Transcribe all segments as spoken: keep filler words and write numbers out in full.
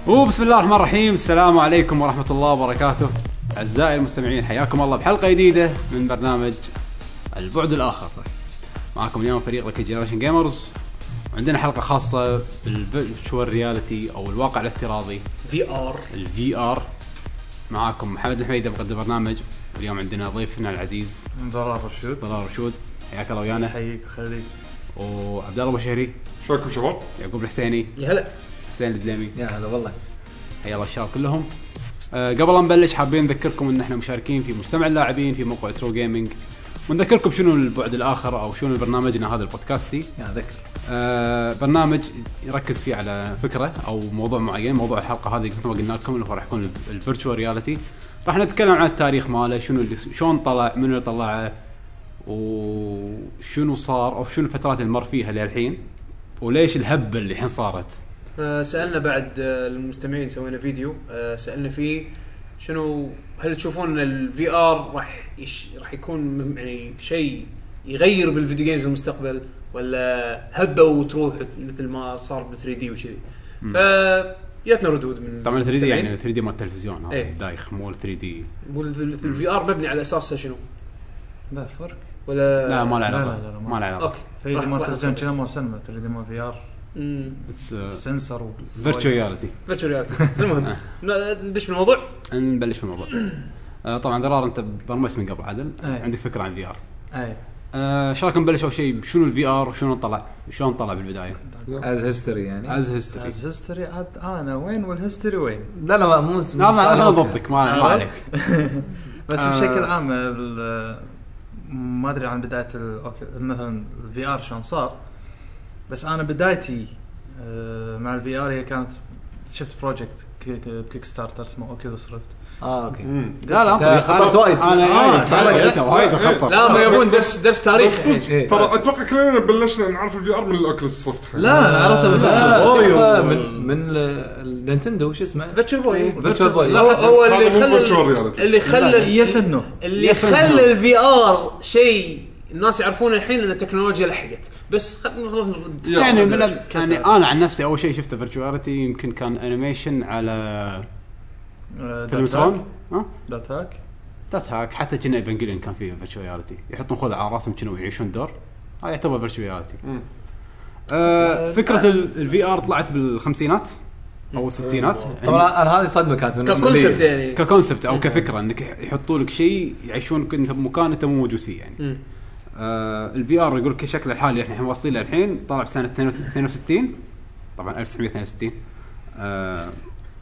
وبسم الله الرحمن الرحيم. السلام عليكم ورحمة الله وبركاته أعزائي المستمعين، حياكم الله بحلقة جديدة من برنامج البعد الآخر. معكم اليوم فريق لكي جنريشن جيمرز، وعندنا حلقة خاصة بالفيرتشوال رياليتي أو الواقع الافتراضي في آر الفي آر. معكم محمد الحميدة مقدم برنامج، واليوم عندنا ضيفنا العزيز ضرار رشود. ضرار رشود حياك الله ويانا. حييك وخليك. وعبد الله بشهري. شكرا شباب. يعقوب الحسيني. يا هلا. حسين الدليمي. يا هلا والله. حيا الله الشباب كلهم. أه قبل لا نبلش حابين نذكركم ان احنا مشاركين في مجتمع اللاعبين في موقع ترو جيمنج، ونذكركم شنو البعد الاخر او شنو برنامجنا هذا البودكاستي. يا ذكر أه برنامج يركز فيه على فكره او موضوع معين. موضوع الحلقه هذه مثل ما قلنا لكم انه راح يكون الفيرتشوال رياليتي. راح نتكلم عن التاريخ ماله، شنو اللي شلون طلع، من اللي طلعه، وشنو صار او شنو الفترات اللي مر فيها للحين، وليش الهبه اللي الحين صارت. سألنا بعد المستمعين، سوينا فيديو سألنا فيه شنو هل تشوفون الفي ار راح يش... راح يكون يعني شيء يغير بالفيديو جيمز المستقبل، ولا هبه وتروح مثل ما صار ب ثري دي وكذي. فجاتنا ردود من طبعا ثري دي يعني ثري دي مال التلفزيون هذا ايه. دايخ مو ثري دي مو الفي ار مبني على اساسه شنو؟ لا فرق ولا لا ما له لا علاقه. لا لا ما له علاقه. اوكي ثري دي ما ترجم كنا مو سينما، ثري دي مو في ار اتس سنسر و فيرتشوال رياليتي. فيرتشوال رياليتي. المهم ندش بالموضوع. نبلش بالموضوع. آه طبعا ضرار انت برمجت من قبل عدل، أيه. عندك فكره عن في ار. اي ايش رايكم نبلش اول شيء شنو الفي ار وشنو طلع شلون طلع بالبدايه از هيستوري يعني از هيستوري. از هيستوري عاد انا وين والهيستوري وين. لا لا مو لا ما انا ضبطك ما ما عليك. بس آه. بشكل عام ما ادري عن بدايه اوكي مثلا الفي ار شلون صار، بس انا بدايتي مع الفي ار هي كانت شفت بروجكت كيك ستارتر اسمه اوكيولوس ريفت. اه اوكي لا لا انت خطرت وايد. انا انا وايد خطر. لا ما يبون درس درس تاريخ. ترى اتوقع كلنا بلشنا نعرف الفي ار من الاوكيولوس ريفت. لا انا عرفته بالفيرتشوال بوي من من النينتندو شو اسمه فيرتشوال بوي. فيرتشوال بوي. لا هو اللي خلى اللي خلى يسنه اللي خلى الفي ار شيء الناس يعرفونه الحين ان التكنولوجيا لحقت. بس يعني من يعني انا عن نفسي اول شيء شفته فيرتشواليتي يمكن كان انيميشن على تلمترون. ها دات هاك دات هاك حتى كنا ايفانجيليون كان فيه فيرتشواليتي، يحطون خوذه على راسهم كانوا يعيشون دور. هاي يعتبر فيرتشواليتي. آه فكره الفي ار طلعت بالخمسينات او الستينات. طبعا انا هذه صدمه كانت بالنسبه ككونسبت يعني ككونسبت او كفكره انك يحطوا لك شيء يعيشونك انت بمكان انت مو موجود فيه يعني. آه الفي ار يقول لك شكله الحالي احنا واصلين له الحين. طلع بسنه اثنين وستين طبعا ألف وتسعمية واثنين وستين. آه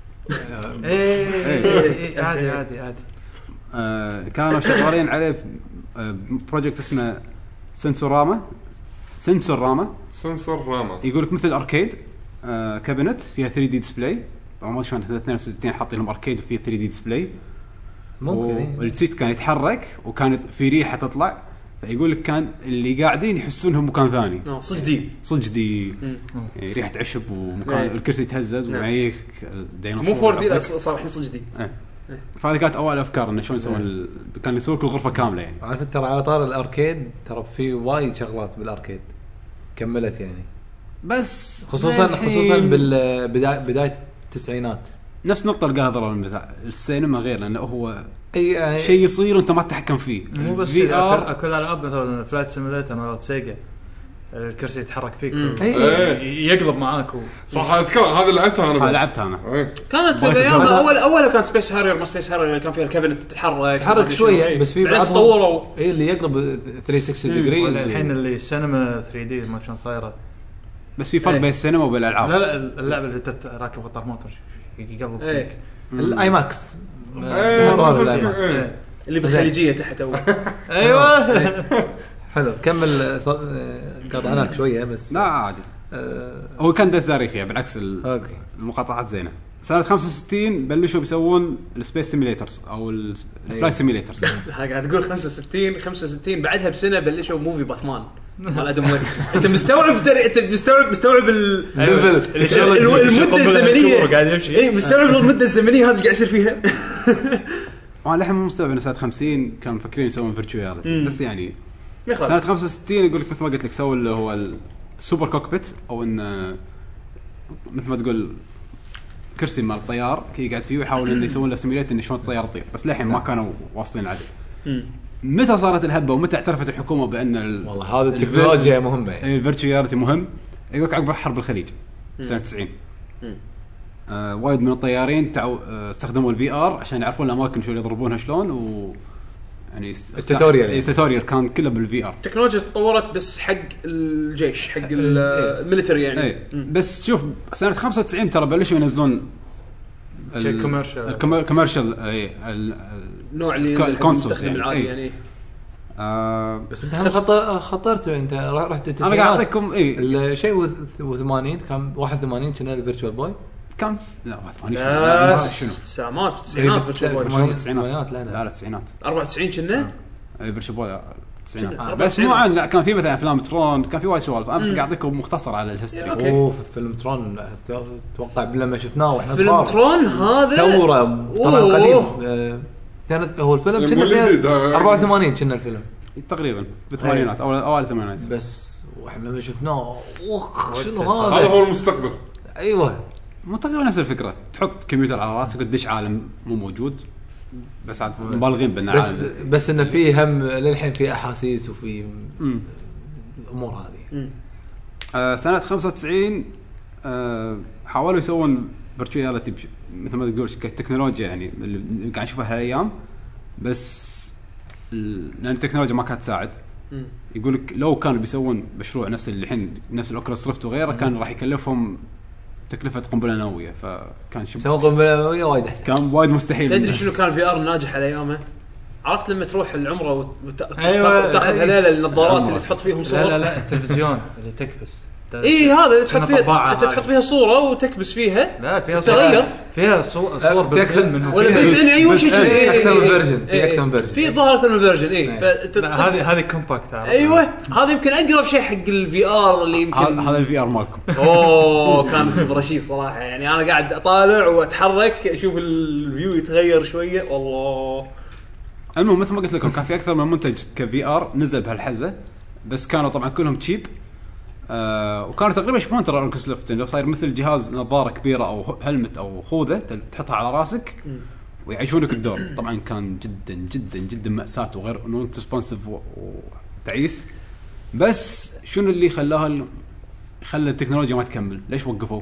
ايه عادي عادي عادي. آه كانوا شغالين عليه بروجكت اسمه سنسوراما. سنسوراما سنسور راما يقول لك مثل اركيد آه كابينت فيها ثري دي ديسبلاي. طبعا ما شلون اثنين وستين حاطين لهم اركيد وفيه ثري دي ديسبلاي. ممكن والسيت كان يتحرك وكانت في ريحه تطلع، فيقول لك كان اللي قاعدين يحسونهم مكان ثاني. اه صجدي صجدي يعني ريحه عشب ومكان نعم. الكرسي يتهزز ومعيك ديناصور مو فور دي صار الحين صجدي. اه. فهذه كانت اول افكار انه شلون يسوون ال... كان يسوون كل غرفه كامله يعني. عارف ترى على طار الاركيد ترى في وايد شغلات بالاركيد كملت يعني، بس خصوصا خصوصا بالبدايه بدايه التسعينات. نفس نقطه اللي قالها ضرر السينما غير لانه هو اي يعني شيء يصير وانت ما تتحكم فيه. مو بس في ار كل الالعاب مثلا فلايت سيميليتر مال سيجا الكرسي يتحرك فيك يقلب معاك و... صح. اذكر هذا اللي لعبته انا. لعبتها انا. كانت ايامها اول اول كانت سبيس هارير ما سبيس هارير كان فيها الكابينت تتحرك تتحرك شويه، بس في بعض تطوروا اي اللي يقلب ثلاثمية وستين ديجري. الحين اللي السينما ثري دي ما شلون صايره. بس في فرق بين السينما وبين الالعاب. لا لا اللعبه اللي انت راكب قطار موتور يقلب فيك. الاي ماكس اللي بالخليجيه تحت اول. ايوه حلو. كمل قطعناك شويه بس لا عادي. أه هو كان درس تاريخي بالعكس اوكي. المقاطعات زينه. سنه خمسة وستين بلشوا بيسوون السبيس سيميليترز او الفلايت سيميليترز. قاعد تقول خمسة وستين خمسة وستين بعدها بسنه بلشوا موفي باتمان مال ادم ويست. انت مستوعب انت مستوعب مستوعب المده الزمنيه قاعد يمشي. اي مستوعب المده الزمنيه هذا قاعد يصير فيها. انا الحين مو مستوعب ان سنه خمسين كانوا مفكرين يسوون فيرتشواليتي بس يعني سنه خمسة وستين يقول لك مثل ما قلت لك سووا اللي هو السوبر كوكبيت او ان مثل ما تقول كرسي مال الطيار كي قاعد فيه ويحاول انه يسوون له سيميليت انه شلون الطياره تطير بس للحين ما كانوا واصلين عليه. متى صارت الهبه ومتى اعترفت الحكومه بان ال... والله هذا التكنولوجيا مهمه يعني. الفيرتشوال رياليتي مهم. يقولك عقب حرب الخليج سنه تسعين آه وايد من الطيارين تعو... آه استخدموا الفي ار عشان يعرفون الاماكن شو يضربونها شلون و يعني است... التوتوريال يعني. التوتوريال كان كله بالفي ار. التكنولوجيا تطورت بس حق الجيش حق الميليتري يعني ايه. بس شوف سنه خمسة وتسعين ترى بلشوا ينزلون الكوميرشال الكوميرشال اي النوع اللي ينزل يعني العادي يعني. آه بس انت هم خطر خطرت انت رحت انا قاعد اعطيكم اي الشيء وثمانين كان واحد وثمانين كان الفيرتشوال بوي كم لا ثمانين شنو سامات تسعينات فيرتشوال بوي تسعينات لا لا التسعينات أربعة وتسعين كنا اي فيرتشوال بوي تسعينات بس مو عن لا كان في مثلا افلام ترون كان في وايد سوالف امس قاعد اعطيكم مختصر على الهيستوري. اوه في فيلم ترون اتوقع لما شفناه واحنا صغار فيلم ترون هذا ثوره طبعا قديم كانت هو الفيلم كنا أربعة وثمانين كنا الفيلم تقريبا بالثمانينات او اوائل الثمانينات بس واحنا لما شفناه وخ شنو هذا هذا هو المستقبل. ايوه مو تقريبا نفس الفكره تحط كمبيوتر على راسك وتدش عالم مو موجود بس عاد مبالغين بالعالم بس بس انه في هم للحين في احاسيس وفي الامور هذه. آه سنه خمسة وتسعين آه حاولوا يسوون فيرتشوال رياليتي مثل ما تقول كتكنولوجيا يعني اللي قاعد نشوفها هالايام بس لان التكنولوجيا ما كانت تساعد. يقولك لو كانوا بيسوون مشروع نفس اللي الحين نفس الاوكيولوس ريفت وغيره كان راح يكلفهم تكلفه قنبله نوويه فكان شيء سووا قنبله نوويه وايد احسن كان وايد مستحيل. تدري شنو كان في ار ناجح على ايامه؟ عرفت لما تروح العمره وتاخذ أيوة. تاخذ هذول النظارات اللي تحط فيهم صور لا لا لا التلفزيون اللي تكبس اي هذا اللي تحط فيها انت تحط فيها صوره وتكبس فيها لا فيها تغير فيها صور صور بتكتب منه ولا بتن ايوه شيء اكثر من فيرجن في اكثر من فيرجن في ظاهر اكثر من فيرجن اي هذه هذه كومباكت ايوه هذا يمكن اقرب شيء حق الفي ار اللي يمكن هذا الفي ار مالكم. اوه كان سوبر شيء صراحه يعني انا قاعد اطالع واتحرك اشوف الفيو يتغير شويه والله. المهم مثل ما قلت لكم كان في اكثر من منتج كفي ار نزل بهالحزه بس كانوا طبعا كلهم تشيب آه وكانوا تقريبا يشبهون ترى الاوكيولوس ريفت لو صاير مثل جهاز نظاره كبيره او هلمت او خوذه تحطها على راسك ويعيشونك الدور. طبعا كان جدا جدا جدا مأساة وغير نون ريسبونسيف وتعيس. بس شنو اللي خلاها خلى التكنولوجيا ما تكمل؟ ليش وقفوا؟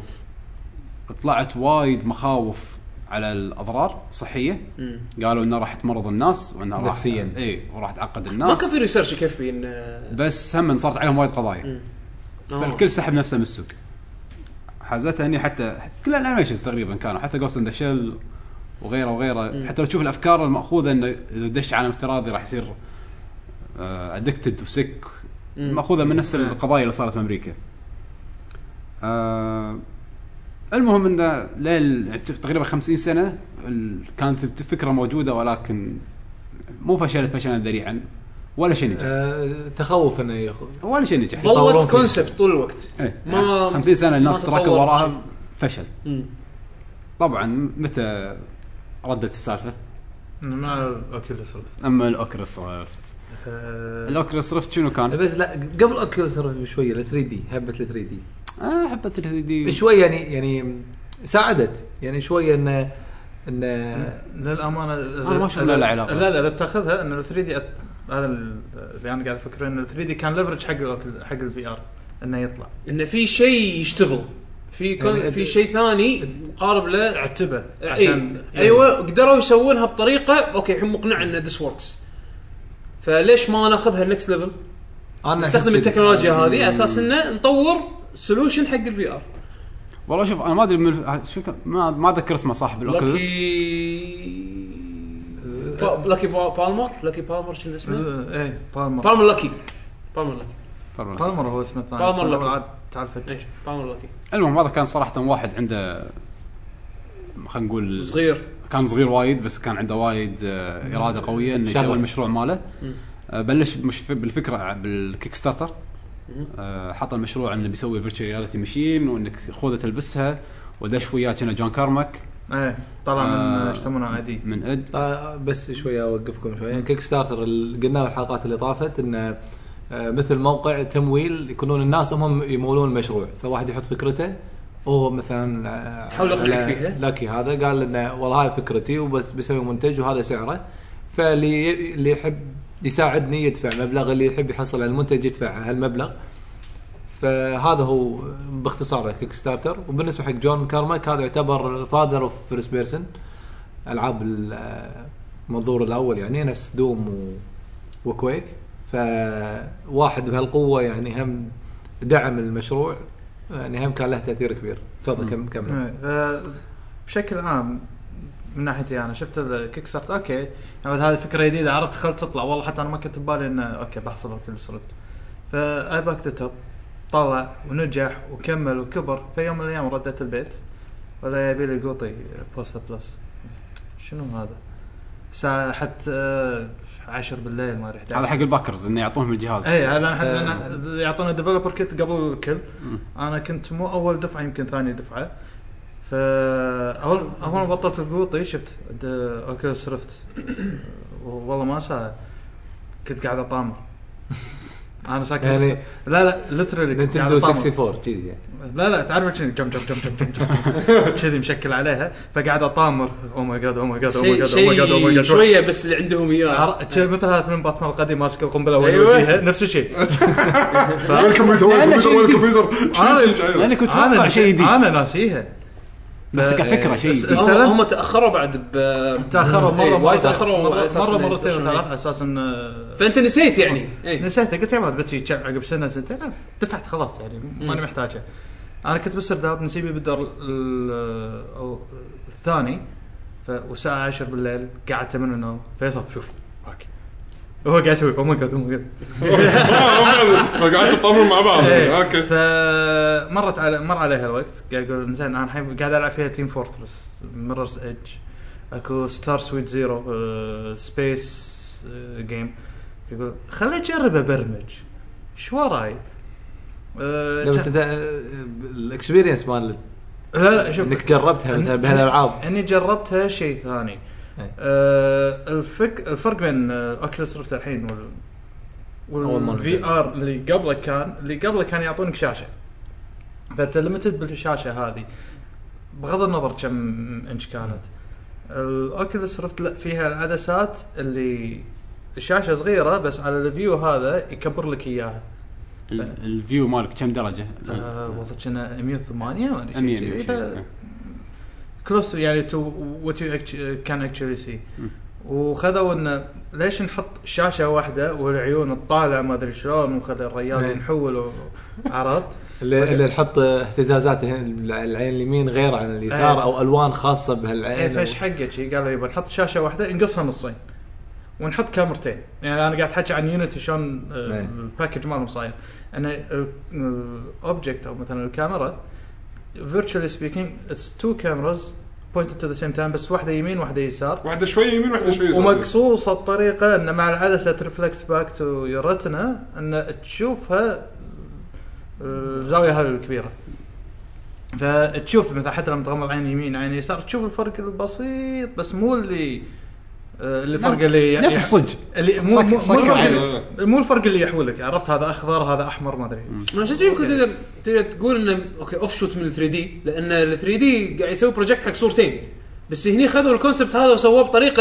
طلعت وايد مخاوف على الاضرار الصحيه. قالوا انه راح تمرض الناس وانه راح نفسيا اي وراح تعقد الناس. ما كان في ريسيرش يكفي ان بس هم صارت عليهم وايد قضايا فالكل سحب نفسه من السوق. حازتها اني حتى, حتى كل الانيميشنز تقريبا كانوا حتى جوست ان ذا شيل وغيره وغيره م. حتى لو تشوف الافكار الماخوذه انه اذا دش عالم افتراضي راح يصير ادكتد وسك ماخوذه من نفس القضايا اللي صارت في امريكا. آه المهم انه ليل تقريبا خمسين سنه كانت الفكره موجوده ولكن مو فشلت فشلا ذريعا ولا شيء نجح. أه تخوف انه ياخذ ولا شيء نجح. ظلت كونسبت طول الوقت ايه ما خمسين سنه الناس تركض وراها فشل. م. طبعا متى ردت السالفه مع الاوكيولوس ريفت. اما الاوكيولوس ريفت أه الاوكيولوس ريفت شنو كان بس لا قبل الاوكيولوس ريفت بشويه ل ثري دي هبه ل ثري دي اه حبه ل ثري دي شويه يعني يعني ساعدت يعني شويه ان ان للامانه انا ما شاء الله لا علاقه لا لا اذا بتاخذها ان ال ثري دي هذا اللي انا قاعد افكر ان ال ثري دي كان ليفرج حق حق الفي ار انه يطلع انه في شيء يشتغل في يعني في شيء ثاني قارب له اعتبه عشان ايوه قدروا يسوونها بطريقه اوكي هم مقنع ان ذس وركس فليش ما ناخذها النكست ليفل نستخدم التكنولوجيا هذه على اساس انه نطور سولوشن حق الفي ار. والله شوف انا ما ادري من شو ما ما اذكر اسمه صاحب الاوكيولوس لاكي بالمر لاكي بالمر شنو اسمه ايه بالمر بالمر لاكي بالمر لاكي بالمر هو اسمه الثاني بالمر لاكي تعرف ايش بالمر لاكي. المهم هذا كان صراحه واحد عنده خلينا نقول صغير كان صغير وايد بس كان عنده وايد اراده قويه انه يسوي المشروع ماله. بلش مش بالفكره بالكيك ستارتر حط المشروع انه بيسوي فيرتشوال رياليتي ماشين وانك خوذه تلبسها ودش وياه كنا جون كارماك ايه طبعا من ايش يسمونه عادي من اد آه بس شويه اوقفكم شويه. كيك ستارتر قلنا الحلقات اللي طافت انه مثل موقع تمويل يكونون الناس هم يمولون المشروع فواحد يحط فكرته هو مثلا آه، حاول أقنعك على فيها. لاكي هذا قال انه والله هاي فكرتي وبس بسوي منتج وهذا سعره، فاللي اللي يحب يساعدني يدفع مبلغ، اللي يحب يحصل على المنتج يدفع هالمبلغ. فهذا هو باختصار كيك ستارتر. وبالنسبه حق جون كارماك هذا يعتبر فاذر اوف فيرست بيرسون، العاب المنظور الاول يعني نفس دوم و... وكويك. فواحد بهالقوه يعني هم دعم المشروع، يعني هم كان له تاثير كبير. تفضل كم كمل. بشكل عام من ناحيتي انا شفت الكيك ستارت اوكي يعني هذه فكره جديده، عرفت خلت تطلع والله حتى انا ما كنت ببالي انه اوكي بحصل كل صرفت. فاي باك تب طلع ونجح وكمل وكبر. في يوم من الايام رديت البيت ولا يبي لي قوطي بوست بلس، شنو هذا ساعه حتى عشر بالليل ما رحت. هذا حق الباكرز انه يعطوهم الجهاز. اي هذا انا يعطونا ديفلوبر كيت قبل الكل. انا كنت مو اول دفعه يمكن ثاني دفعه. فاول اول ما بطلت القوطي شفت اوكي صرفت والله ما ساعه كنت قاعد اطامر. انا ساكن يعني لا لا ليترالي نينتندو أربعة وستين كذي يعني. لا لا تعرف شنو جم جم جم جم جم كذي مشكل عليها. فقاعد اطامر او ماي جاد او ماي جاد او ماي جاد او ماي جاد او ماي جاد شويه بس اللي عندهم اياه مثل هذا فيلم باتمان القديم ماسك القنبله ويوديها نفس الشيء. الكمبيوتر الكمبيوتر انا كنت اتوقع شيء جديد انا ناسيها بس كفكره شيء. هم تاخروا بعد تاخروا مره وايد تاخروا مره مرتين وثلاث اساسا. فانت نسيت يعني نسيت قلت يا بعد بتي عقب سنه سنتين دفعت خلاص يعني ماني محتاجه. انا كنت بالسرداب نسيبي بالدور الثاني والساعه عشرة بالليل قعدت من النوم. فيصل شوف اوكي هو قاعد يسوي او ماي جاد او ماي جاد قاعد تطمر مع بعض. اوكي فمرت على مر عليها الوقت قاعد اقول زين انا الحين قاعد العب فيها تيم فورترس ميررز ايدج اكو ستار سويت زيرو سبيس جيم. يقول خليني اجرب ابرمج شو راي. لا بس انت الاكسبيرينس مال لا لا شوف انك جربتها مثلا بهالالعاب. اني جربتها شيء ثاني. آه الفك الفرق بين اوكيولوس ريفت الحين وال والفي ار اللي قبله كان اللي قبله كان يعطونك شاشه فانت ليميتد بالشاشه هذه بغض النظر كم انش كانت. الاوكيولوس ريفت لا فيها العدسات اللي الشاشه صغيره بس على الفيو هذا يكبر لك اياها. الفيو مالك كم درجه؟ آه والله كنا مية وثمانية ما ادري شيء كلوس يعني تو وات يو كان اكشولي سي. وخذوا انه ليش نحط شاشه واحده والعيون تطالع ما ادري شلون وخذ الريال نحول عرفت اللي, اللي نحط اهتزازات العين اليمين غير عن اليسار. أيه. او الوان خاصه بهالعين. ايه فايش حقك شيء قالوا يبغى نحط شاشه واحده نقصها نصين ونحط كاميرتين. يعني انا قاعد احكي عن يونيتي شلون الباكج مالهم صاير. انا الاوبجكت او مثلا الكاميرا virtually speaking it's two cameras pointed to the same time بس واحدة يمين واحدة يسار واحدة شوية يمين واحدة شوية يسار ومقصوصة بطريقة ان مع العدسة reflects back to your retina ان تشوفها الزاوية هذه الكبيرة. فتشوف مثلا حتى لما تغمض عين يمين عين يسار تشوف الفرق البسيط بس مو اللي اللي فرق اللي نفس الصج اللي مو مو, مو, مو الفرق اللي يحولك عرفت هذا اخضر هذا احمر ما ادري. انا شو يمكن تقدر تقدر تقول انه اوكي اوف شوت من ثري دي لان ال ثري دي قاعد يسوي بروجكت حق صورتين بس هني خذوا الكونسبت هذا وسووه بطريقه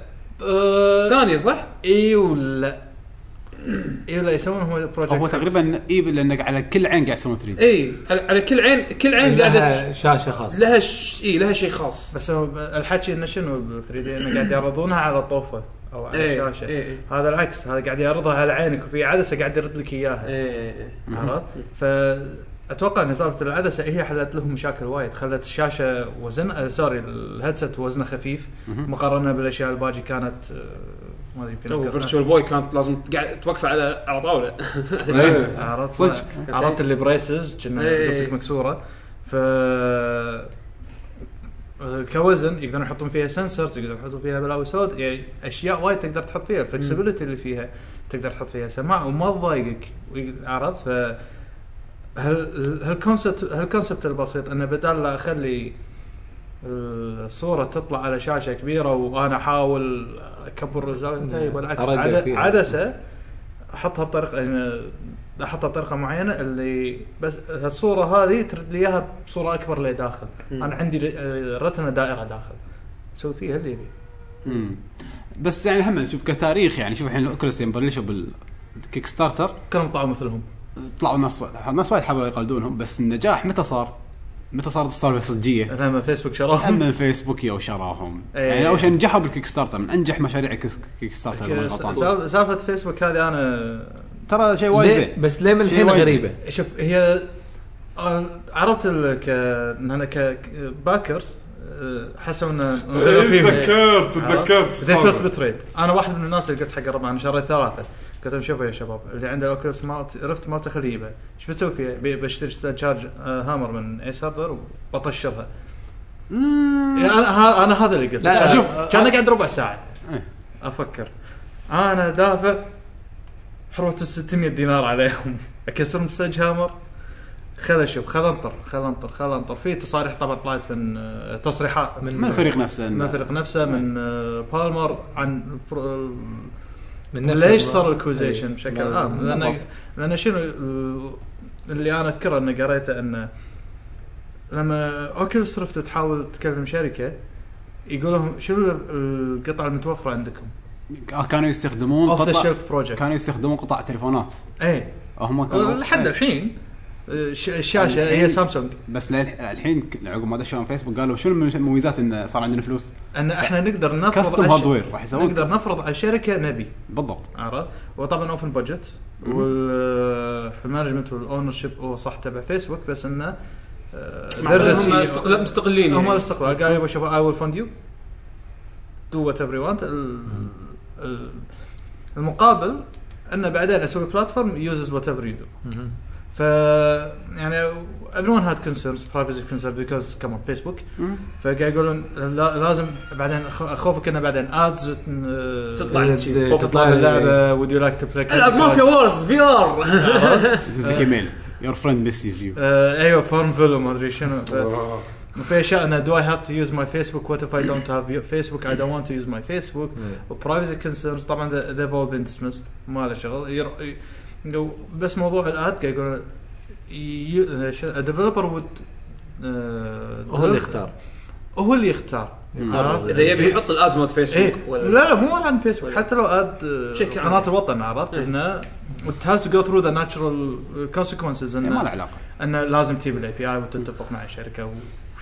أه ثانيه صح؟ اي ولا اي لا يسوون هو بروجكت هو تقريبا اي لانك على كل عين قاعد يسوون ثري دي. اي على كل عين كل عين قاعده شاشه خاصه لها ش... اي لها شيء خاص. بس الحكي انه شنو ثري دي انه قاعد يعرضونها على طوفه او على ايه الشاشه. ايه ايه. هذا العكس هذا قاعد يعرضها على عينك وفي عدسه قاعد يرد لك اياها. ايه عرفت. فاتوقع ان سالفه العدسه هي حلت لهم مشاكل وايد خلت الشاشه وزن آه سوري الهيدسет وزنه خفيف مقارنه بالاشياء الباقي كانت آه ما ادري يمكن فيرتشوال بوي كانت لازم تقعد توقفه على على طاوله. عرفت عرفت اللي بريسز كنا لوتك مكسوره ف كوزن يقدرون يحطون فيها سنسورز يقدرون يحطون فيها بلاوي سود يعني اشياء وايد تقدر تحط فيها الفلكسبيليتي اللي فيها تقدر تحط فيها سماع وما تضايقك عرفت. ف هال هالكونسبت هالكونسبت البسيط انه بدال لا اخلي الصوره تطلع على شاشه كبيره وانا احاول اكبر الزاويه بالعكس عدسه احطها بطريقه يعني احطها بطريقه معينه اللي بس الصوره هذه ترد لي اياها بصوره اكبر اللي داخل. م. انا عندي رتنا دائره داخل سوي فيها اللي يبي. امم بس يعني هم شوف كتاريخ يعني شوف الحين الاوكلس بلشوا بالكيك ستارتر كانوا طلعوا مثلهم طلعوا ناس ناس وايد حاولوا يقلدونهم بس النجاح متى صار؟ متى صارت الصالة صجية؟ لما فيسبوك شراهم. أما الفيسبوك يو شراهم. أيه. يعني أول شيء نجحوا بالكيك ستارتر من أنجح مشاريع كيك ستارتر. سالفة سالفة فيسبوك هذه أنا ترى شيء وايد زين. بس ليه من الحين غريبة؟ شوف هي عرفت ك أنا كباكرز حسوا إن نغير فيهم. تذكرت تذكرت. ذكرت بتريد. أنا واحد من الناس اللي قلت حق ربع أنا شريت ثلاثة. قلت لهم شوفوا يا شباب اللي عنده اوكيولوس مالت رفت مالته خليه ايش بتسوي فيها؟ بشتري تشارج هامر من ايس هاردوير وبطشرها. يعني انا انا هذا اللي قلت. لا شوف كان قاعد ربع ساعه افكر انا دافع حروه ستمية دينار عليهم اكسر مسج هامر. خل اشوف خل انطر خل انطر خل انطر في تصاريح طبعا طلعت من تصريحات من الفريق نفسه من الفريق نفسه من بالمر عن من ليش صار الكوزيشن بشكل عام. لأن لأن شنو اللي أنا أذكره أن قريته أن لما أوكيولوس ريفت تحاول تكلم شركة يقولهم شنو القطع المتوفرة عندكم. كانوا يستخدمون قطع كانوا يستخدمون قطع تليفونات. إيه هم كانوا لحد الحين الشاشة هي سامسونج. بس الحين عقب ما دشوا فيسبوك قالوا شنو من المميزات إن صار عندنا فلوس ان احنا نقدر نفرض كاستم هاردوير راح يسوون نقدر نفرض على الشركه نبي بالضبط. عرفت وطبعا اوبن بادجت والمانجمنت والاونر شيب هو صح تبع فيسبوك بس انه هم استقلال مستقلين هم الاستقلال قال يا شباب اي ويل فند يو دو وات ايفري وانت المقابل انه بعدين اسوي بلاتفورم يوزز وات ايفر يو دو. ف يعني everyone had concerns privacy concerns because come on Facebook. فقاعد يقولون لازم بعدين خوفك انه بعدين ads تطلع تطلع اللعبه would you like to play العب مافيا وورز في ار تزلك ايميل your friend misses you. ايوه فارمفيل ما ادري شنو في اشياء انا do I have to use my Facebook what if I don't have Facebook I don't want to use my Facebook privacy concerns طبعا they've all been dismissed ما له شغل. بس موضوع الاد قاعد يقول الديفلوبر would هو اللي يختار هو اللي يختار اذا يبي يحط الاد مود فيسبوك إيه؟ ولا لا لا مو عن فيسبوك حتى لو اد قناه الوطن عرفت إيه؟ انه it has to go through the natural consequences انه ما له علاقه انه لازم تجيب الاي بي اي وتتفق مع الشركه و...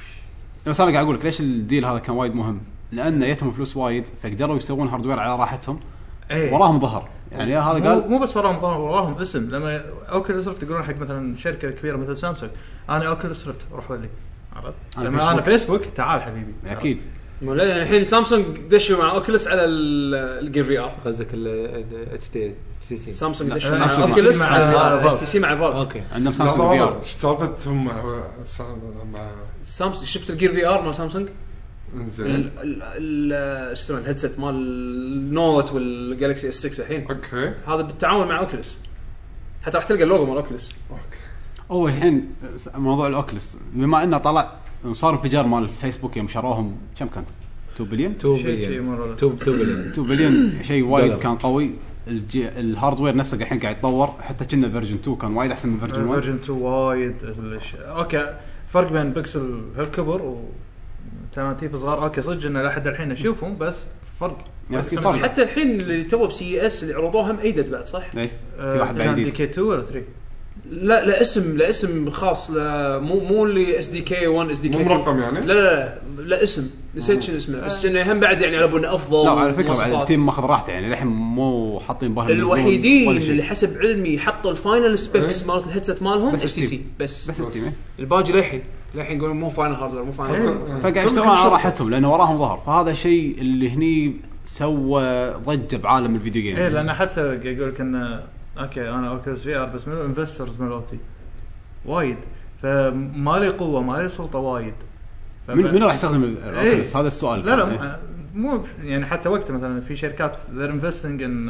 بس انا قاعد اقول لك ليش الديل هذا كان وايد مهم لانه يتم فلوس وايد فقدروا يسوون هاردوير على راحتهم. إيه؟ وراهم ظهر يعني هذا قال مو بس وراهم ظهر وراهم اسم. لما اوكيولوس ريفت تقولون حق مثلا شركه كبيره مثل سامسونج انا اوكيولوس ريفت روح ولي عرفت لما انا فيسبوك تعال حبيبي اكيد. ولا الحين سامسونج دشوا مع اوكيولوس على الجير في ار قصدك ال تي تي سي سامسونج دشوا مع اوكيولوس على اتش تي سي مع فالف. اوكي عندهم سامسونج في ار ايش سالفتهم مع سامسونج شفت الجير في ار مال سامسونج زين ال شو اسمه الهيدسيت مال النوت والجالكسي اس ستة الحين اوكي هذا بالتعاون مع اوكيولوس حتى راح تلقى اللوجو مال اوكيولوس. اوكي هو الحين موضوع الاوكيولوس بما انه طلع صار انفجار مال الفيسبوك يوم شروهم كم كان اثنين بليون اثنين بليون اثنين بليون اثنين بليون شيء وايد كان قوي. الهاردوير نفسه الحين قاعد يتطور حتى كنا فيرجن اثنين كان وايد احسن من فيرجن واحد. فيرجن اثنين وايد اوكي فرق بين بيكسل هالكبر و تناتيف صغار اوكي صدق انه لحد الحين اشوفهم بس فرق بس بس حتى الحين اللي تو بسي اس اللي عرضوها هم ايدد بعد صح؟ اي في واحد كان جديد دي كي اثنين ولا ثلاثة لا لا اسم لا اسم خاص لا مو مو اللي اس دي كي واحد اس دي كي مو رقم يعني لا لا لا اسم نسيت شنو اسمه بس انه هم بعد يعني على ابونا افضل. لا على فكره بعد التيم ماخذ راحته يعني الحين مو حاطين بالهم الوحيدين اللي حسب علمي حطوا الفاينل سبيكس مالت الهيدسيت مالهم اس تي سي بس بس اس تي الباقي للحين للحين يقولون مو فاينل هاردوير مو فاينل فقاعد يشتغلون على راحتهم لانه وراهم ظهر فهذا الشيء اللي هني سوى ضجه بعالم الفيديو جيمز. ايه لان حتى يقول لك انه اوكي انا اوكيولوس في ار بس من الانفسترز مالوتي وايد فما لي قوه ما لي سلطه وايد من من راح يستخدم الاوكيولوس هذا السؤال. لا لا مو يعني حتى وقت مثلا في شركات they're investing in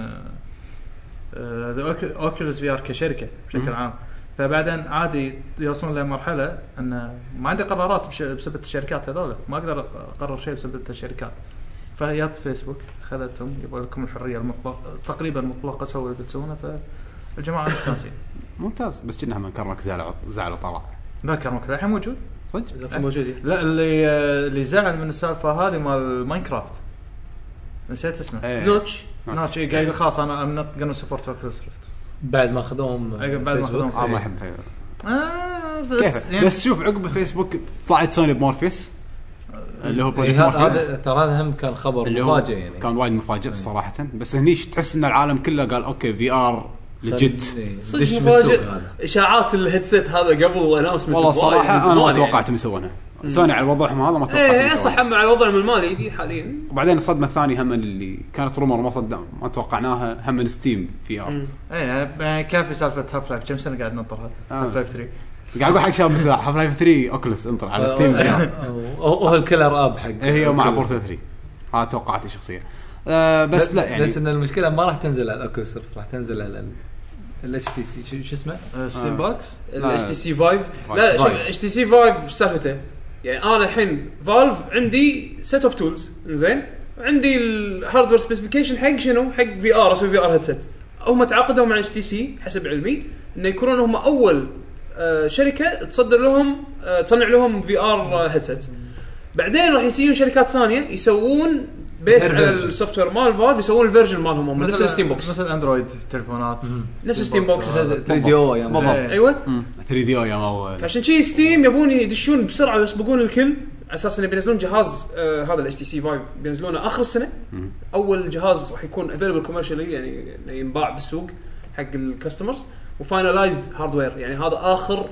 uh, the Oculus في ار كشركه بشكل عام فبعدين عادي يوصلون لمرحله ان ما عندي قرارات بسبب الشركات هذول ما اقدر اقرر شيء بسبب الشركات فهيات فيسبوك خذتهم يبغى لكم الحريه المطلقه تقريبا مطلقه سووا اللي بتسوونه فالجماعه مستانسين. ممتاز. بس كنا هم كرمك زعل زعل وطلع. لا كرمك الحين موجود صدق لكن موجود. لا اللي اللي زعل من السالفه هذه مال ماينكرافت نسيت اسمه ايه. نوتش نوتش إيه قايل خلاص انا ام نوت جونا سبورت اوكيولس ريفت بعد ما اخذوهم بعد ما اخذوهم الله يحب آه كيف يعني بس شوف عقب فيسبوك طلعت سوني بمورفيس اللي هو بروجكت إيه مورفيس هذا ترى هذا هم كان خبر مفاجئ يعني كان وايد مفاجئ صراحه. بس هنيش تحس ان العالم كله قال اوكي في ار لجت صدق مفاجئ. اشاعات الهيدسيت هذا قبل اناونسمنت والله صراحه انا ما توقعت يعني. يسوونها سوني على وضعهم هذا ما توقعت ايه صح مع الوضع المالي دي حاليا. وبعدين الصدمه الثانيه هم اللي كانت رومر ما صدق ما توقعناها هم من ستيم في ار. ايه كافي سالفه هاف لايف كم سنه قاعد ننطرها هاف لايف ثري قاعد اقول حق شباب مساح هاف لايف ثري اوكلس انطر على ستيم هو الكلر اب حق هي مع بورت ثري هذا توقعاتي شخصيه. أه بس لا يعني بس ان المشكله ما راح تنزل على الاوكيولس راح تنزل على الاتش تي سي شو اسمه ستيم بوكس الاتش تي سي فايف. لا شوف اتش تي سي فايف سالفته يعني انا الحين فالف عندي سيت اوف تولز زين عندي الهاردوير سبيسيفيكيشن حق شنو حق في ار اسوي في ار هيدسيت. هم تعاقدوا مع اتش تي سي حسب علمي انه يكونون هم اول آه شركه تصدر لهم آه تصنع لهم في ار هيدسيت. بعدين راح يصيرون شركات ثانيه يسوون بيس على السوفت وير مال فالف يسوون الفيرجن مالهم نفس الستيم بوكس مثل اندرويد تليفونات نفس ستيم بوكس ثري دي او يا بالضبط. ايوه ثري دي او يا مو عشان شيء ستيم يبون يدشون بسرعه يسبقون الكل على اساس انه بينزلون جهاز آه هذا الاتش تي سي فايف بينزلونه اخر السنه. اول جهاز راح يكون افيلبل كوميرشلي يعني ينباع بالسوق حق الكاستمرز وفاينلايزد هاردوير يعني هذا اخر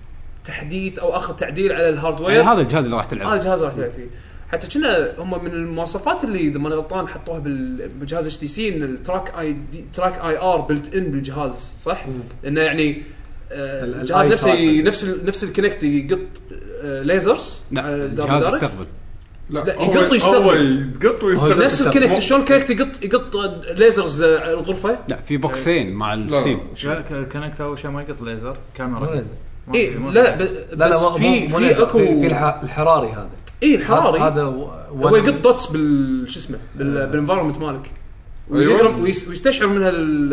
تحديث او اخر تعديل على الهاردوير. يعني هذا الجهاز اللي راح تلعب هذا الجهاز راح تلعب فيه. حتى كنا هم من المواصفات اللي اذا ما غلطان حطوها بالجهاز اتش تي سي ان التراك اي دي تراك اي ار بلت ان بالجهاز صح لانه يعني آه الجهاز نفسه نفس ال نفس الكونكت يقط آه ليزرز. لا الجهاز يستقبل لا, لا يقط ويستقبل يقط ويستقبل نفس الكونكت شلون كونكت يقط يقط ليزرز آه الغرفه. لا في بوكسين مع الستيم الكونكت اول شيء ما يقط ليزر كاميرا اي لا لا لا في في اكو في الحراري هذا ايه الحراري هذا هو يقط دوتس بال شو اسمه بالانفايرمنت مالك ويقرب ويستشعر من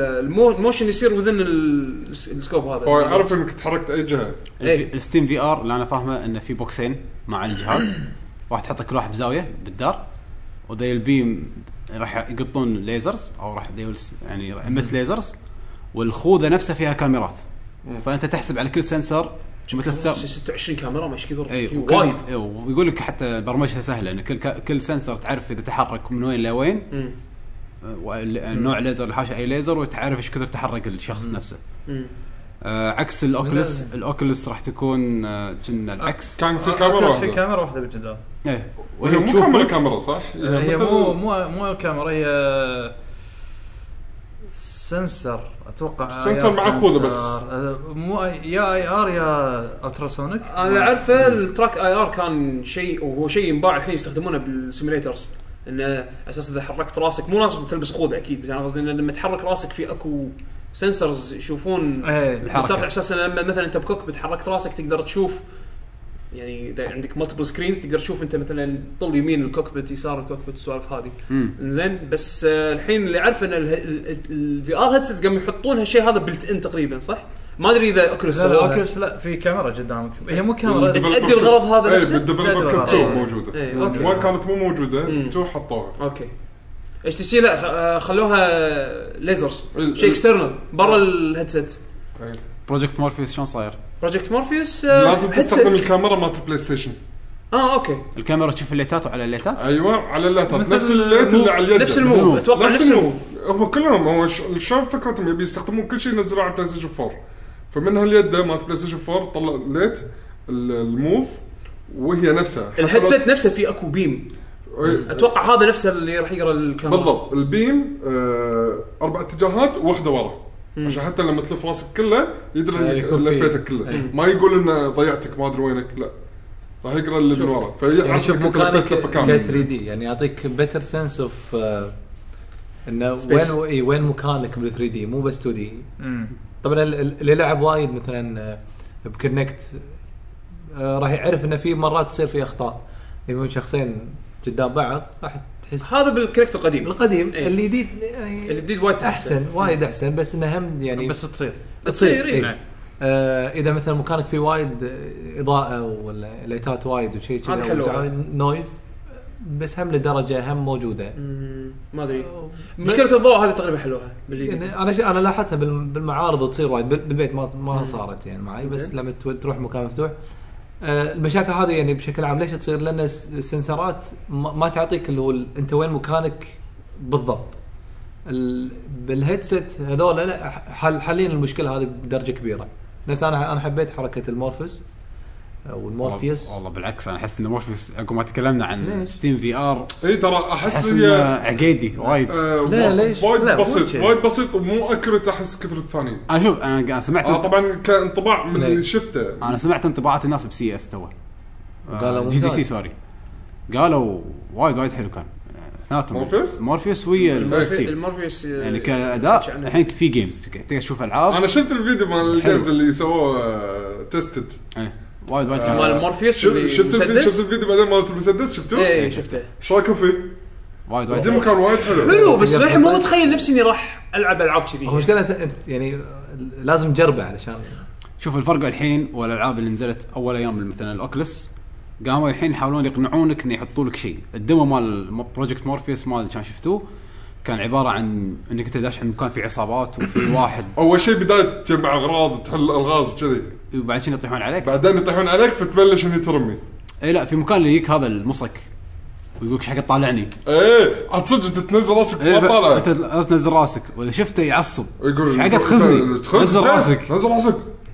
هالموشن يصير وذن السكوب هذا هو يعرف انك تحركت اي جهه. الستيم في ار اللي انا فاهمه انه في بوكسين مع الجهاز واحد تحط كل واحد بزاويه بالدار وذي البيم راح يقطون ليزرز او راح يعني امت ليزرز والخوذه نفسها فيها كاميرات فانت تحسب على كل سنسر مثل ستة وعشرين كاميرا مش كثر وايد. ويقول لك حتى برمجتها سهله ان كل كل سنسر تعرف اذا تحرك من وين لوين نوع ليزر الحاشه اي ليزر وتعرف ايش كثر تحرك الشخص نفسه. آه عكس الاوكلس الاوكلس راح تكون آه كنا العكس كان في كاميرا واحده في كاميرا واحده بالجدار ايه وهي مو كاميرا كاميرا صح هي مو مو مو كاميرا هي سنسر اتوقع سنسر مع خوذه بس مو يا اي ار يا التراسونيك. انا عارفه التراك اي ار كان شيء وهو شيء ينباع الحين يستخدمونه بالسيميليترز انه اساس اذا حركت راسك مو لازم تلبس خوذه اكيد بس انا قصدي ان لما تحرك راسك في اكو سنسرز يشوفون الحركه على اساس لما مثلا انت بكوكبيت حركت راسك تقدر تشوف يعني اذا عندك مالتيبل سكرينز تقدر تشوف انت مثلا طول يمين الكوكبيت يسار الكوكبيت السوالف هذه زين. بس آه الحين اللي عارف ان الفي ار هيدسيتس قاموا يحطون هالشيء هذا بلت ان تقريبا صح ما ادري اذا اوكلس لا اوكلس لا في كاميرا قدامك هي مو كاميرا تؤدي الغرض هذا نفسه. اي بالديفلوبر تو موجوده ايه ما كانت مو موجوده تو حطوها. اوكي اتش تي سي لا خلوها ليزرز شيء اكسترنال برا الهيدسيت. بروجكت مورفيوس شلون صاير؟ بروجكت مورفيوس لازم تستخدم الكاميرا مالت البلاي ستيشن. اه اوكي الكاميرا تشوف الليتات وعلى الليتات. ايوه على الليتات نفس الليت اللي على اليد نفس الموف اتوقع نفس الموف هم كلهم. هو شلون فكرتهم يبي يستخدمون كل شيء ينزلوه على البلاي ستيشن فور فمن هاليد مالت البلاي ستيشن فور طلع الليت الموف وهي نفسها الهيدسيت نفسه في اكو بيم اتوقع هذا نفسه اللي راح يقرا الكاميرا بالضبط. البيم آه اربع اتجاهات وواحده ورا عشان حتى لما تلف راسك كله يدري انك لفيتك كله ما يقول انه ضيعتك ما ادري وينك لا راح يقرا اللي من ورا يعني شوف مكانك ك ثري دي يعني يعطيك بيتر سنس اوف انه وين وين مكانك بال ثري دي مو بس تو دي. طبعا اللي لعب وايد مثلا بكونكت راح يعرف انه في مرات تصير في اخطاء يكون شخصين قدام بعض راح تحس هذا بالكريكت القديم القديم إيه. الجديد يعني الجديد وايد احسن وايد احسن بس انه هم يعني بس تصير تصير إيه. إيه. آه اذا مثلا مكانك في وايد اضاءه ولا ليتات وايد وشيء هذا حلو. كذا نويز بس هم لدرجه هم موجوده. ما ادري مشكله الضوء هذه تقريبا حلوها يعني انا ش... انا لاحظتها بالمعارض تصير وايد بالبيت ما ما صارت يعني معي بس لما تروح مكان مفتوح آه المشاكل هذه يعني بشكل عام ليش تصير لان السنسرات ما تعطيك اللي هو انت وين مكانك بالضبط. ال... بالهيدسет هذول لا حل حاليا المشكله هذه بدرجه كبيره. نفس انا انا حبيت حركه المورفوس او المورفيوس. والله بالعكس انا احس ان مورفيوس عقب ما تكلمنا عن ستيم في ار اي ترى احس هي عقيدي وايد. آه لا ليش وايد لا بسيط وايد بسيط ومو اكرت احس كثر الثانيين. انا شوف انا سمعت آه طبعا كانطباع من اللي شفته انا سمعت انطباعات الناس بسي اس تو قالوا جي دي سي سوري قالوا وايد وايد حلو كان اثنيناتهم مورفيوس مورفيوس ويا المورفيوس يعني كاداء الحين في جيمز تقدر تشوف العاب. انا شفت الفيديو مال الجيمز اللي سووه تيستد ايه وايد وايد مال المورفيوس شفت الفيديو شفت الفيديو بعدين مال المسدس شفتوه ايه شفته ايش رايكم فيه وايد وايد قديم كان وايد حلو حلو بس الحين مو متخيل نفسي اني راح العب العاب كذي. هو مشكلة يعني لازم تجربه علشان شوف الفرق الحين والالعاب اللي نزلت اول ايام مثلا الاوكلس قاموا الحين يحاولون يقنعونك ان يحطوا لك شيء. الديمو مال بروجكت مورفيوس مال كان شفتوه كان عباره عن انك انت داش عند مكان فيه عصابات وفي واحد اول شيء بدايه تجمع اغراض تحل الغاز كذي وبعدين شنو يطيحون عليك بعدين يطيحون عليك فتبلش اني ترمي. اي لا في مكان اللي يجيك هذا المصك ويقولك ايش حق تطالعني ايه عتصج تنزل راسك إيه ما طالع انت تنزل راسك واذا شفته يعصب يقول ايش حق تخزني نزل راسك نزل راسك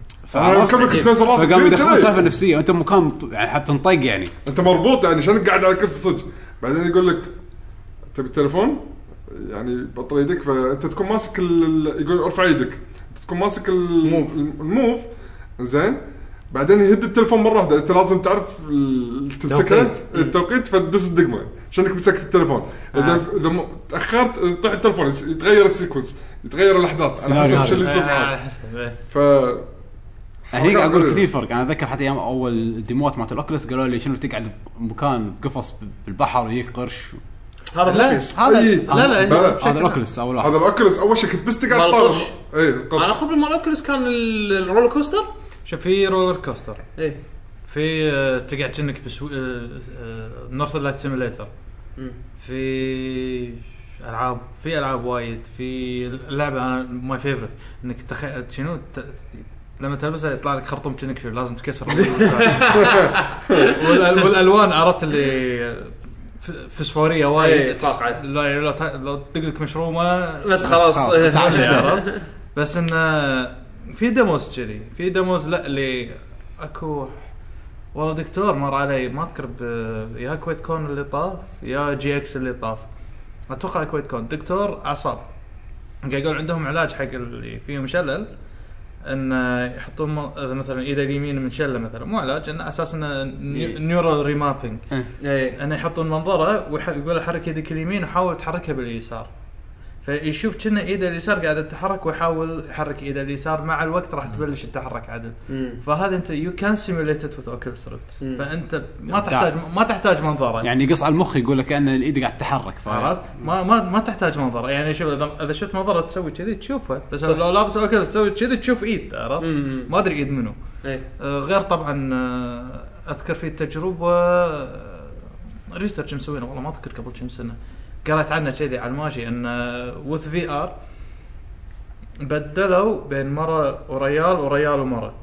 انا كمك تنزل راسك فقام يدخل سالفه نفسيه انت مكان يعني حتى تنطق يعني انت مربوط يعني عشان قاعد على كرسي صج بعدين يقول لك تبي التليفون يعني بطل يدك فانت تكون ماسك يقول ارفع يدك تكون ماسك الموف زين بعدين يهد التليفون مره واحده انت لازم تعرف تمسكه التوقيت فتدوس الدقمه عشانك مسكت التليفون اذا اذا تاخرت يطيح التليفون يتغير السيكونس يتغير الاحداث على حسب ايش اللي يصير معك ف هنيك اقول كثير فرق. انا اتذكر حتى ايام اول الديموات مالت الاوكلس قالوا لي شنو تقعد بمكان قفص بالبحر ويجيك قرش هذا مورفيوس هذا لا لا هذا الاوكلس اول هذا الاوكلس اول شيء كنت بس تقعد طالع اي انا خبر مال الاوكلس كان الرولر كوستر. شوف في رولر كوستر ايه في تقعد كأنك بسو نورث لايت سيميليتر في العاب في العاب وايد في اللعبه انا ماي فيفورت انك تخيل شنو ت... لما تلبسها يطلع لك خرطوم كأنك شو لازم تكسر والأل... والالوان عرفت اللي فسفوريه وايد طاقعه لا لو تدق مشرومه بس خلاص بس ان في ديموز كذي في ديموز لا اللي اكو والله دكتور مر علي ما اذكر يا كويت كون اللي طاف يا جي اكس اللي طاف اتوقع كويت كون دكتور اعصاب قاعد يقول عندهم علاج حق اللي فيهم مشلل ان يحطون اذا مثلا ايده اليمين من شله مثلا مو علاج انه اساس انه نيورال ريمابينج اي انه يحطون منظره ويقول حرك يدك اليمين وحاول تحركها باليسار فيشوف كنا ايده اليسار قاعده تتحرك ويحاول يحرك ايده اليسار مع الوقت راح تبلش تتحرك عدل. فهذا انت يو كان سيميوليتد وذ اوكيولس ريفت فانت ما تحتاج ما تحتاج منظره يعني يقص على المخ يقول لك ان الايد قاعد تتحرك عرفت ما ما ما تحتاج منظره يعني شوف اذا شفت منظره تسوي كذي تشوفها بس لو لابس اوكيولس تسوي كذي تشوف ايد عرفت ما ادري ايد منو ايه. آه غير طبعا اذكر في تجربه ريسيرش مسوينه والله ما اذكر قبل كم سنه قرأت عنه كذي على الماشي ان وذ في ار بدلوا بين مرة وريال وريال ومرة.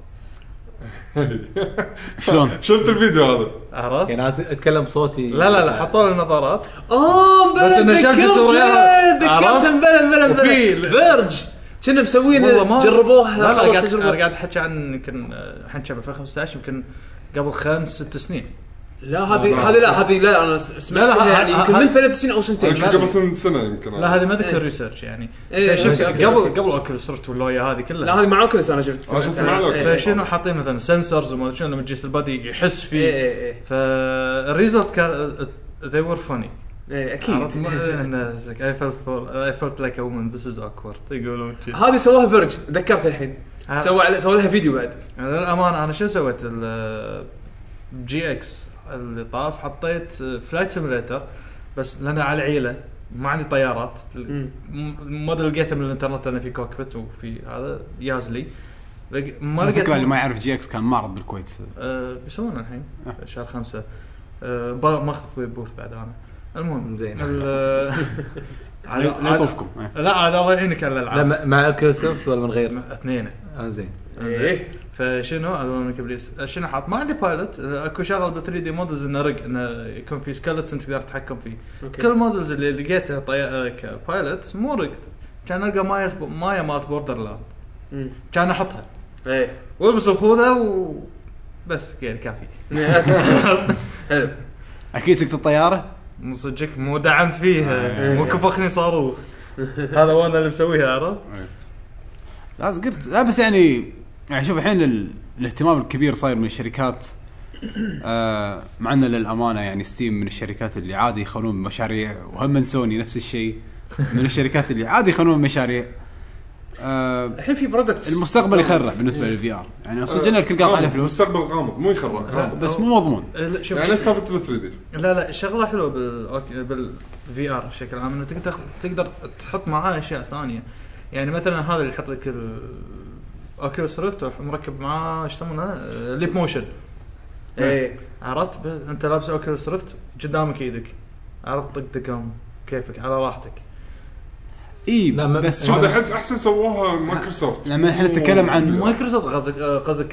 شلون شفت الفيديو هذا عرفت يعني اتكلم بصوتي لا لا لا حطوا له نظارات اه بس انه شاف جسم ريال ذكرت بلا بلا بلا فيرج كنا مسوين جربوها لا لا قاعد قاعد احكي عن يمكن حنشب ألفين وخمسة عشر يمكن قبل خمس ست سنين لا هذه هذه لا هذه لا انا سمعت يعني يمكن من ثلاث سنين او سنتين قبل سنه يمكن لا هذه ما ذكر ريسيرش يعني شفت قبل قبل اوكيولس ريفت واللويا هذه كلها لا هذه مع اوكيولس انا شفت انا شفت مع اوكيولس فشنو حاطين مثلا سنسورز وما شنو لما تجيس البادي يحس فيه فالريزلت كان they were funny ايه اكيد ان I felt for I felt like a woman this is awkward يقولون كذا هذه سواها برج ذكرت الحين سوى سوى لها فيديو بعد للامانه انا شو سويت ال جي اكس اللي طاف حطيت فلايت سيميليتر بس لأن على عيلة ما عندي طيارات الموديل لقيته من الانترنت أنا في كوكبيت وفي هذا ياز لي ما لقيت اللي ما يعرف جي اكس كان معرض بالكويت أه بيسوونه الحين أه. شهر خمسة أه ما أخذ بوث بعد أنا المهم زين لا يطوفكم لا عاد الله يعينك على الألعاب لا مع مايكروسوفت ولا من غير اثنين اه زين ايه فشنو هذا من كبريس شنو حاط ما عندي بايلوت اكو شغل ب ثري دي مودلز انه رق انه يكون في سكيلتون تقدر تتحكم فيه أوكي. كل مودلز اللي لقيتها طياره كبايلوت مو رق كان القى مايا مايا مالت بوردرلاند كان احطها ايه والبس الخوذه و بس يعني كافي اكيد سكت الطياره مصدقك مو دعمت فيها مو كفخني صاروخ هذا وانا اللي مسويها عرفت لا قلت لا بس يعني يعني شوف الحين ال... الاهتمام الكبير صاير من الشركات آه معنا للامانه يعني ستيم من الشركات اللي عادي يخونون مشاريع وهم من سوني نفس الشيء من الشركات اللي عادي يخونون مشاريع آه الحين في برودكتس المستقبل يخرع بالنسبه للفي ار يعني صدقنا الكل قاطع عليه فلوس المستقبل غامض مو يخرع بس مو مضمون يعني سالفه ثري دي لا لا شغله حلوه بال بالفي ار بشكل عام انه تقدر تقدر تحط معاه اشياء ثانيه يعني مثلا هذا اللي يحط لك اوكيولوس ريفت مركب معاه ايش يسمونه ليب موشن ايه عرفت بس انت لابس اوكيولوس ريفت قدامك ايدك عرفت طق دقام كيفك على راحتك اي بس هذا احس احسن سووها مايكروسوفت لما احنا نتكلم عن مايكروسوفت قصدك قصدك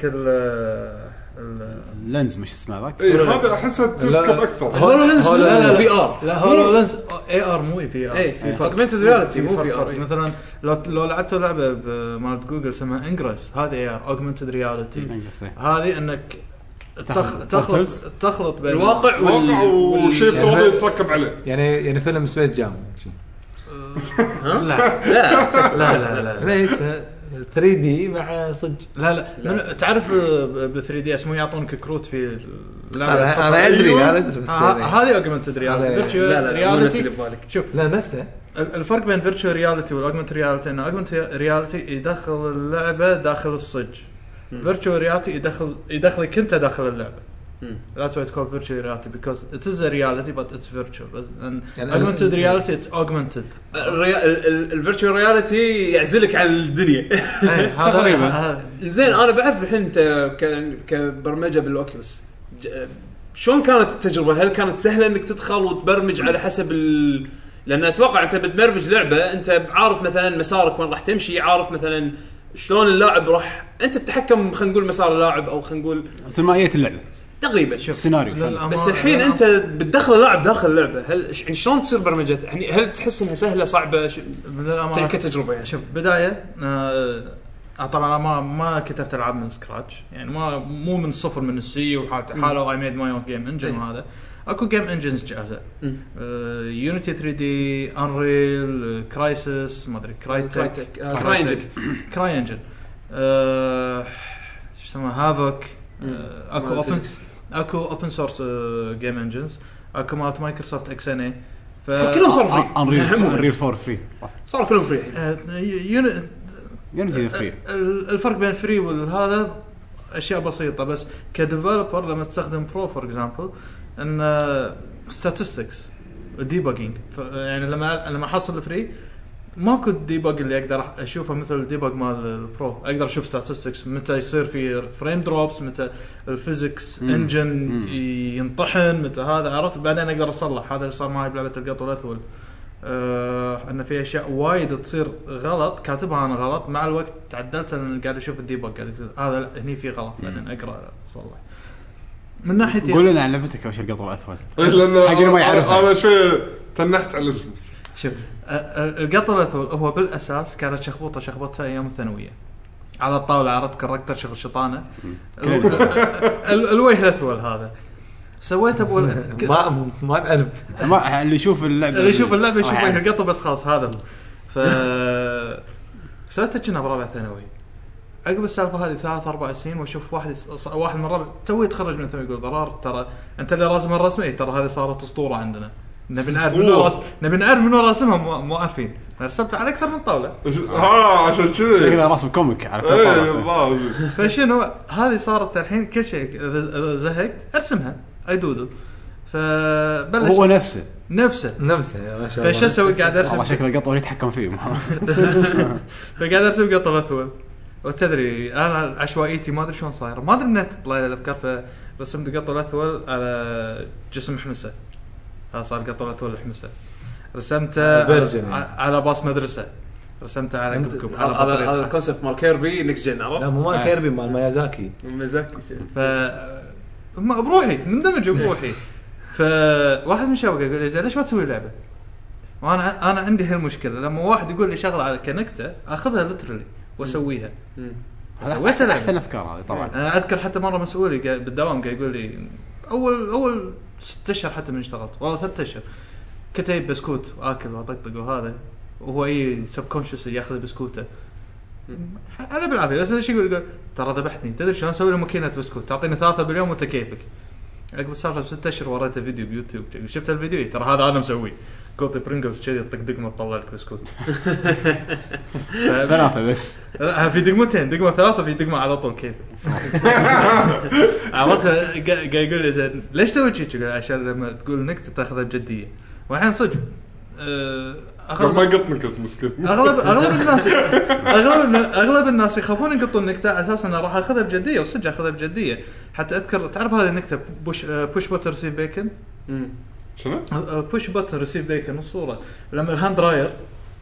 اللينز مش اسمه ذاك إيه هذا احسها تركب اكثر هولولينز لا في ار لا هولولينز اي ار مو في ار اي في اوجمنتد رياليتي مو في ار مثلا لو لو لعبت لعبه مالت جوجل اسمها انجرس هذه اي ار اوجمنتد رياليتي هذه انك تخلط تخلط بين الواقع والشيء افتراضي يتركب عليه يعني يعني فيلم سبيس جام لا لا لا لا ليش ثري دي مع صج لا لا, لا. تعرف ب ثري دي اسمه يعطونك كروت في لا انا ادري انا ادري هذه اوجمنتد رياليتي لا رياليتي شوف لا نفسه الفرق بين فيرتشوال رياليتي والاوجمنتد رياليتي انه اوجمنتد رياليتي يدخل اللعبه داخل الصج فيرتشوال رياليتي يدخل يدخلك انت داخل اللعبه That's why it's called virtual reality because it is a reality but it's virtual. And يعني augmented reality it's augmented. الفيرتشوال رياليتي يعزلك عن الدنيا. تقريبا. زين أنا بعرف الحين أنت كبرمجة بالأوكيولوس شلون كانت التجربة؟ هل كانت سهلة إنك تدخل وتبرمج على حسب ال... لأن أتوقع أنت بتبرمج لعبة أنت عارف مثلا مسارك وين راح تمشي عارف مثلا شلون اللاعب راح أنت تتحكم خلينا نقول مسار اللاعب أو خلينا نقول سماعية اللعبة. تقريبا شوف سيناريو بس الحين انت بتدخل اللاعب داخل اللعبه هل يعني شلون تصير برمجتها يعني هل تحس انها سهله صعبه ش... كتجربه يعني شوف بدايه آه طبعا ما ما كتبت العاب من سكراتش يعني ما مو من صفر من السي وحاله حاله اي ميد ماي اون جيم انجن وهذا اكو جيم انجنز جاهزه يونيتي ثري دي انريل كرايسيس ما ادري كرايتك كراي انجن كراي انجن ايش اسمه هافوك اكو اوبن اكو اوبن سورس جيم انجنز اكو مالت مايكروسوفت اكس ان اي كلهم صاروا فري انريل فور فري صاروا كلهم فري يونيتي فري الفرق بين فري والهذا اشياء بسيطه بس كديفلوبر لما تستخدم برو فور اكزامبل ان ستاتستكس ديباجينج يعني لما لما احصل فري ماكو ديباج اللي اقدر اشوفه مثل الديباج مال البرو اقدر اشوف ستاتستكس متى يصير في فريم دروبس متى الفيزيكس انجن ينطحن متى هذا عرفت بعدين اقدر اصلح هذا اللي صار معي بلعبه القط والاثول آه ان في اشياء وايد تصير غلط كاتبها انا غلط مع الوقت تعدلت انا قاعد اشوف الديباج قاعد هذا هني في غلط بعدين اقرا اصلح من ناحيه قول لنا عن لعبتك وش القط والاثول لان ما يعرف انا شوي تنحت على الاسم شوف القط والاثول هو بالاساس كانت شخبطه شخبطتها ايام الثانويه على الطاوله عرفت كاركتر شغل شيطانه الوجه الاثول هذا سويته بقول ما ما اعرف ما اللي يشوف اللعبه اللي يشوف اللعبه يشوف وجه القط بس خلاص هذا ف سويته كنا برابع ثانوي عقب السالفه هذه ثلاث اربع سنين واشوف واحد واحد من ربع توي يتخرج من الثانوي يقول ضرار ترى انت اللي راسم الرسمه اي ترى هذه صارت اسطوره عندنا نبي نعرف منو راس نبي نعرف منو راسمها مو عارفين رسمت على اكثر من طاوله ها عشان كذا شكلها رسم كوميك على طاوله فشنو هذه صارت الحين كل شيء زهقت ارسمها اي دودل. فبلش هو نفسه نفسه نفسه ما شاء الله. فايش اسوي؟ قاعد ارسم والله شكله قطور يتحكم فيه. فقاعد ارسم قطه اثول. وتدري انا عشوائيتي ما ادري شلون صايره، ما ادري انها تطلع لي الافكار. فرسمت قطه الاثول على جسم حمسه. ها صار قطه الاثول الحمسه. رسمته على باص مدرسه. رسمته على كوكب على هذا هذا الكونسبت مال كيربي نكست جن. عرفت؟ لا مو مال كيربي، مال ميازاكي. ميازاكي ف ما بروحي مندمج بروحي. فواحد من الشباب يقول لي زين ليش ما تسوي لعبه؟ وانا انا عندي هالمشكله لما واحد يقول لي شغله على كونكته اخذها لترلي واسويها. سويتها لعبة. احسن افكار هذه طبعا. انا اذكر حتى مره مسؤولي بالدوام قاعد يقول لي اول اول ستة اشهر حتى من اشتغلت والله ثلاثة اشهر كنت اجيب بسكوت واكل واطقطق وهذا، وهو اي سبكونشس ياخذ بسكوته انا بالعافيه. بس ايش يقول؟ يقول ترى ذبحتني، تدري شلون اسوي له ماكينه بسكوت تعطيني ثلاثه باليوم وانت كيفك. عقب السالفه بستة اشهر وريته فيديو بيوتيوب، شفت الفيديو ترى هذا انا مسويه قوطي برينجلز كذي طق دقمه تطلع لك بسكوت. ثلاثه بس لا في دقمتين، دقمه ثلاثه في دقمه على طول كيف. عرفت قاعد يقول لي زين ليش تسوي كذي؟ عشان لما تقول نكته تاخذها بجديه. والحين صدق اغلب ما قط نكت مسكين. اغلب اغلب الناس اغلب اغلب الناس يخافون يقطون نكته على اساس انه راح اخذها بجديه، وصدق اخذها بجديه. حتى اذكر تعرف هذه النكته بوش بوش بوتر ريسيف بيكن. امم شنو بوش بوتر ريسيف بيكن الصوره لما الهاند راير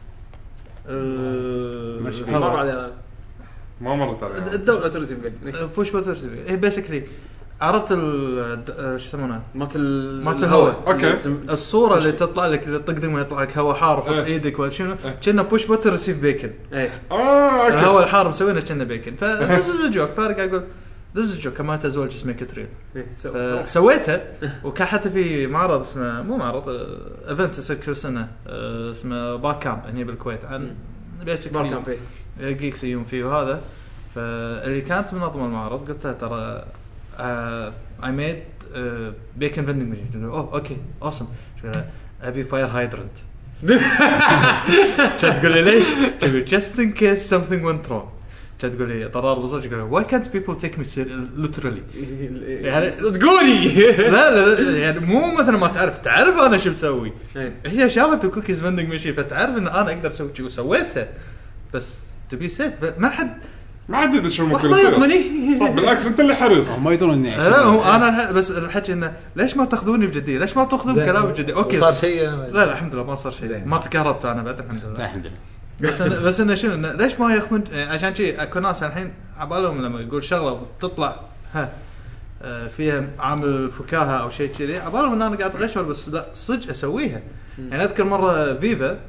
مش مر على ما مرت على الدوله ريسيف بيكن بوش بوتر ريسيف هي بيسكلي عرفت ال ايش يسمونه مات مات الهواء. اوكي الصوره اللي تطلع لك اللي تطق ما يطلع لك هواء حار وحط ايدك ولا شنو كنا بوش بوتر ريسيف بيكن. ايه اه الهواء الحار مسوينه كنا بيكن. فذس از جوك فارق اقول ذس از جوك كما تزول جسمك كتريل. سويته وكان حتى في معرض اسمه مو معرض ايفنت يصير كل سنه اسمه باك كامب هنا بالكويت عن بيسك باك كامب جيكس يوم فيه وهذا. فاللي كانت منظمه المعرض قلت ترى Uh, I made uh, bacon vending machine. Oh, okay, awesome. أبي fire hydrant. تقول لي ليش؟ تقول just in case something went wrong. تقول لي ضرر بصوت. تقول why can't people take me literally؟ يعني تقولي لا لا يعني مو مثلا ما تعرف تعرف أنا شو بسوي. هي شافت الكوكيز vending machine فتعرف إن أنا أقدر أسوي شيء وسويتها. بس to be safe ما حد ما عاد يدري شو ممكن يصير. صح بالعكس انت اللي حريص. ما يدرون اني لا هو انا بس الحكي انه ليش ما تاخذوني بجديه؟ ليش ما تاخذون كلامي بجديه؟ اوكي صار شيء. لا لا الحمد لله ما صار شيء. ما تكهربت انا بعد الحمد لله. الحمد لله. بس أنا بس انه شنو إنه ليش ما ياخذون؟ عشان شيء اكو ناس الحين عبالهم لما يقول شغله تطلع ها فيها عامل فكاهه او شيء كذي عبالهم ان انا قاعد اغشول بس لا صدق اسويها. يعني اذكر مره فيفا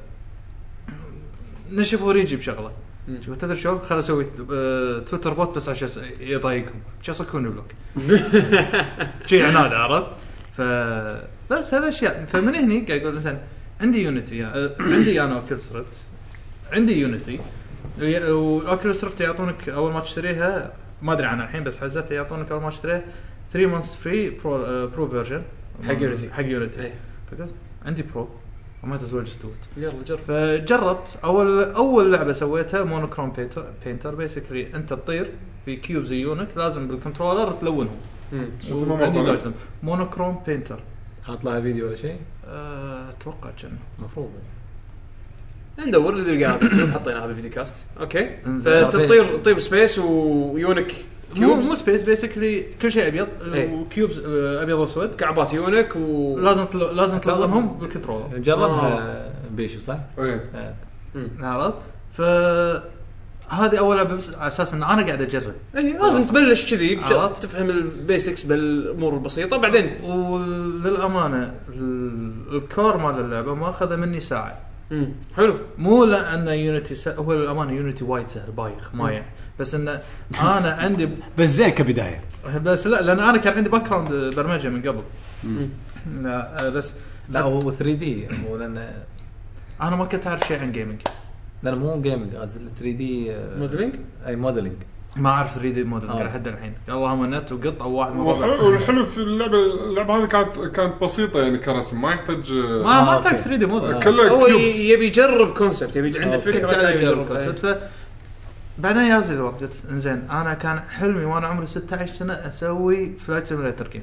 نشوف وريجي بشغله شو تدري شو خل اسوي تويتر بوت بس عشان يضايقهم شو يسكروني بلوك شيء عناد عرفت. ف بس هالاشياء. فمن هني قاعد اقول مثلا عندي يونيتي يعني عندي انا اوكيولس ريفت عندي يونيتي واوكيولس ريفت يعطونك اول ما تشتريها ما ادري عنها الحين بس حزتها يعطونك اول ما تشتريها ثلاثة مانثs فري برو برو فيرجن حق يونيتي حق يونيتي. فقلت عندي برو وما تزوج استوت يلا جرب. فجربت اول اول لعبه سويتها مونوكروم بينتر بينتر بيسكلي انت تطير في كيوبز يونك لازم بالكنترولر تلونهم. امم شو اسمه مونوكروم بينتر. حاط لها فيديو ولا شيء اتوقع كان مفروض ندور اللي قاعد حطينا هذا الفيديو كاست. اوكي فتطير تطير سبيس ويونك مو مو سبيس بيسكلي كل شيء ابيض وكيوبز ابيض واسود كعبات يونك ولازم تل... لازم تلونهم بالكنترولر. جربها بيشو صح؟ ايه عرفت. فهذه اول لعبه بس على اساس ان انا قاعد اجرب. اي لازم تبلش كذي تفهم البيسكس بالامور البسيطه بعدين. وللامانه الكور مال اللعبه ما اخذ مني ساعه. امم حلو. مو لان يونيتي س... هو الامانه يونيتي وايد سهل بايخ ما يعني بس ان انا عندي بس زين كبدايه بس لا لان انا كان عندي باك جراوند برمجه من قبل. لا بس لا هو ثري دي مو لان انا ما كنت اعرف شيء عن جيمنج. لا مو جيمنج قصدي ثري دي موديلينج. اي موديلينج ما اعرف ثري دي موديلينج لحد الحين. اللهم نت وقط او واحد والحلو في اللعبه اللعبه هذه كانت كانت بسيطه يعني كرسم ما يحتاج ما ما تحتاج ثري دي موديل. هو يبي يجرب كونسبت يبي عنده فكره يجرب كونسبت. بعدين يازل الوقت انزين انا كان حلمي وانا عمري ستة عشر سنه اسوي فلايت سيميليتر جيم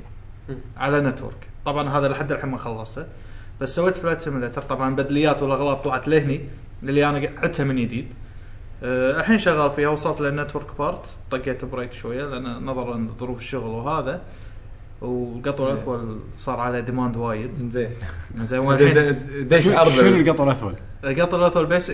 على نتورك. طبعا هذا لحد الحين ما خلصته، بس سويت فلايت سيميليتر. طبعا بدليات والاغلاط طلعت لهني اللي انا عدتها من جديد. أه الحين شغال فيها، وصلت للنتورك بارت، طقيت بريك شويه لان نظرا لظروف الشغل وهذا، والقطو الاثول صار على ديماند وايد. زين زين والحين دش عرض شنو القطو الاثول؟ القطو الاثول بس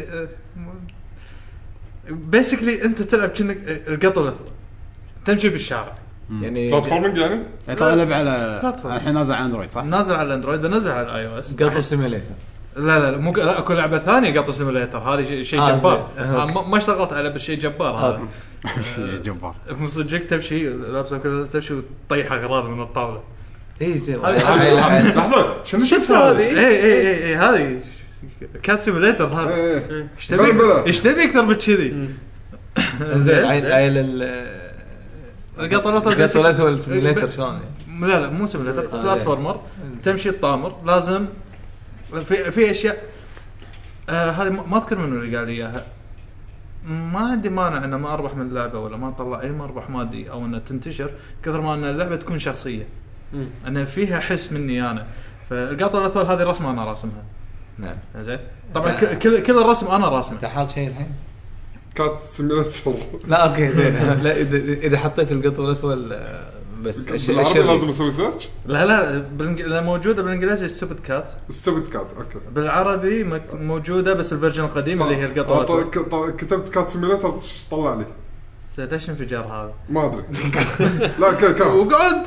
بيسكلي انت تلعب كأنك القطو الاثول تمشي بالشارع، يعني بلاتفورمينج يعني يطلب على الحين نازل على اندرويد صح؟ نازل على الاندرويد، بنزل على الاي او اس. قطو سيميليتر لا لا مو لا اكو لعبه ثانيه قطو سيميليتر، هذه شيء آه جبار. آه ما, ما اشتغلت على بس شيء جبار هذا. شيء جبار مصدق تمشي لابسه كذا تمشي وتطيح اغراض من الطاوله. اي لحظه شنو شفت هذه؟ اي اي اي اي هذه كات سيميليتر هذا. ايش تبي ايش تبي اكثر من كذي؟ زين عيل ال القطو القطو الاثول سيميليتر شلون؟ لا لا مو سيميليتر، بلاتفورمر تمشي الطامر. لازم في في اشياء آه هذه ما اذكر منو اللي قال لي اياها. ما عندي مانع ان ما اربح من اللعبه ولا ما اطلع اي مربح مادي او ان تنتشر، كثر ما ان اللعبه تكون شخصيه، انا فيها حس مني انا. فالقطو الاثول هذه رسمه انا راسمها. نعم زين طبعا كل كل الرسم انا راسمه. تحط شيء الحين كات سيميليتر. لا اوكي زين. لا اذا اذا حطيت القطو الاثول بس الشيء لازم اسوي سيرش. لا لا بالانج... موجوده بالانجليزي ستوبد كات. ستوبد كات اوكي. بالعربي مك... موجوده بس الفيرجن القديم اللي هي القطو. كتبت كات سيميليتر طلع لي ليش انفجار هذا ما ادري. لا كا كا وقعد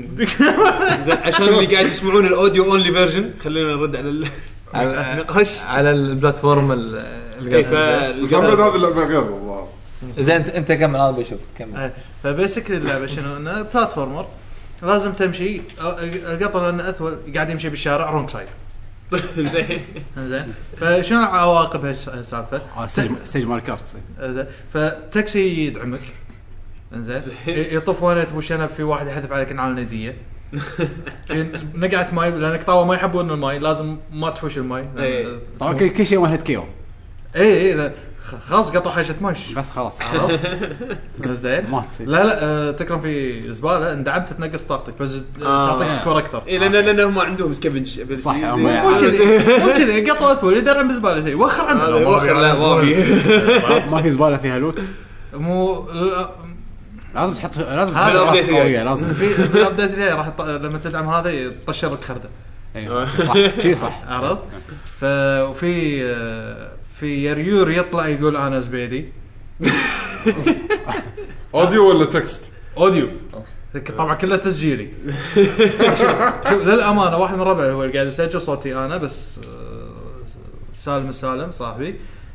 عشان اللي قاعد يسمعون الاوديو اونلي فيرجن خلينا نرد على النقاش على البلاتفورم القطو. هذه اللعبه غير والله. زين انت انت كمل انا بشوف تكمل. فبيسكلي اللعبه شنو انه بلاتفورمر لازم تمشي. القطو لانه اثول قاعد يمشي بالشارع رونج سايد. زين زين فشنو عواقب هالسالفه؟ ستيج مال كارت. فتاكسي يدعمك زين يطوف وين تبو شنب، في واحد يحذف عليك نعال نديه، نقعت ماي لانك طاوه ما يحبون الماي، لازم ما تحوش الماي. طبعا كل شيء واحد كيو. اي اي خلاص قطع حاجه مش بس خلاص زين. لا لا أه تكرم في زباله اندعمت تنقص طاقتك بس آه. تعطيك سكور اكثر. اي لان لان هم عندهم سكافنج صح. مو كذي مو كذي قطع اثول يدرم بزباله زي وخر عنه. وخر لا ما في ما في زباله فيها لوت. مو لازم تحط لازم الابديت قويه لازم في الابديت اللي راح لما تدعم هذا يطشر لك خرده. ايوه صح شيء صح عرفت. ففي في يريور يطلع يقول انا زبيدي. اوديو ولا تكست؟ اوديو طبعا كله تسجيلي. شوف للامانه واحد من ربعي هو اللي قاعد يسجل صوتي انا بس. سالم السالم صاحبي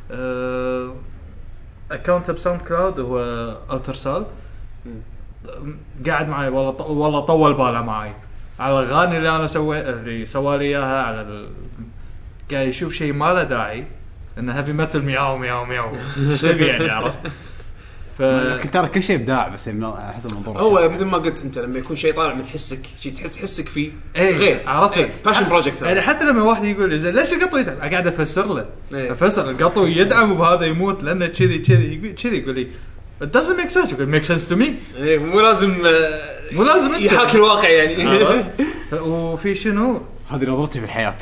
اكونت بساوند كلاود هو الترسال قاعد معي والله والله طول باله معي على الاغاني اللي انا سويت اللي سوالي اياها على ال... قاعد يشوف شيء ما له داعي انه هيفي ميتال مياو مياو مياو ايش تبي يعني عرفت. ف كنت ترى كل شيء ابداع بس على حسب المنظور. هو مثل ما قلت انت لما يكون شيء طالع من حسك شيء تحس حسك فيه ايه غير عرفت باشن بروجكت. يعني حتى لما واحد يقول لي زين ليش القطو يدعم قاعد افسر له ايه. افسر القطو يدعم وبهذا يموت لانه كذي كذي كذي يقول لي it doesn't make sense. يقول make sense to me. ايه مو لازم مو لازم يحاكي الواقع يعني. وفي شنو هذه نظرتي في الحياه.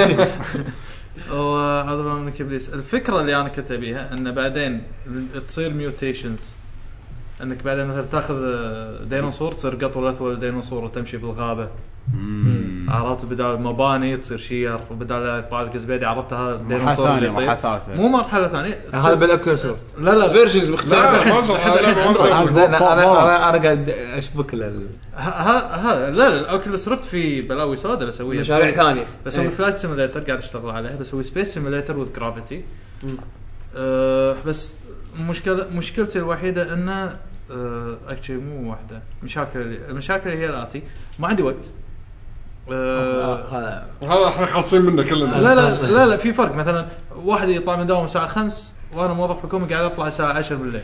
وعذرا منك ابليس. الفكره اللي انا كنت ابيها ان بعدين تصير ميوتيشنز، انك بعدين مثلا تاخذ ديناصور تصير قطو الاثول ديناصور وتمشي بالغابه. عرفت بدال مباني تصير شير وبدال يطلع لك زبيدي. عرفت هذا الديناصور اللي يطير مو مرحله ثانيه هذا بالاكوسوفت. لا لا فيرجنز مختلفه. انا انا انا قاعد اشبك لل ها لا الاوكيولوس ريفت في بلاوي سودا بسويها مشاريع ثانيه. بسوي فلايت سيميليتر قاعد اشتغل عليها. بسوي سبيس سيميليتر وذ جرافيتي. أه بس مشكله مشكلتي الوحيده انه اكشلي مو واحده مشاكل. المشاكل هي الاتي ما عندي وقت. هذا هذا احنا خالصين منه كلنا. لا لا لا لا في فرق. مثلا واحد يطلع من دوام الساعه خمسة وانا موظف حكومي قاعد اطلع الساعه عشرة بالليل.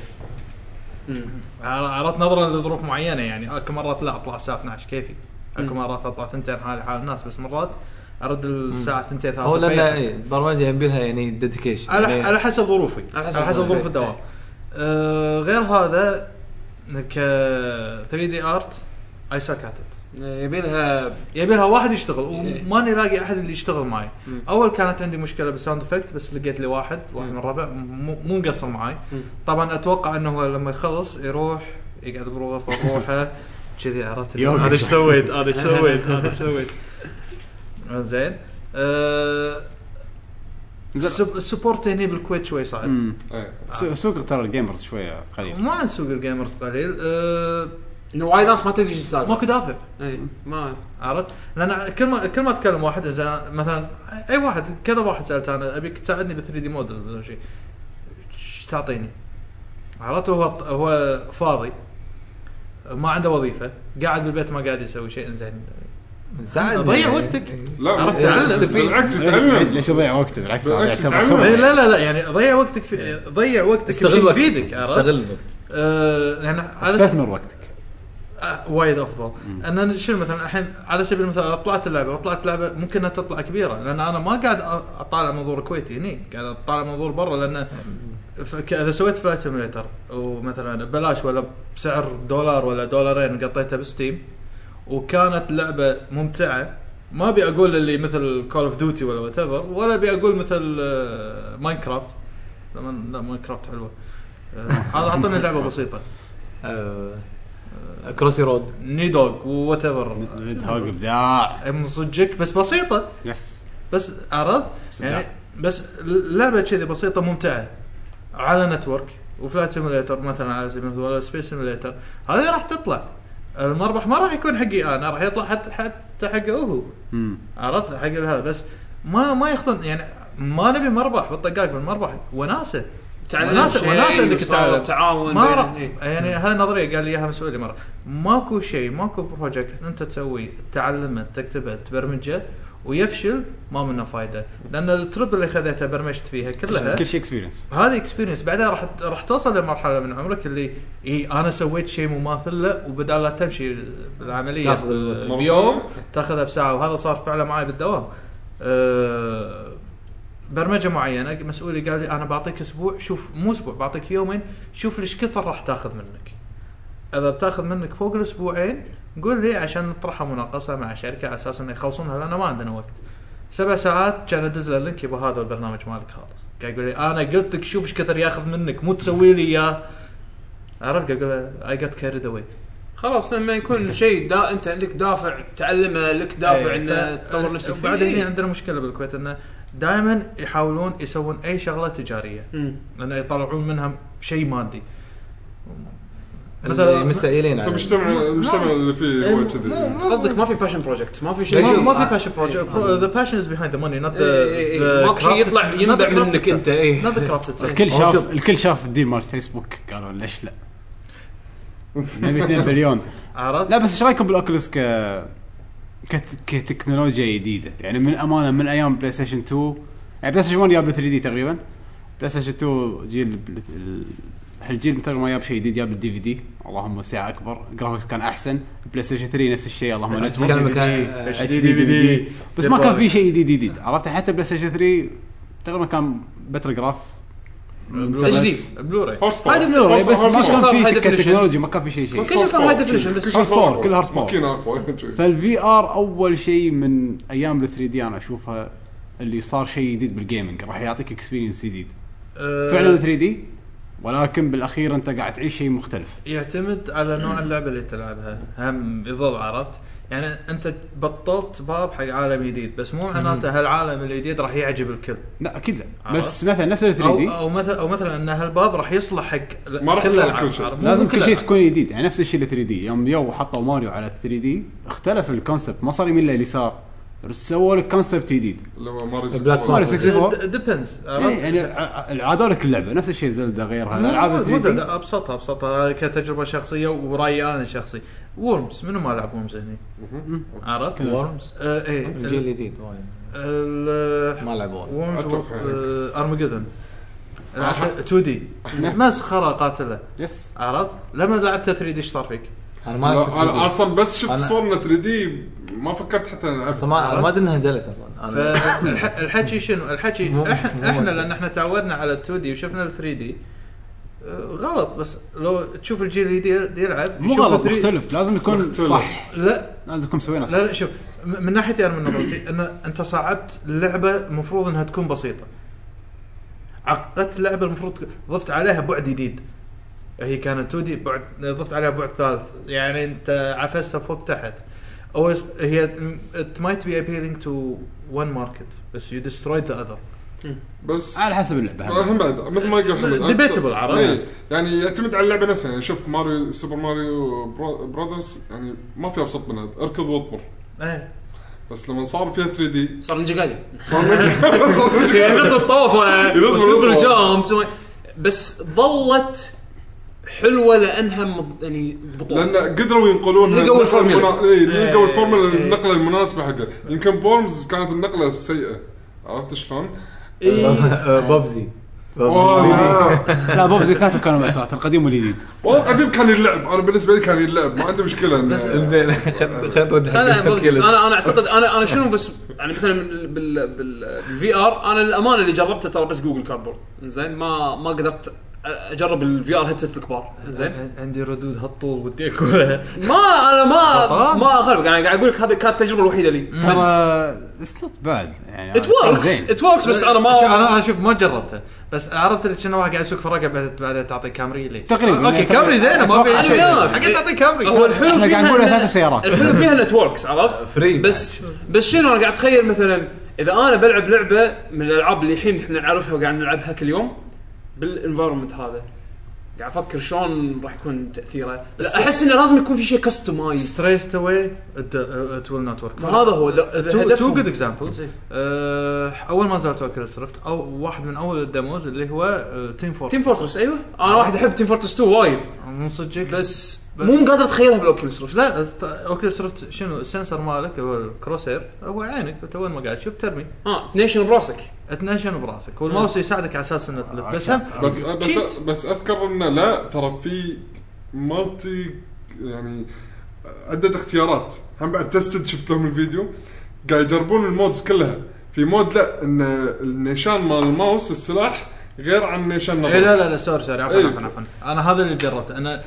عرفت نظرا لظروف معينه يعني. اكو مرات لا اطلع الساعه اثناشر كيفي. اكو مرات اطلع ثنتين حال حال الناس. بس مرات ارد الساعه ثنتين ثلاثة. هو لان اي برمجه يبيلها يعني ديديكيشن على يعني على حسب ظروفي على حسب, حسب ظروف الدوام. آه غير هذا ك ثري دي ارت اي سكاتت يبي لها يبي لها واحد يشتغل وماني لاقي احد اللي يشتغل معي. مم. اول كانت عندي مشكله بالساوند افكت بس لقيت لي واحد واحد من الربع مو مو مقصر معي. مم. طبعا اتوقع انه هو لما يخلص يروح يقعد بروحه روحه كذي عرفت يوم انا ايش سويت انا ايش سويت انا ايش سويت زين. أه السبورت هنا بالكويت شوي صعب. امم إيه. سو- سوق ترى الجيمرز شويه قليل. ما عن سوق الجيمرز قليل. أه انه وايد ناس ما تدري ايش السالفه. ماكو دافع اي ما عرفت لان كل ما كل ما اتكلم واحد اذا مثلا اي واحد كذا واحد سالت انا ابيك تساعدني ب ثري دي موديل ولا شيء ايش تعطيني عرفت. هو هو فاضي ما عنده وظيفه قاعد بالبيت ما قاعد يسوي شيء. انزين ضيع وقتك. لا عرفت مو- تعلم. بالعكس إيه، يتعلم. ليش اضيع وقته؟ بالعكس هذا بالعكس يعتبر يتعلم. خبرة. إيه لا لا لا يعني ضيع وقتك في ضيع وقتك استغل وقتك بيدك استغل وقتك. آه يعني على استثمر وقتك. آه وايد افضل ان انا شنو مثلا الحين على سبيل المثال طلعت اللعبه طلعت لعبه ممكن انها تطلع كبيره لان انا ما قاعد اطالع منظور كويتي هني قاعد اطالع منظور برا لان ف- اذا سويت فلايت سيميليتر ومثلا ببلاش ولا بسعر دولار ولا دولارين قطيتها بستيم وكانت لعبه ممتعه ما ابي اقول اللي مثل كول اوف ديوتي ولا وات ايفر ولا ابي اقول مثل آه، ماينكرافت. لا لا ماينكرافت حلوه. آه، هذا اعطوني لعبه بسيطه كروسي رود نيدوغ وات ايفر هاق ابداع. من صدقك بس بسيطه يس بس عرفت يعني بس لعبه كذي بسيطه ممتعه على نتورك وفلايت سيميليتر مثلا على سبيل المثال ولا سبيس سيميليتر هذه راح تطلع المربح ما راح يكون حقي انا راح يطلع حتى حتى حقه هو امم عرفت حق هذا بس ما ما ياخذون يعني ما نبي مربح بالطقاق بالمربح وناسه وناسه وناسه انك تتعلم تعاون ما بين راح إيه. يعني هاي النظريه قال لي اياها مسؤولي مره ماكو شيء ماكو بروجكت انت تسويه تعلمه تكتبه تبرمجه ويفشل ما منه فايده لان الترب اللي خذيتها برمجت فيها كلها كل شيء اكسبيرينس. هذه اكسبيرينس بعدها راح راح توصل لمرحله من عمرك اللي اي انا سويت شيء مماثل له وبدال لا تمشي بالعمليه تاخذ بيوم تاخذها بساعه وهذا صار فعلا معي بالدوام. أه برمجه معينه مسؤولي قال لي انا بعطيك اسبوع شوف مو اسبوع بعطيك يومين شوف ليش كثر راح تاخذ منك. اذا بتاخذ منك فوق الاسبوعين قول لي عشان نطرحها مناقصه مع شركه على اساس انه يخلصونها لان ما عندنا وقت. سبع ساعات كان ادز له اللينك يبا هذا البرنامج مالك خالص. قاعد يقول لي انا قلت لك شوف ايش كثر ياخذ منك مو تسوي لي اياه. عرفت اقول له اي جت كاريد اواي خلاص لما يكون شيء دا انت عندك دافع تعلمه لك دافع ان تطور نفسك فيه. بعد هنا عندنا مشكله بالكويت انه دائما يحاولون يسوون اي شغله تجاريه لانه يطلعون منها شيء مادي مثلا مستقيلين انت مجتمع المجتمع اللي فيه هو كذي. قصدك ما في باشن بروجكت ما في شيء ما, ما في باشن بروجكت ذا باشن از بيهايند ذا ماني نوت ذا ماكو شيء يطلع ينبع منك انت ايه نوت ذا كرافت. الكل شاف الكل شاف الديل مال فيسبوك قالوا ليش لا نبي اثنين بليون. عرفت لا بس ايش رايكم بالاوكوليس ك كت- كتكنولوجيا جديده يعني من امانه من ايام بلاي ستيشن تو يعني بلاي ستيشن ون جاب ثري دي تقريبا بلاي ستيشن تو جيل هالجيل تقريبا ما جاب شيء جديد جاب الدي في دي اللهم سعه اكبر جرافيكس كان احسن بلاي ستيشن ثري نفس الشيء اللهم نتورك اتش دي دي في دي بس ما كان في شيء جديد جديد عرفت حتى بلاي ستيشن ثري تقريبا كان بتر جراف اتش دي بلوراي هاي بلوراي بس ما صار كان هاي في ديفينيشن تكنولوجي ما كان في شيء شيء كل شيء صار هاي ديفينيشن بس هارس باور كل هارس باور ماكينه اقوى. فالفي ار اول شيء من ايام ال ثري دي انا اشوفها اللي صار شيء جديد بالجيمنج راح يعطيك اكسبيرينس جديد فعلا ثري دي ولكن بالاخير انت قاعد تعيش شيء مختلف. يعتمد على نوع اللعبه اللي تلعبها هم يظل عرفت يعني انت بطلت باب حق عالم جديد بس مو معناته هالعالم الجديد راح يعجب الكل. لا اكيد لا بس مثلا نفس ال ثري دي او او مثلا او مثلا ان هالباب راح يصلح حق ما راح كل يصلح العالم. كل شيء. مو لازم كل كل شيء العالم. يكون جديد يعني نفس الشيء ال ثري دي يوم يو حطوا ماريو على ثري دي اختلف الكونسبت ما صار يميل لليسار سووا لك كونسبت جديد لما ماريو ماريو سكستي فور ديبندز يعني العاده لك اللعبه نفس الشيء زلدا غيرها الالعاب ثري دي ابسطها ابسطها كتجربه شخصيه ورايي انا الشخصي. وورمز منو ما لعب وورمز هني عرفت وورمز آه ايه الجيل الجديد ما لعبوا وورمز ارمجدون تو دي مسخره قاتله يس عرفت لما لعبت ثري دي ايش صار فيك؟ انا ما انا اصلا بس شفت أنا- صورنا ثري دي ما فكرت حتى العب. اصلا ما ما ادري انها نزلت اصلا انا فالحكي شنو الحكي مو- إح- مو- احنا لان احنا تعودنا على تو دي وشفنا ال ثري دي غلط. بس لو تشوف الجيل الجديد يلعب مو غلط مختلف لازم يكون مختلف. صح لا لازم يكون مسوينا صح. لا لا شوف من ناحيتي انا من نظرتي ان انت صعبت اللعبه المفروض انها تكون بسيطه عقدت اللعبه المفروض ضفت عليها بعد جديد هي كانت تو دي بعد ضفت عليها بعد ثالث يعني انت عفستها فوق تحت او هي it might be appealing to one market بس you destroyed the other بس على حسب اللعبه هم بعد مثل ما يقول محمد debatable عرفت ايه يعني يعتمد على اللعبه نفسها يعني شوف ماريو سوبر ماريو برادرز يعني ما في ابسط من هذا اركض واطبر ايه بس لما صار فيها ثري دي صار نجي قاعد صار نجي ينط الطوفه ينط بالجامس بس ظلت حلوه لانها مض... يعني بطوله لان قدروا ينقلون لقوا الفورمولا اي لقوا الفورمولا النقله المناسبه حقه يمكن بورمز كانت النقله السيئه عرفت شلون بوبزي لا بوبزي ثلاثة كانوا مأساة القديم والجديد والله القديم كان يلعب انا بالنسبه لي كان يلعب ما عندي مشكله زين خلينا انا انا اعتقد انا انا شنو بس يعني مثلا بال بالفي ار انا الامانه اللي جربته ترى بس جوجل كاربورد زين ما ما قدرت اجرب الفي ار هيدسيت الكبار زين عندي ردود هالطول ودي اقولها ما انا ما ما اخرب يعني قاعد اقول لك هذه كانت التجربه الوحيده لي بس اتس نوت باد يعني ات وركس ات وركس بس انا ما انا انا شوف ما جربته بس عرفت لك انه واحد قاعد يسوق فرقه بعد بعد تعطي كامري لي تقريبا اوكي كامري زينه ما في شيء حق تعطي كامري هو الحلو احنا قاعد نقول ثلاث سيارات الحلو فيها نتوركس عرفت فري بس بس شنو انا قاعد اتخيل مثلا اذا انا بلعب لعبه من الالعاب اللي الحين احنا نعرفها وقاعد نلعبها كل يوم بالانفايرمنت هذا قاعد افكر شلون راح يكون تاثيره لا احس انه لازم يكون في شيء كاستمايز ستريت اواي ات ويل نوت ورك فهذا هو تو تو جود اكزامبلز اول ما نزلت اوكيولس ريفت او واحد من اول الديموز اللي هو تيم فورترس تيم فورترس ايوه انا واحد احب تيم فورترس تو وايد مو صدق بس مو قادر اتخيلها بالاوكيولس ريفت لا اوكيولس ريفت شنو السنسر مالك هو الكروسير هو عينك انت وين ما قاعد تشوف ترمي اه نيشن براسك اتنشن براسك والماوس يساعدك على اساس انه تلف بس هم بس بس بس اذكر انه لا ترى في مالتي يعني عدة اختيارات هم بعد تستد شفت لهم الفيديو قاعد يجربون المودز كلها في مود لا ان النيشان مال الماوس السلاح غير عن النيشان نظر إيه لا لا لا سوري سوري عفوا إيه. عفوا عفوا انا هذا اللي جربته انا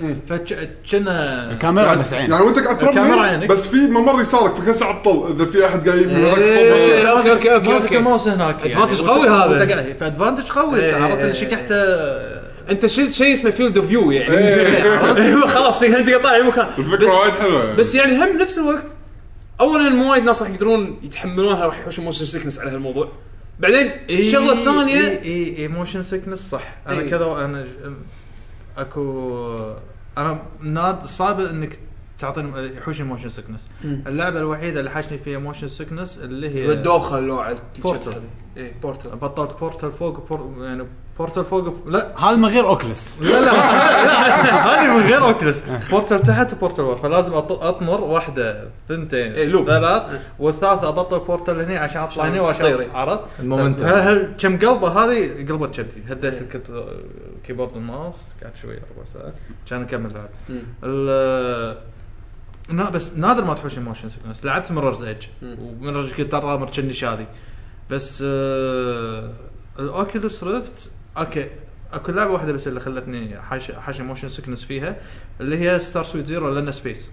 فكنا الكاميرا يعني, بس عين يعني وانت قاعد ترمي بس في ممر يسارك فكسر عطل اذا في احد قايم من إيه. اوكي اوكي اوكي ماسك الماوس هناك ادفانتج قوي هذا فادفانتج قوي إيه. عرفت اللي شكحته انت شيء شيء اسمه فيلد اوف فيو يعني خلاص انت قطع اي مكان الفكره وايد حلوه بس يعني هم نفس الوقت اولا مو وايد ناس راح يقدرون يتحملونها راح يحوشون موشن سيكنس على هالموضوع بعدين الشغله الثانيه اي اي موشن سيكنس صح انا إيه. كذا انا اكو انا ناد صعب انك تعطيني يحوش موشن سيكنس اللعبه الوحيده اللي حاشني فيها موشن سيكنس اللي هي الدوخه اللي على بورتال اي بورتال بطلت بورتال فوق بور يعني بورتال فوق لا هذا من غير اوكلس لا لا هذه من غير اوكلس بورتال تحت وبورتال ورا فلازم اطمر واحده ثنتين إيه ثلاث والثالثه ابطل بورتال هنا عشان اطلع هنا وعشان عرفت المومنتم هل كم قلبه هذه قلبت شدي هديت الكيبورد الماوس قعدت شويه ربع ساعه كان نكمل لعب لا بس نادر ما تحوش موشن سيكنس لعبت مررز ايج ومررز كنت ترى مرشني شادي بس آه الاوكيولس ريفت اوكي اكو لعبه واحده بس اللي خلتني حاش حاش موشن سيكنس فيها اللي هي ستار سويت زيرو لنا سبيس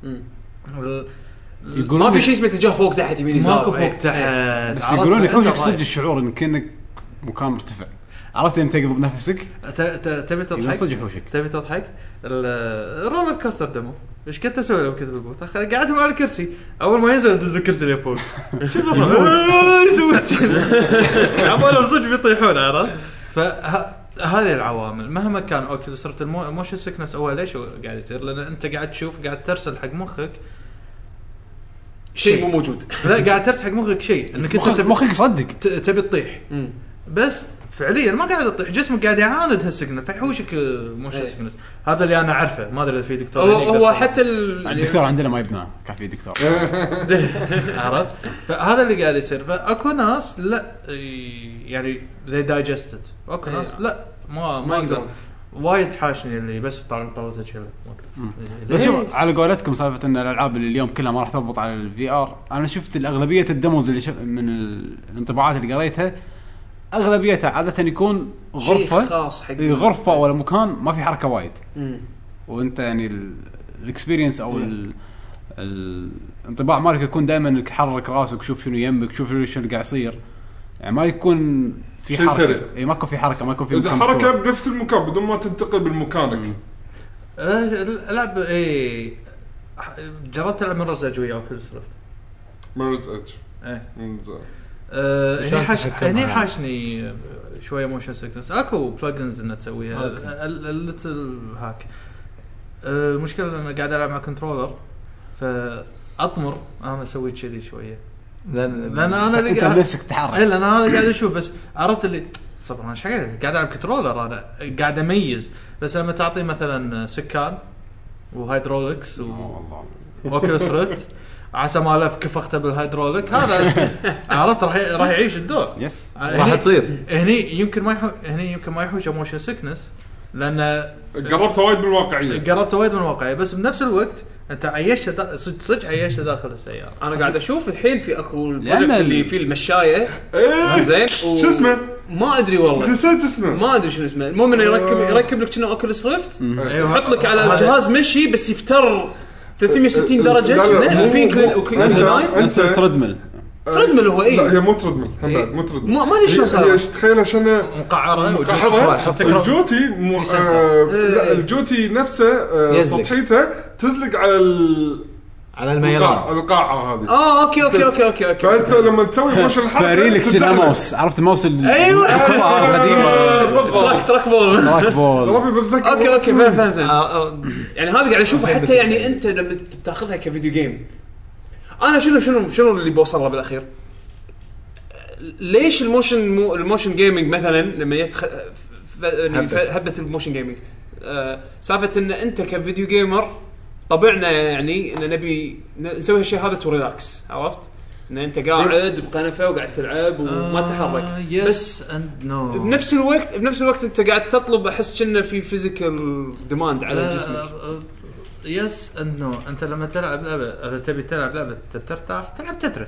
يقولون ما في شيء اسمه اتجاه فوق تحت يمين يسار ماكو فوق تحت بس يقولون يحوشك صدق الشعور ان كأنك مكان مرتفع عرفت انت تقبض نفسك تبي تضحك صدق يحوشك تبي تضحك الرولر كوستر ديمو ايش كنت اسوي لو كنت بالبوت قاعدهم على الكرسي اول ما ينزل دز الكرسي اللي فوق شوف يسوي عمالهم صدق بيطيحون عرفت فهذه العوامل مهما كان اوكي صرت الموشن سيكنس اول ليش قاعد يصير لان انت قاعد تشوف قاعد ترسل حق مخك شيء مو موجود لا قاعد ترسل حق مخك شيء انك انت مخك يصدق تبي تطيح بس فعليا ما قاعد يطيح جسمك قاعد يعاند هالسكنه فيحوشك موشن أيه. سكنس هذا اللي انا اعرفه ما ادري اذا في دكتور هو, هو حتى الدكتور عندنا ما يبنى كان في دكتور عرفت فهذا اللي قاعد يصير فاكو ناس لا يعني they digested اكو ناس لا ما ما يقدر وايد حاشني اللي بس طال طالته كذا بس شوف على قولتكم سالفه ان الالعاب اللي اليوم كلها ما راح تضبط على الفي ار انا شفت الاغلبيه الديموز اللي شف من الانطباعات اللي قريتها اغلبيتها عاده يكون غرفه خاص حق غرفه ولا مكان ما في حركه وايد مم. وانت يعني الاكسبيرينس او الانطباع مالك يكون دائما انك تحرك راسك وشوف شنو يمك شوف شنو قاعد يصير يعني ما يكون في شيء حركه سريع. اي ما يكون في حركه ما يكون في مكان الحركه مفتوح. بنفس المكان بدون ما تنتقل بالمكانك. أه لعب ايه جربت العب من رزاج ويا اوكيولوس ريفت ميرز ايدج ايه زين أه هني شلون حاش تحكمها هني يعني؟ حاشني شويه موشن سيكنس اكو بلجنز انها تسويها الليتل هاك. أه المشكله ان قاعد العب مع كنترولر فاطمر انا اسوي كذي شويه لان لان انا اللي انت قاعد نفسك تحرك اي لان انا قاعد اشوف بس عرفت اللي صبر انا ايش قاعد قاعد العب كنترولر انا قاعد اميز بس لما تعطي مثلا سكان وهيدروليكس و والله اوكيولوس ريفت عسى ما لف كفخته بالهيدروليك هذا عرفت راح راح يعيش الدور يس راح تصير هني يمكن ما يحو... هني يمكن ما يحوش موشن سيكنس لان قربت وايد بالواقعيه قربت وايد من الواقعيه بس بنفس الوقت انت عيشت دا... صدق صدق عيشت داخل السياره. انا قاعد اشوف الحين في اكو لأن البروجكت ال- اللي فيه المشايه ايه زين و... شو اسمه ما ادري والله نسيت اسمه ما ادري شنو اسمه المهم انه يركب يركب لك كنا اوكيولوس ريفت أيوة. يحط لك على هذا- الجهاز مشي بس يفتر ثلاثمية وستين درجه لا، لا، كذا مو- وفي كل مو- وكل أنت- لاين انت تردمل تردمل هو اي لا هي مو تردمل هم إيه. بعد مو تردمل ما- ما أدري شلون صار. هي ايش تخيل عشان مقعره حفره الجوتي مو في سنسر. آه لا الجوتي نفسه آه يزلق. سطحيته تزلق على ال- على القاع الميلان القاعه هذه اه اوكي اوكي اوكي اوكي اوكي فانت لما تسوي موشن الحركه فاريلك شنو تتزحلق. ماوس عرفت الماوس ال- أيوة. الكرة القديمه تراك تراك بول تراك بول ربي بتذكر اوكي اوكي فاهم فاهم فاهم. آه، آه، يعني هذا قاعد اشوفه حتى يعني انت لما بتاخذها كفيديو جيم انا شنو شنو شنو اللي بوصل له بالاخير ليش الموشن مو الموشن جيمنج مثلا لما يدخل ف- يعني ف- هبه الموشن جيمنج آه، سالفه ان انت كفيديو جيمر طبعنا يعني ان نبي ن- نسوي هالشيء هذا تو ريلاكس عرفت ان انت قاعد بقنفه وقاعد تلعب وما تتحرك بس اند نو بنفس الوقت بنفس الوقت انت قاعد تطلب احس كأنه في فيزيكال ديماند على جسمك يس اند نو انت لما تلعب لعبه اذا تبي تلعب لعبه ترتاح تلعب تترس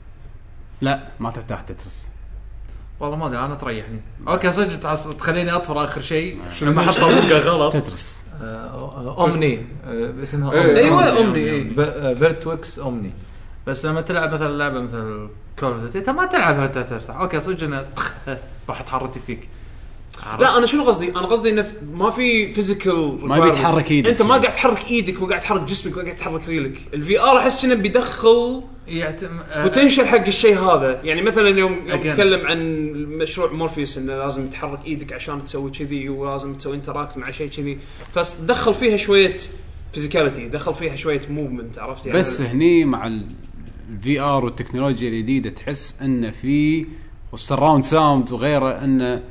لا ما ترتاح تترس والله ما ادري انا تريحني اوكي صدق تعص- تخليني اطفر اخر شيء لما احط طابقه غلط تترس آه، اومني آه، اسمها إيه. اومني ايوه امني اي فيرتوكس اومني بس لما تلعب مثلا لعبه مثل كول اوف انت ما تلعبها ترتاح اوكي صدق انا راح تحرتي فيك لا انا شنو قصدي انا قصدي انه ما في فيزيكال ما بيتحرك ايدك. انت ما قاعد تحرك ايدك وقاعد تحرك جسمك وقاعد تحرك ريلك الفي ار احس كأنه بيدخل يعتم... بوتنشل حق الشيء هذا يعني مثلا يوم يوم Again. تتكلم عن مشروع مورفيوس انه لازم تحرك ايدك عشان تسوي كذي ولازم تسوي انتراكت مع شيء كذي فدخل فيها شويه فيزيكاليتي دخل فيها شويه موفمنت عرفت يعني بس هني مع الفي ار والتكنولوجيا الجديده تحس انه في والسراوند ساوند وغيره انه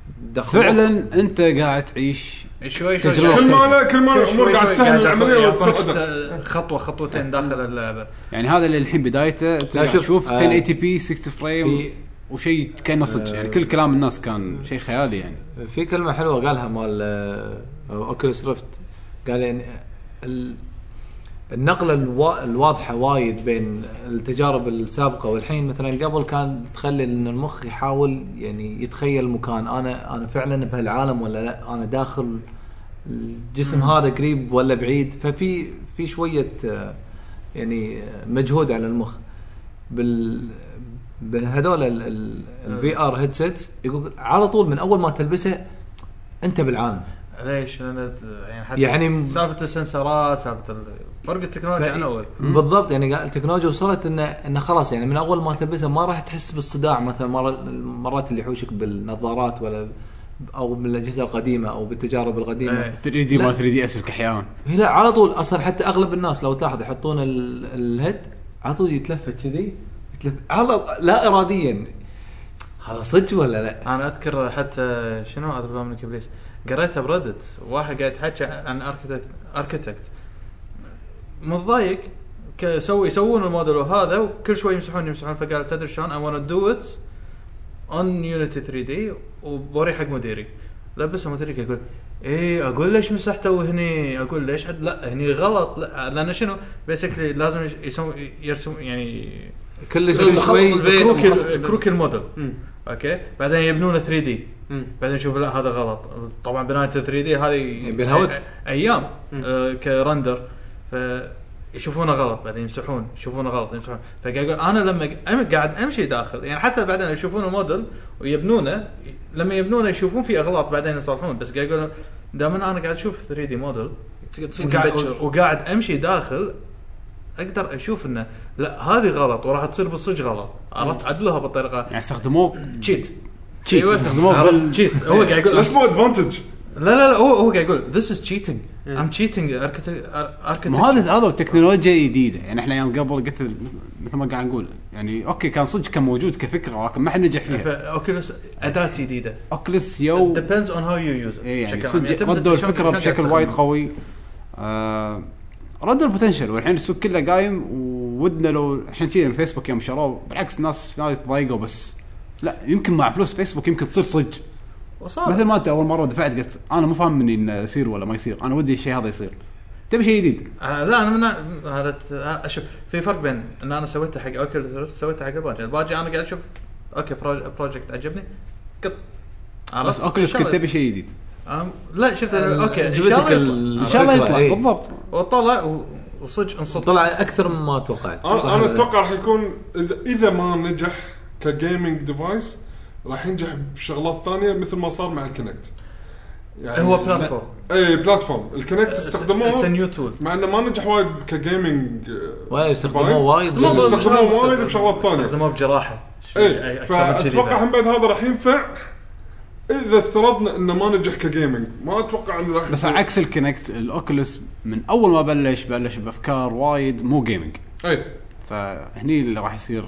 فعلا انت قاعد تعيش شوي شوي تجربة. كل ما كل ما الامور قاعد تسهل العمليه يعطونك وتصعدك خطوه خطوتين داخل اللعبه يعني هذا اللي الحين بدايته تشوف شوف، شوف آه، عشرة إيه تي بي ستين فريم في وشيء كانه صدق يعني كل كلام الناس كان شيء خيالي يعني في كلمه حلوه قالها مال اوكيولوس ريفت قال يعني ال- النقله الوا- الواضحه وايد بين التجارب السابقه والحين مثلا قبل كان تخلي ان المخ يحاول يعني يتخيل المكان انا انا فعلا بهالعالم ولا لا انا داخل الجسم هذا قريب ولا بعيد ففي في شويه آه، يعني مجهود على المخ بال بهذول الفي ار هيدسيت يقول على طول من اول ما تلبسه انت بالعالم ليش لان يعني حتى يعني سالفه السنسرات سالفه ال- فرق التكنولوجيا عن اول بالضبط يعني قال التكنولوجيا وصلت انه انه خلاص يعني من اول ما تلبسها ما راح تحس بالصداع مثلا مرة المرات اللي يحوشك بالنظارات ولا او بالاجهزه القديمه او بالتجارب القديمه إيه. ثري دي لا. ما ثري دي اس الكحيان هي لا على طول اصلا حتى اغلب الناس لو تلاحظ يحطون ال- الهيد على طول يتلفت كذي يتلف على لا اراديا هذا صدق ولا لا انا اذكر حتى شنو هذا بلوم لك ابليس قريتها بريدت واحد قاعد يحكي عن اركيتكت اركيتكت متضايق يسوي يسوون الموديل وهذا وكل شوي يمسحون يمسحون فقال تدري شلون I wanna do it on Unity ثري دي وبوري حق مديري لبسه مديري يقول ايه اقول ليش مسحته هني اقول ليش حد لا هني غلط لا لان شنو بيسكلي لازم يسوي يرسم يعني كل يسوي كل شوي مخطط البيت. كروك مخطط ال- كروك الموديل مم. اوكي بعدين يبنونه ثري دي بعدين نشوف لا هذا غلط. طبعا بنايه ثري دي هذه يبيلها وقت ايام آه كرندر فيشوفونه غلط بعدين يمسحون يشوفونه غلط يمسحون. فقاعد اقول انا لما أم قاعد امشي داخل يعني حتى بعدين يشوفون الموديل ويبنونه لما يبنونه يشوفون في اغلاط بعدين يصلحون. بس قاعد اقول دام انا قاعد اشوف ثري دي موديل وقاعد, وقاعد امشي داخل اقدر اشوف انه لا هذه غلط وراح تصير بالصج غلط. عرفت عدلوها بالطريقه يعني استخدموه تشيت تشيت استخدموه بالتشيت. هو قاعد يقول ليش مو ادفانتج؟ لا لا لا هو هو قاعد يقول this is cheating I'm cheating architecture. هذا هذا التكنولوجيا جديده يعني احنا يوم قبل قلت مثل ما قاعد نقول يعني اوكي كان صدق كان موجود كفكره ولكن ما حد نجح فيها. اوكيلس اداه جديده اوكيلس يو depends on how you use it يعني صدق ردوا الفكره بشكل وايد قوي. آه ردوا البوتنشل والحين السوق كله قايم وودنا لو عشان كذا الفيسبوك يوم شروه بالعكس الناس ناس تضايقوا بس لا يمكن مع فلوس فيسبوك يمكن تصير صدق. مثل ما انت اول مره دفعت قلت انا مو فاهم مني انه يصير ولا ما يصير انا ودي الشيء هذا يصير تبي شيء جديد. آه لا انا من هذا اشوف في فرق بين ان انا سويته حق اوكي سويته حق الباجي الباجي انا قاعد اشوف اوكي بروجكت عجبني قط بس اوكي كنت تبي شيء جديد. لا شفت اوكي جبتك ان شاء الله يطلع بالضبط وطلع وصج انصت طلع اكثر مما توقعت. انا اتوقع راح يكون اذا ما نجح كجيمنج ديفايس راح ينجح بشغلات ثانيه مثل ما صار مع الكونكت. يعني هو بلاتفورم اي بلاتفورم الكونكت استخدموه مع انه ما نجح وايد كجيمنج وايد استخدموه وايد استخدموه وايد بشغلات ثانيه استخدموه بجراحه. اي فاتوقع هم بعد هذا راح ينفع اذا افترضنا انه ما نجح كجيمنج. ما اتوقع انه راح بس عكس الكونكت الاوكيوليس من اول ما بلش بلش بافكار وايد مو جيمنج. اي فهني اللي راح يصير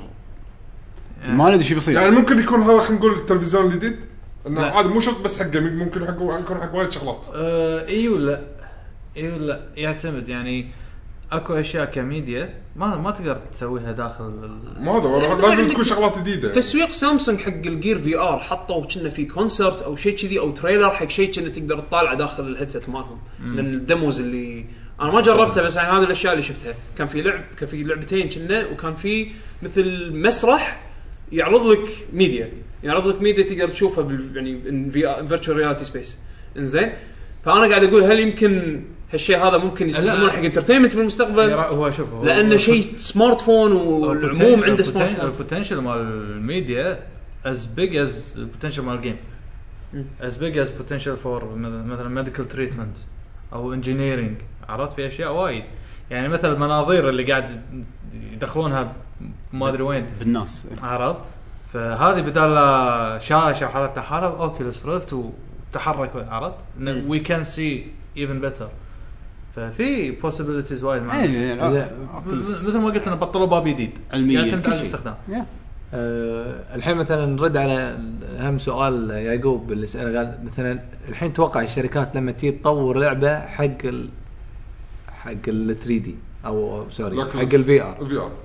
ما ندري شو بيصير. يعني ممكن يكون هذا خلينا نقول التلفزيون الجديد انه عاد مو شرط بس حق جيمنج ممكن حق يكون حق وايد شغلات. آه اي ولا اي ولا يعتمد يعني اكو اشياء كميديا ما ما تقدر تسويها داخل ما هذا لازم تكون شغلات جديده. تسويق سامسونج حق الجير في ار حطوا كنا في كونسرت او شيء كذي او تريلر حق شيء كنا تقدر تطالع داخل الهيدسيت مالهم من الديموز اللي انا ما جربتها بس يعني هذه الاشياء اللي شفتها. كان في لعب كان في لعبتين كنا وكان في مثل مسرح يعرض لك ميديا يعرض لك ميديا تقدر تشوفها بال يعني ان في فيرتشوال رياليتي سبيس. انزين فانا قاعد اقول هل يمكن هالشيء هذا ممكن يستخدمونه حق انترتينمنت بالمستقبل؟ هو شوف لانه شيء سمارت فون والعموم عنده سمارت فون. البوتنشل مال الميديا as big as البوتنشل مال الجيم as big as potential for مثلا medical treatment او engineering. عرفت في اشياء وايد يعني مثلا المناظير اللي قاعد يدخلونها ما ادري وين بالناس. عرفت فهذه بدال شاشه وحالتها حاله اوكيوليس ريفت وتحرك. عرفت we can see even better. ففي possibilities وايد معاه. مثل ما قلت انا بطلوا باب جديد علميا كل شيء استخدام. أه الحين مثلا نرد على اهم سؤال يعقوب اللي سأله قال مثلا الحين توقع الشركات لما تيجي تطور لعبه حق ال حق ال ثري دي او سوري حق الفي ار الفي ار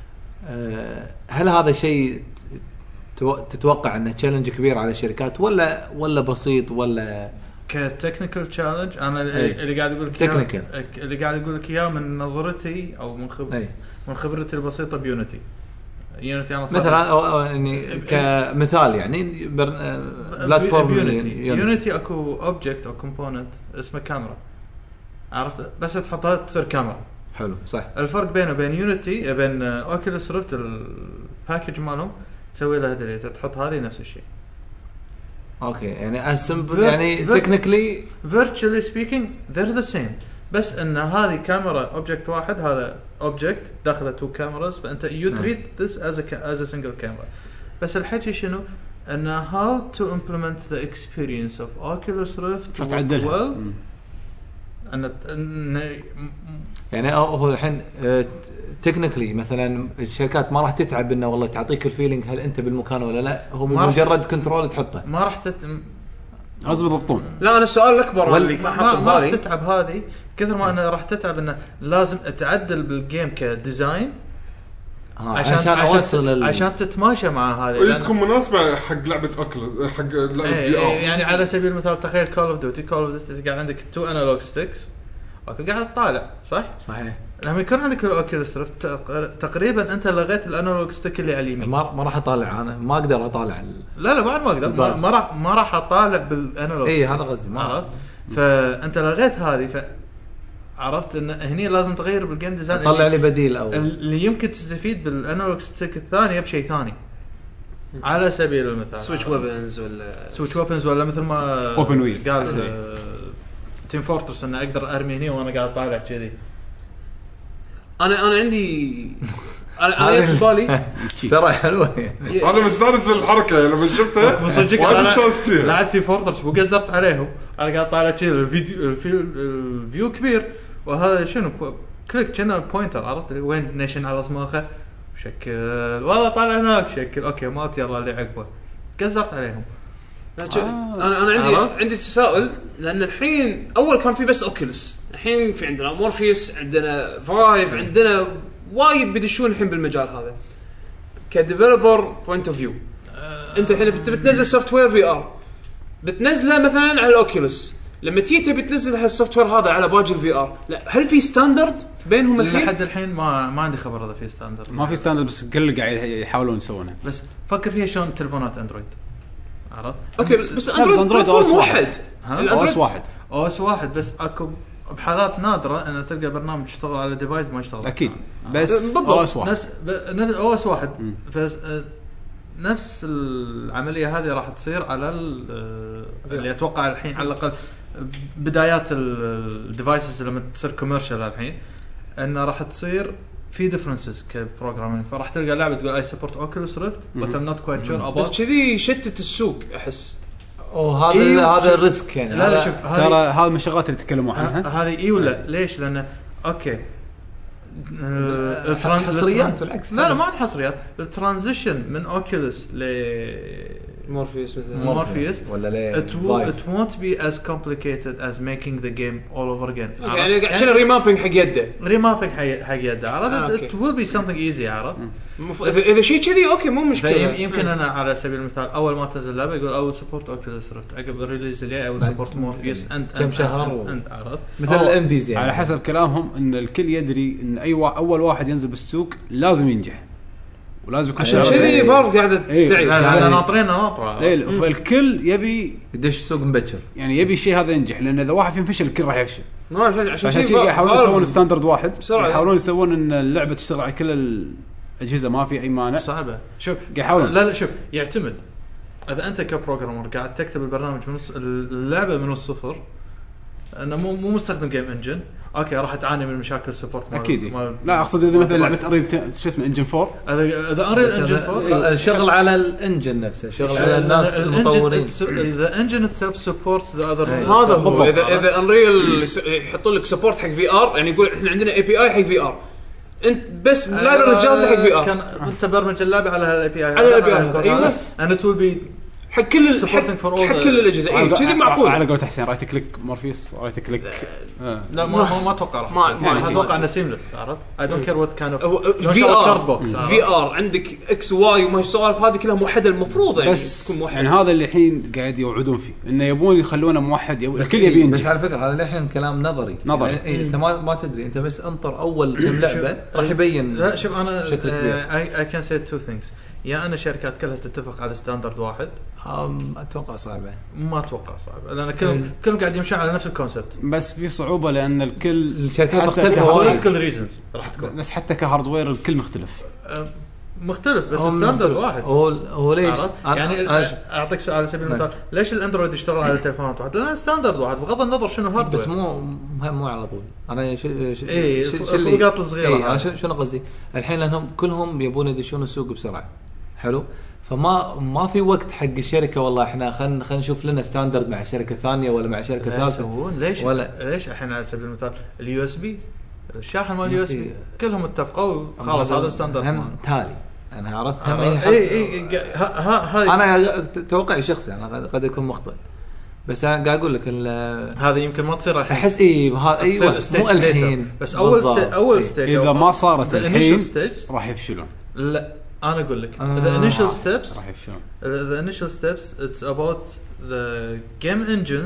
أه هل هذا شيء تتوقع انه تشالنج كبير على الشركات ولا ولا بسيط ولا كتكنيكال تشالنج؟ انا اللي قاعد اقول لك تكنيكال اللي قاعد اقول لك اياه من نظرتي او من خبرتي من خبرتي البسيطه بيونيتي. يونيتي انا مثلا يعني كمثال يعني بلاتفورم يونيتي يونيتي اكو اوبجكت او كومبوننت اسمه كاميرا. عرفت بس تحطها تصير كاميرا. حلو صح. الفرق بينه وبين يونيتي بين اوكيوليس ريفت الباكج مالهم تسوي لها ديليت تحط هذه نفس الشيء. اوكي يعني اسمبل يعني تكنيكلي فيرتشوالي سبيكينج ذير ذا سيم بس ان هذه كاميرا اوبجكت واحد هذا اوبجكت داخله تو كاميراز فانت يو تريت ذس از از ا سنجل كاميرا. بس الحكي شنو ان هاو تو امبلمنت ذا اكسبيرينس اوف اوكيوليس ريفت تعدلها ان يعني هو الحين تكنيكلي مثلا الشركات ما راح تتعب انه والله تعطيك الفيلينج هل انت بالمكان ولا لا. هو مجرد كنترول تحطه ما راح تت غصب يضبطون. لا انا السؤال الاكبر اللي ما, ما, ما راح تتعب هذه كثر ما انه راح تتعب انه لازم تعدل بالجيم كديزاين آه عشان عشان اوصل ال... عشان تتماشى مع هذه لأن... تكون مناسبه حق لعبه اكل حق لعبه ايه ايه يعني على سبيل المثال تخيل كول اوف ديوتي كول اوف ديوتي قاعد عندك تو انالوج ستيكس اوكي قاعد تطالع صح صحيح. لما يكون عندك الاوكيوليس ريفت تقريبا انت لغيت الانالوج ستيك اللي على اليمين. ما ما راح اطالع انا ما اقدر اطالع ال... لا لا بعد ما اقدر ما, ما راح ما راح اطالع بالانالوج. اي هذا قصدي ما عرفت. فانت لغيت هذه ف عرفت ان هني لازم تغير بالجيم ديزاين طلع لي بديل او اللي يمكن تستفيد بالانالوج ستيك الثانيه بشيء ثاني. على سبيل المثال سويتش ويبنز ولا سويتش ويبنز ولا مثل ما Open wheel. قال تيم فورترس انه اقدر ارمي هنا وانا قاعد طالع كذي. انا انا عندي انا انا جت بالي ترى حلوه انا مستانس بالحركه لما شفتها صدق. وانا انا لعبت تيم فورترس وقزرت عليهم انا قاعد طالع كذي الفيديو الفيو كبير وهذا شنو كليك كنا بوينتر عرفت وين نيشن على صماخه شكل والله طالع هناك شكل اوكي مات يلا اللي عقبه قزرت عليهم. آه. انا انا عندي عرفت؟ عندي تساؤل لان الحين اول كان في بس اوكيلس الحين في عندنا مورفيوس عندنا فايف عندنا وايد بيدشون الحين بالمجال هذا كديفلوبر بوينت اوف فيو. انت الحين بتنزل سوفت وير في ار بتنزله مثلا على الاوكيلس لما تيجي تبي تنزل هالسوفت وير هذا على باقي الفي ار لا هل في ستاندرد بينهم الحين؟ لحد الحين ما ما عندي خبر اذا في ستاندرد. ما في ستاندرد بس كل قاعد يحاولون يسوونه. بس فكر فيها شلون تلفونات اندرويد عرفت. اوكي بس, بس اندرويد او اس واحد او اس واحد او اس واحد بس اكو بحالات نادره ان تلقى برنامج يشتغل على ديفايس ما يشتغل اكيد بس او اس واحد نفس نفس او اس واحد بس نفس العمليه هذه راح تصير على اللي اتوقع الحين على الاقل بدايات الديفايسز لما تصير كوميرشال الحين انه راح تصير في ديفرنسز كبروجرامينج فراح تلقى لعبه تقول اي سبورت اوكيوليس ريفت بس ام نوت كويت شور اباوت بس كذي يشتت السوق احس. او هذا إيه هذا الريسك يعني. لا لا شوف ترى هذا من الشغلات اللي تكلموا عنها هذه اي ولا ليش لانه اوكي حصريات بالعكس. لا لا ما عن حصريات الترانزيشن من اوكيوليس ل مورفيوس مثلا مورفيوس ولا لا it, will, it won't be as complicated as making the game all over again. يعني قاعد شنو ريمابينج حق يده ريمابينج حق يده عرفت. it will be something easy عرفت. اذا اذا شيء كذي اوكي مو مشكله. يمكن انا على سبيل المثال اول ما تنزل اللعبه يقول اول سبورت اوكيوليس ريفت عقب الريليز اللي اول سبورت مورفيوس انت كم شهر انت عرفت مثل الانديز يعني. على حسب كلامهم ان الكل يدري ان اي وا... اول واحد ينزل بالسوق لازم ينجح ولازم يكون عشان كذي فالف قاعده تستعيد احنا ناطرين ناطره. اي فالكل يبي يدش السوق مبكر يعني يبي الشيء هذا ينجح لان اذا واحد فيهم فشل الكل راح يفشل. ما عشان عشان عشان كذا يحاولون يسوون ستاندرد واحد يحاولون بسرعة. يسوون ان اللعبه تشتغل على كل الاجهزه ما في اي مانع. صعبه شوف يحاولون. لا لا شوف يعتمد اذا انت كبروجرامر قاعد تكتب البرنامج من اللعبه من الصفر انه مو مو مستخدم جيم انجن اوكي راح تعاني من مشاكل السبورت مال اكيد مال لا اقصد اذا مثلا لعبه اريل شو اسمه انجن فور اذا اذا اريل انجن فور الشغل على الانجن نفسه شغل على الناس المطورين اذا انجن اتسلف سبورتس ذا اذر هذا هو اذا اذا انريل يحطوا لك سبورت حق في ار يعني يقول احنا عندنا اي بي اي حق في ار انت بس لا الجهاز حق في ار كان انت برمج اللعبه على الاي بي اي على الاي بي اي ايوه انا تول بي حق كل حق كل الاجهزه اي كذي معقول. على قولة حسين رايت كليك مورفيوس رايت كليك لا ما ما اتوقع راح ما اتوقع انه سيملس عرفت اي دونت كير وات كان في ار في ار عندك اكس واي وما السوالف هذه كلها موحده المفروض يعني تكون موحده يعني هذا اللي الحين قاعد يوعدون فيه انه يبون يخلونه موحد الكل يبي ينجح. بس على فكره هذا الحين كلام نظري نظري يعني انت ما ما تدري انت بس انطر اول كم لعبه راح يبين. لا شوف انا اي اي كان سي تو ثينجز يا أنا شركات كلها تتفق على ستاندرد واحد أتوقع صعبة ما أتوقع صعبة لأن كلهم كلهم قاعد يمشون على نفس الكونسبت بس في صعوبة لأن الكل الشركات مختلفة كل ريزنز راح تكون بس حتى كهاردوير الكل مختلف مختلف بس ستاندرد واحد هو هو ليش يعني أعطيك سؤال على سبيل المثال ليش الأندرويد يشتغل على التليفونات واحد لأن ستاندرد واحد بغض النظر شنو هاردوير بس مو مهم مو على طول أنا ش ش إيه الفروقات الصغيرة إيه أنا شنو قصدي الحين لأنهم كلهم يبون يدشون السوق بسرعة حلو فما ما في وقت حق الشركه والله احنا خلينا خلينا نشوف لنا ستاندرد مع شركه ثانيه ولا مع شركه ثالثه ليش ولا ليش الحين على سبيل المثال اليو اس بي الشاحن مال اليو اس بي كلهم اتفقوا خلاص هذا الستاندرد هم تالي انا عرفت هم اي اي ها انا توقعي شخصي انا قد يكون مخطئ بس انا قاعد اقول لك هذا يمكن ما تصير الحين احس اي ايوه مو الحين بس اول اول ستيج اذا ما صارت الحين راح يفشلون لا أنا أقول لك the initial steps راح يفشلون the initial steps it's about the game engines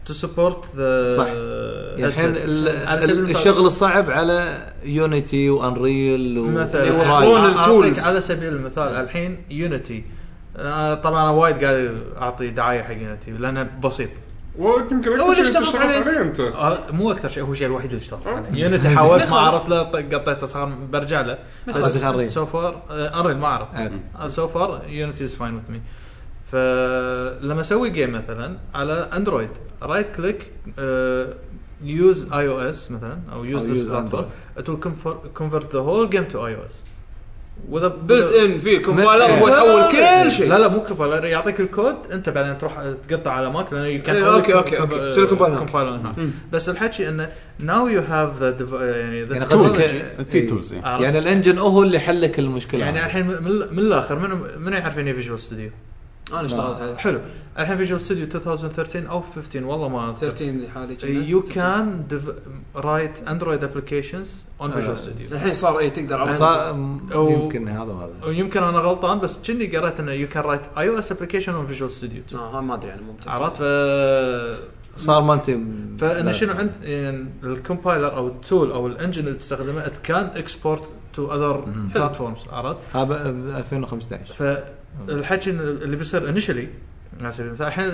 تو سبورت ذا صح. الحين الشغل الصعب على يونيتي وانريل مثلا يوفرون التولز. على سبيل المثال الحين يونيتي آه طبعا انا وايد قاعد اعطي دعايه حق يونيتي لانه بسيط ويمكن هو اكثر اللي شيء اشتغلت اشتغلت عليه. عليه انت آه مو اكثر شيء، هو الشيء الوحيد اللي اشتغلت عليه. يونيتي حاولت ما عرفت له قطيته صار برجع له بس سو فار انريل ما اعرف سو فار يونيتي از فاين وذ مي. فلما اسوي جيم مثلا على اندرويد رايت كليك يوز اي او اس مثلا او يوز ذس بلاتفورم ات ويل كونفرت ذا هول جيم تو اي او اس وذا بلت ان في كومبايلر هو يحول كل شيء. لا لا مو كومبايلر، يعطيك الكود انت بعدين تروح تقطع على ماك لانه يكون اوكي اوكي اوكي سوي كومبايلر هنا. بس الحكي انه ناو يو هاف ذا يعني ذا في تولز يعني الانجن هو اللي حلك المشكله. يعني الحين من الاخر من من يعرف اني فيجوال ستوديو انا اشتغلت عليه. حلو. الحين فيجوال ستوديو ألفين وثلاثة عشر او خمسة عشر والله ما ثلاثة عشر لحالي يو كان رايت اندرويد ابلكيشنز اون فيجوال ستوديو. الحين صار اي تقدر أو يمكن هذا وهذا ويمكن انا غلطان بس كني قرأت انه يو كان رايت اي او اس ابلكيشن اون فيجوال ستوديو. اه ما ادري يعني ممكن عرفت. ف صار مالتي فانا شنو عند يعني الكومبايلر او التول او الانجن اللي تستخدمه ات كان اكسبورت تو اذر بلاتفورمز. عرفت هذا ألفين وخمسة عشر. فالحكي اللي بيصير انيشلي على سبيل المثال الحين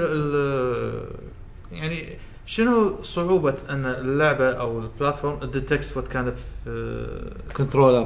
يعني شنو صعوبة أن اللعبة أو البلاتفورم detects what kind of controller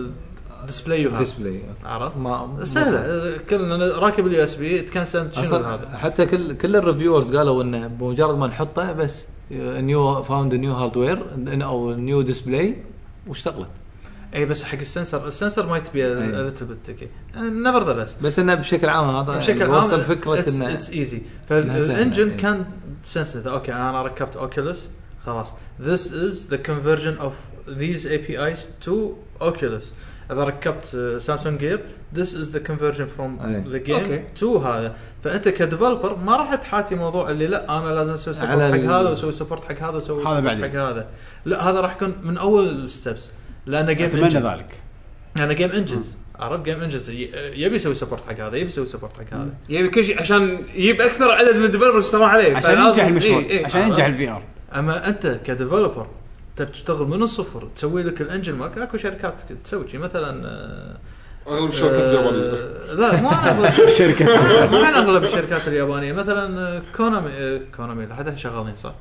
display you have. display عرفت ما سهلة. كلنا راكب اليو اس بي تكنسل شنو هذا. حتى كل كل الريفيورز قالوا إنه بمجرد ما نحطه بس new found a new hardware أو new display واشتغلت. اي بس حق السنسر السنسر ما يتبي ليتل بت اوكي نيفرذلس بس انه بشكل عام هذا بشكل عام وصل فكره انه اتس ايزي. فالانجن كان سنسيتيف. اوكي انا ركبت اوكيولس خلاص this is the conversion of these إيه بي آيز to Oculus. اذا ركبت سامسونج جير this is the conversion from أي. the game okay. to هذا. فانت كديفلوبر ما راح تحاتي موضوع اللي لا انا لازم اسوي سبورت حق هذا واسوي سبورت حق هذا واسوي سبورت حق هذا. لا هذا راح يكون من اول الستبس لأن جيم أتمنى ذلك. أنا جيم إنجنز عرفت جيم إنجنز يبي يسوي سبورت حق هذا يبي يسوي سبورت حق هذا يبي كل شيء عشان يجيب أكثر عدد من الديفلوبرز يشتغلون عليه عشان ينجح المشروع إيه إيه. عشان ينجح الفي آر. أما أنت كديفلوبر تبي تشتغل من الصفر تسوي لك الإنجن مالك. أكو شركات تسوي شيء مثلا أغلب الشركات اليابانية لا مو أغلب الشركات مو أغلب الشركات اليابانية مثلا كونامي كونامي لحد شغالين صح.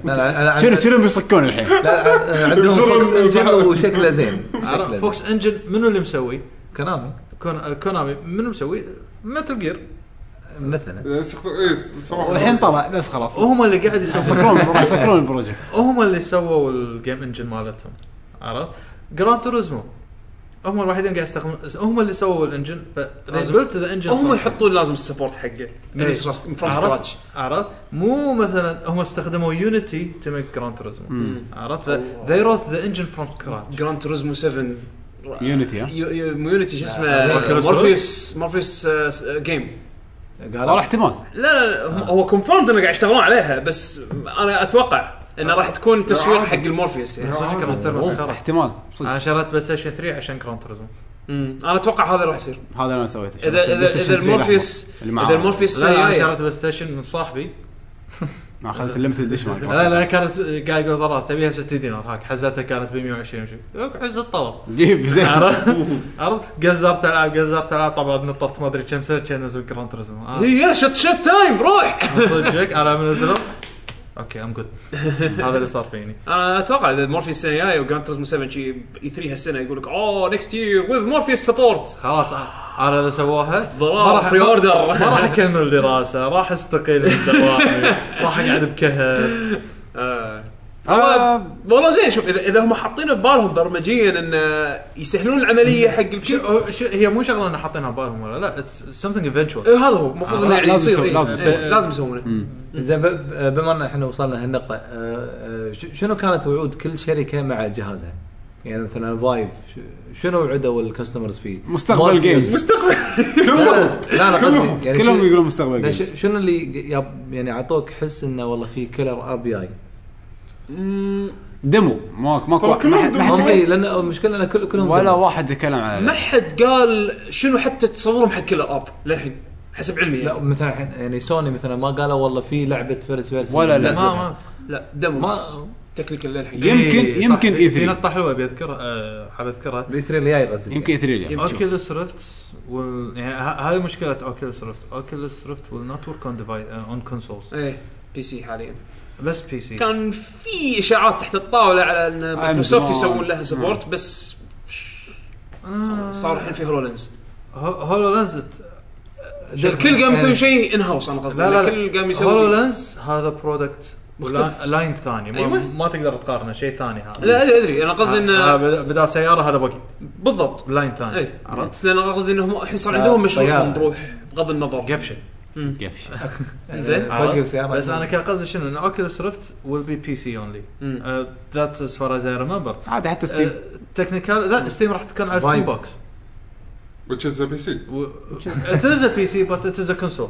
شنو شنو بيصكون الحين. لا عندهم فوكس انجن وشكله زين. فوكس انجن منو اللي مسوي؟ كونامي. كونامي منو مسوي؟ متل جير مثلا. ايه صراحة الحين طبعا بس خلاص وهم اللي قاعد يسكرون راح يسكرون البروجكت. وهم اللي سووا الجيم انجن مالتهم. عرفت جران توريزمو هم الوحيدين قاعد يستخدمون هم اللي سووا الانجن. فبلت ذا انجن هم يحطون لازم السبورت حقه من فروم سكراتش. عرفت مو مثلا هم استخدموا يونيتي تو ميك جران توريزمو. عرفت they wrote the engine from scratch. جران توريزمو سبعة يونيتي ها يونيتي شو اسمه مورفيوس مورفيوس جيم قالوا احتمال. لا لا هو كونفيرمد انه قاعد يشتغلون عليها بس انا اتوقع انه راح تكون تسويق حق المورفيوس يعني صدق كانت ترى مسخره احتمال. انا شريت بلاي ستيشن ثلاثة عشان جران توريزمو. امم انا اتوقع هذا راح يصير. هذا انا سويته اذا اذا اذا المورفيوس اذا المورفيوس لا انا شريت بلاي ستيشن من صاحبي ما اخذت الليمتد ديش مالك. لا لا كانت قاعد يقول ضرر تبيها ستين دينار هاك حزتها كانت ب مية وعشرين وشي حز الطلب جيب زين عرفت قزرت العاب قزرت العاب طبعا نطرت ما ادري كم سنه كان نزل جران توريزمو. هي شت شت تايم روح صدقك على من نزلوا اوكي ام جود. هذا اللي صار فيني. انا اتوقع اذا مورفيوس السنه الجايه وجران توريزمو سبعة شي اي ثلاثة هالسنه يقول لك اوه نكست يير وذ مورفيوس سبورت خلاص انا اذا سووها ما راح بري اوردر ما راح اكمل دراسه راح استقيل من دوامي راح اقعد بكهف. آه. آه. والله زين شوف اذا اذا هم حاطين ببالهم برمجيا ان يسهلون العمليه حق الكل هي مو شغله ان حاطينها ببالهم ولا لا اتس سمثينج ايفنتشوال. هذا هو المفروض انه يعني يصير لازم لازم يسوونه. زين بما ان احنا وصلنا هالنقطه شنو كانت وعود كل شركه مع جهازها يعني مثلا فايف شنو وعدوا الكاستمرز فيه مستقبل جيمز مستقبل لا لا قصدي يعني كلهم يقولون مستقبل جيمز شنو اللي يعني عطوك حس انه والله في كلر ار بي اي ديمو ماك ماكو ما حد لان المشكله انا كل كلهم ولا واحد يتكلم على ما حد قال شنو حتى تصورهم حق كلر اب للحين حسب علمي لا يعني. مثلا الحين يعني سوني مثلا ما قالوا والله في لعبه فيرست بيرسون ولا لا. ما ما لا دمو ما تكنيكال للحين يمكن- إيه، يمكن صح. إي في ثري. نقطة حلوة بيذكرها أه حاب اذكرها. بي ثري اللي جاي قصدي يمكن ثري يمكن. اوكيولوس ريفت وال... يعني ه- هذه مشكلة اوكيولوس ريفت. اوكيولوس ريفت will not work on device uh, on consoles ايه بي سي حاليا. بس بي سي. كان في اشاعات تحت الطاوله على ان مايكروسوفت زمان. يسوون لها سبورت بس صار الحين في هولولينز. هولو لينز الكل قام يسوي شيء ان هاوس انا قصدي لا لا الكل قام يسوي هولو لينز هذا برودكت مختلف. لاين ثاني ما, أيوة. ما تقدر تقارنه شيء ثاني هذا. لا ادري ادري انا قصدي آه، انه بدا- بدال سيارة هذا بقي بالضبط لاين ثاني. اي عرفت؟ بس لان انا قصدي انهم الحين صار لا، عندهم مشروع طيارة. بروح بغض النظر قفشة. مم. قفش. زين. بقي وسيارة. بس انا كان قصدي شنو ان اوكيولوس ريفت will be بي سي only. مم. uh, that's as far as I remember. عادي حتى ستيم. تكنيكال لا ستيم راح تكون على ستيم Vive. بوكس. which is a بي سي. it is a بي سي but it is a console.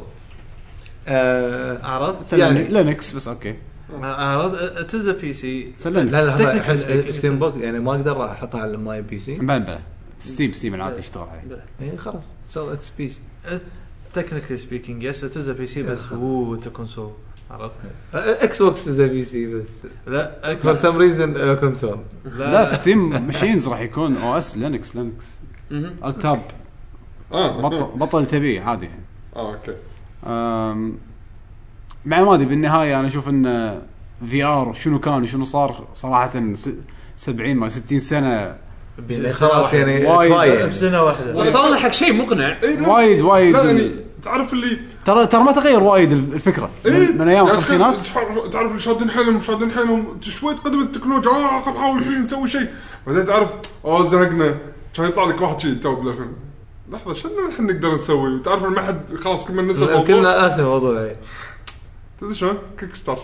آه، عرفت؟ يعني يعني- لينكس بس اوكي. عرفت it is a بي سي. لا لا Technically هذا speaking, ستيم it is- بوك يعني ما اقدر احطها على ماي بي سي. بلا بلا ستيم ستيم العادي يشتغل عليه. اي خلاص سو اتس بي سي. technically speaking yes it is a بي سي بس هو it's a console. عرفت؟ اكس بوكس از بي سي بس لا فور سم ريزن كونسول. لا ستيم ماشينز راح يكون او اس لينكس لينكس مهم. التاب اه بطل بطل تبيه عادي يعني. اه اوكي. أم، مع ما ادري بالنهايه انا اشوف ان في ار شنو كان وشنو صار صراحه س- سبعين ما ستين سنه خلاص يعني وايد. كفايه. بسنة واحدة. وصلنا حق شيء مقنع. إيه لا. وايد وايد لا يعني تعرف اللي ترى ترى ما تغير وايد الفكره إيه من, من ايام يعني الخمسينات. تخيل- تعرف اللي شادين حيلهم شادين حيلهم شوي تقدم التكنولوجيا اه خل نحاول فيه نسوي شيء بعدين تعرف اه زهقنا كان يطلع لك واحد شيء تو بالفيلم لحظه شنو الحين نقدر نسوي وتعرف ما حد خلاص كل ما نزل موضوع كلنا اسف موضوع تدري شلون كيك ستارتر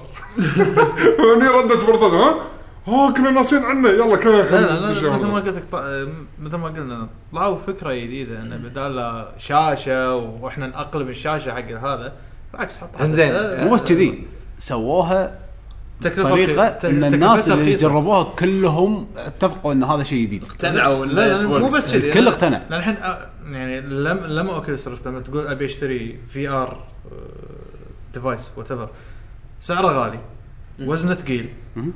هني ردت برضه ها اه كنا ناسين عنه يلا كنا لا خلينا لا ندش لا مثل ما الموضوع. قلت لك ط- مثل ما قلنا طلعوا فكرة جديدة انه بدال شاشة واحنا نقلب الشاشة حق هذا بالعكس حط إنزين. مو بس كذي سووها تكلفة طريقه ت- ان تكلفتها الناس اللي رخيصة. جربوها كلهم اتفقوا ان هذا شيء جديد. اقتنعوا لا لا لا، مو بس كذي الكل اقتنع. لان الحين آه، يعني لما لما اوكيولوس ريفت لما تقول ابي اشتري في ار ديفايس وات ايفر سعره غالي وزنه ثقيل مم.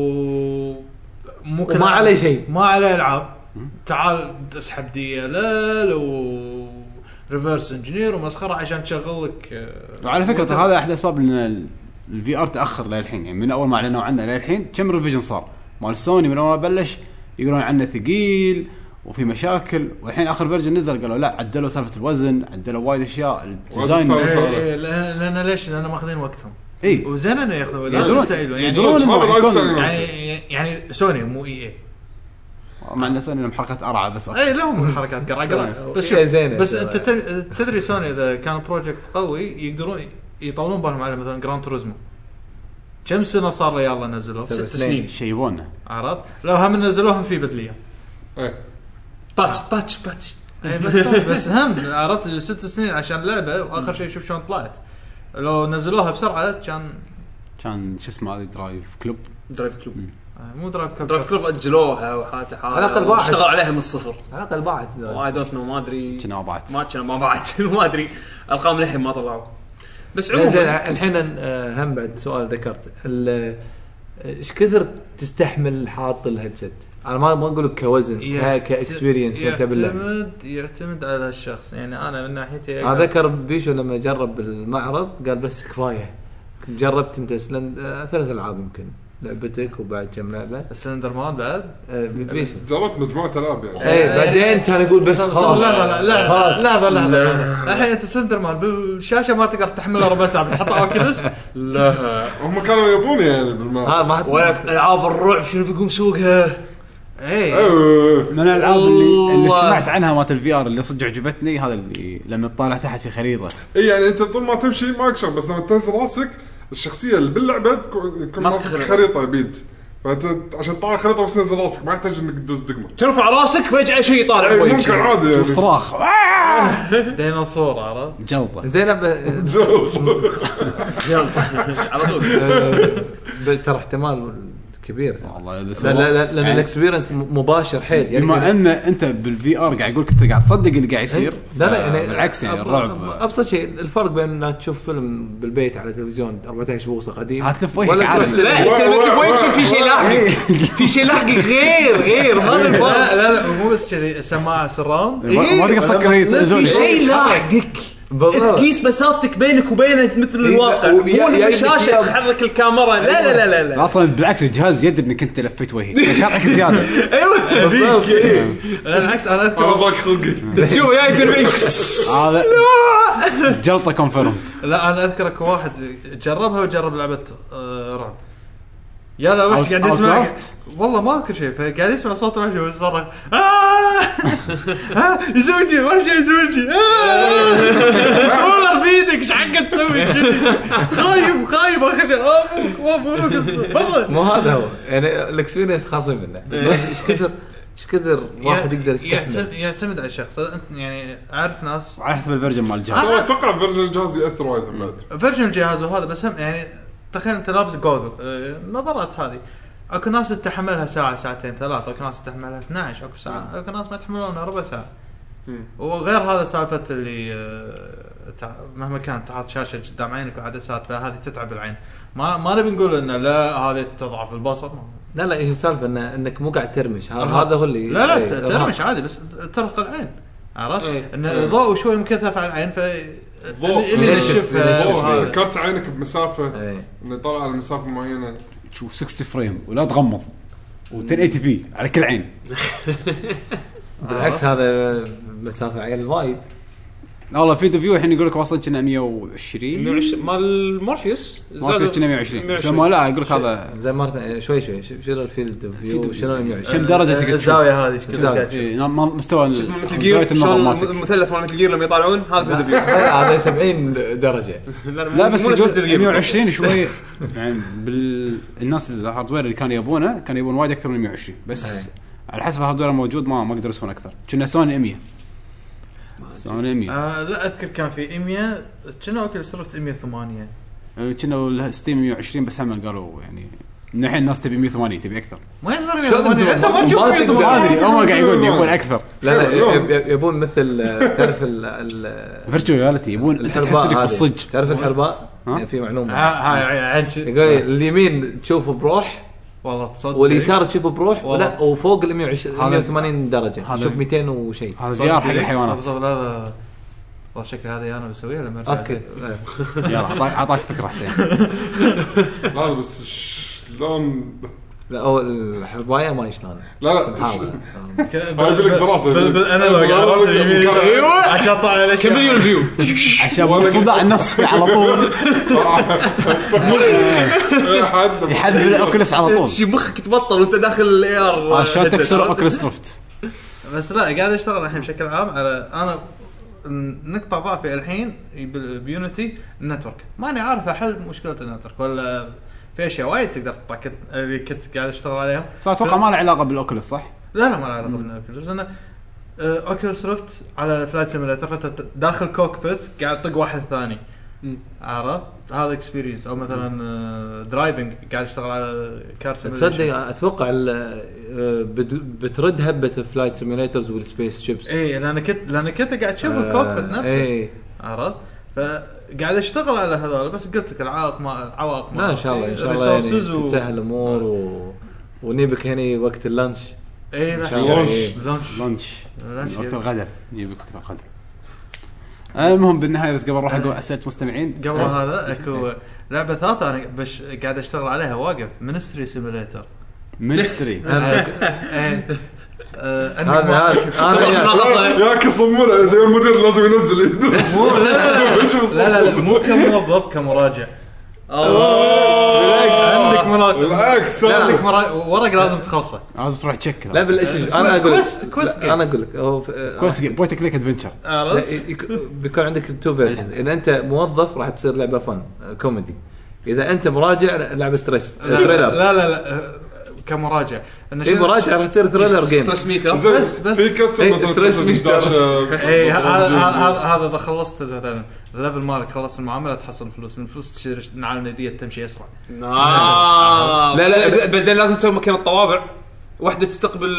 و مو كل- وما عليه شيء. ما عليه العاب تعال اسحب دي ال ال و ريفرس انجينير ومسخره عشان تشغل لك آه، وعلى فكره ترى هذا احد الاسباب ان الفي ار تاخر للحين يعني من اول ما اعلنوا عنه للحين كم ريفيجن صار مال سوني من اول ما بلش يقولون عنه ثقيل وفي مشاكل والحين اخر فيرجن نزل قالوا لا عدلوا سالفه الوزن عدلوا وايد اشياء الديزاين. وايد صار. إيه، إيه، لان لأن ليش لان ماخذين وقتهم اي وزين انه ياخذون يدرون لازم يستعيلون يعني يدرون إنه هذا راح لا يكون- يستعيلون. يعني يعني سوني مو اي اي مع ان سوني لهم حركات ارعى بس أوكي. اي لهم حركات قرع قرع بس إيه، شوف زينة. بس انت تدري- تدري سوني اذا كان بروجكت قوي يقدرون يطولون بالهم على مثلا جراند توريزمو كم سنه صار له يلا نزلوه سبع ست سنين. سنين شيبونا عرفت لو هم نزلوهم في بدليه إيه. باتش باتش باتش اي بس بس هم عرفت ست سنين عشان لعبه واخر شيء شوف شلون طلعت لو نزلوها بسرعه كان كان شو اسمه هذا درايف كلوب درايف كلوب مو درايف كاب درايف كلوب اجلوها وحاته حاله على الأقل باعت. اشتغل عليها من الصفر على الاقل باعت. واي دونت نو ما ادري كنا بعد ما كان ما بعت ما ادري ارقام للحين ما طلعوا بس زين عموما الحين آه، هم بعد سؤال ذكرت ال- ايش كثر تستحمل حاط الهيدسет. انا ما ما اقول لك كوزن ك كاكسبيرينس وانت باللعب. يعتمد يعتمد على الشخص يعني انا من ناحيتي انا ذكر بيشو لما جرب بالمعرض قال بس كفايه. جربت انت سلند آه، ثلاث العاب يمكن لعبتك وبعد كم لعبه السلندر مان بعد آه، بيشو. جربت مجموعه العاب يعني اي بعدين كان يقول بس خلاص لا لا لا خلاص. لا لا لا الحين انت سلندر مان بالشاشه ما تقدر تحملها ربع ساعه بتحط اوكيولوس لا هم كانوا يبون يعني بالمعنى ها ما ولا العاب الرعب شنو بيقوم سوقها اي ايوه من الالعاب اللي اللي والله. سمعت عنها مالت الفي ار اللي صدق عجبتني هذا اللي لما تطالع تحت في خريطه اي يعني انت طول ما تمشي ما اكشن بس لما تنزل راسك الشخصيه اللي باللعبه تكون يكون ماسك ماسك خريطة. خريطه بيد فانت عشان تطالع خريطه بس تنزل راسك ما يحتاج انك تدوس دقمه ترفع راسك فجاه شيء طالع اي فوقك ممكن شيء. عادي شوف يعني صراخ ديناصور عرفت جلطه زينب آه، على طول آه، بس ترى احتمال كبير والله لا لا لا لان الاكسبيرينس مباشر حيل يعني بما ان انت بالفي ار قاعد يقولك انت قاعد تصدق اللي قاعد يصير لا لا يعني بالعكس يعني الرعب ابسط شيء الفرق بين انك تشوف فيلم بالبيت على تلفزيون أربعة عشر بوصه قديم هتلف وجهك عادي لا كلمه وين تشوف في شيء لاحق في شيء لاحق غير غير هذا الفرق لا لا لا مو بس كذي سماعه سراوند ما تقدر تسكر في شيء لاحقك تقيس مسافتك بينك وبينه مثل الواقع مو الشاشه تحرك الكاميرا لا لا لا لا اصلا بالعكس الجهاز يدري انك انت لفيت وجهك كان زياده ايوه بالعكس انا اذكر ضاق خلقي شوف جاي يقول هذا جلطه كونفيرمد. لا انا اذكرك واحد جربها وجرب لعبه رعب يا لا وحش قاعد يسمع والله ما اذكر شيء فقاعد يسمع صوت وحش ويصرخ ها زوجي وحش زوجي والله بيدك ايش حق تسوي كذي خايب خايب اخر مو هذا هو يعني الاكسبيرينس خاصه منه بس ايش كثر ايش كثر واحد يقدر يستحمل يعتمد على الشخص يعني عارف ناس على حسب الفيرجن مال الجهاز اتوقع فيرجن الجهاز ياثر وايد بعد فيرجن الجهاز وهذا بس هم يعني تخيل انت لابس جوجل نظارات هذه اكو ناس تتحملها ساعه ساعتين ثلاث اكو ناس تتحملها اثناشر اكو ساعه اكو ناس ما يتحملونها ربع ساعه وغير هذا سالفه اللي مهما كان تحط شاشه قدام عينك وعدسات فهذه تتعب العين ما ما نبي نقول انه لا هذه تضعف البصر لا لا هي سالفه إن انك مو قاعد ترمش هذا هو اللي لا لا ترمش عادي بس ترق العين عرفت ان الضوء شوي مكثف على العين ف الضوء اللي ينشف كرت عينك بمسافه انه طالع على مسافه معينه تشوف ستين فريم ولا تغمض و1080 بي على كل عين بالعكس هذا مسافه عين وايد والله في ريفيو الحين يقول لك وصل كنا مية وعشرين مية وعشرين مال مورفيوس مورفيوس كنا مية وعشرين بس ما لا يقول لك هذا زي مرة شوي شوي شنو الفيلد فيو شنو مية وعشرين كم درجه تقدر الزاويه هذه كم مستوى زاويه النظر مالتك المثلث مال مثل جير لما يطالعون هذا الريفيو هذا سبعين درجه لا بس مية وعشرين شوي يعني بالناس الهاردوير اللي كانوا يبونه كانوا يبون وايد اكثر من مية وعشرين بس على حسب الهاردوير الموجود ما ما قدروا يسوون اكثر كنا سوني مية سوني مية آه لا اذكر كان في مية كنا اوكي صرفت مية وثمانية كنا ستيم مية وعشرين بس هم قالوا يعني من الحين الناس تبي مية وثمانين تبي اكثر ما يصير مية وثمانين انت ما تشوف مية وثمانين هم قاعد يقول يبون اكثر لا لا يبون مثل تعرف ال فيرتشوال رياليتي يبون تحس انك بالصج تعرف الحرباء في معلومه هاي عن يقول اليمين تشوفه بروح والله تصدق واليسار تشوفه بروح لا وفوق ال مية وثمانين درجه شوف مئتين وشيء هذا زيار حق الحيوانات هذا والله شكل هذه انا بسويها لما ارجع اوكي يلا اعطاك اعطاك فكره حسين لا بس شلون لا او الحربايه ما شلون لا لا اقول لك دراسه بالانالوج عرفت اليمين ايوه عشان طلع على كم مليون فيو عشان صداع النص على طول يحدد الاوكلس على طول شي مخك تبطل وانت داخل الاي ار عشان تكسر اوكلس ريفت بس لا قاعد اشتغل الحين بشكل عام على انا نقطه ضعفي الحين بيونتي النتورك ماني عارف احل مشكله النتورك ولا في اشياء وايد تقدر تطلع كنت اللي كنت قاعد اشتغل عليها صار اتوقع ف... ما له علاقه بالاوكلس صح لا لا ما له علاقه بالاوكلس بس انا اوكلس ريفت على فلايت سيميليتر فانت داخل كوكبيت قاعد تطق واحد ثاني عرفت هذا اكسبيرينس او مثلا درايفنج قاعد اشتغل على كار سيميليتر تصدق اتوقع بترد هبه الفلايت سيميليترز والسبيس شيبس اي لان كنت لان كنت قاعد اشوف آه الكوكبيت نفسه اي عرفت فقاعد اشتغل على هذول بس قلت لك العائق ما عوائق ما ان شاء الله ان شاء الله يعني تسهل الامور و... ونبيك هنا وقت اللانش اي ان شاء الله لانش وقت الغداء يبيك وقت الغداء المهم بالنهايه بس قبل اروح اقول اسئله مستمعين قبل هذا اكو لعبه ثالثه انا بس قاعد اشتغل عليها واقف منستري سيميليتر منستري عندك انا يا كصمنا اذا المدير لازم ينزل يده لا لا لا مو كموظف كمراجع عندك مراجع بالعكس عندك ورق لازم تخلصه لازم تروح تشيك لا بالاسم انا اقول لك انا اقول لك هو كويست بوينت كليك ادفنتشر بيكون عندك تو فيرجنز اذا انت موظف راح تصير لعبه فن كوميدي اذا انت مراجع لعبه ستريس لا لا لا كمراجع انه اي مراجعه راح تصير ثريلر جيم ستريس ميتر بس بس في كاستم إيه، مثلا ستريس ميتر. اي هذا هذا هذا اذا خلصت مثلا الليفل مالك خلصت المعامله تحصل فلوس من فلوس تشتري نعال نديه تمشي اسرع. آه. لا، لا. بعدين لازم تسوي مكان الطوابع واحده تستقبل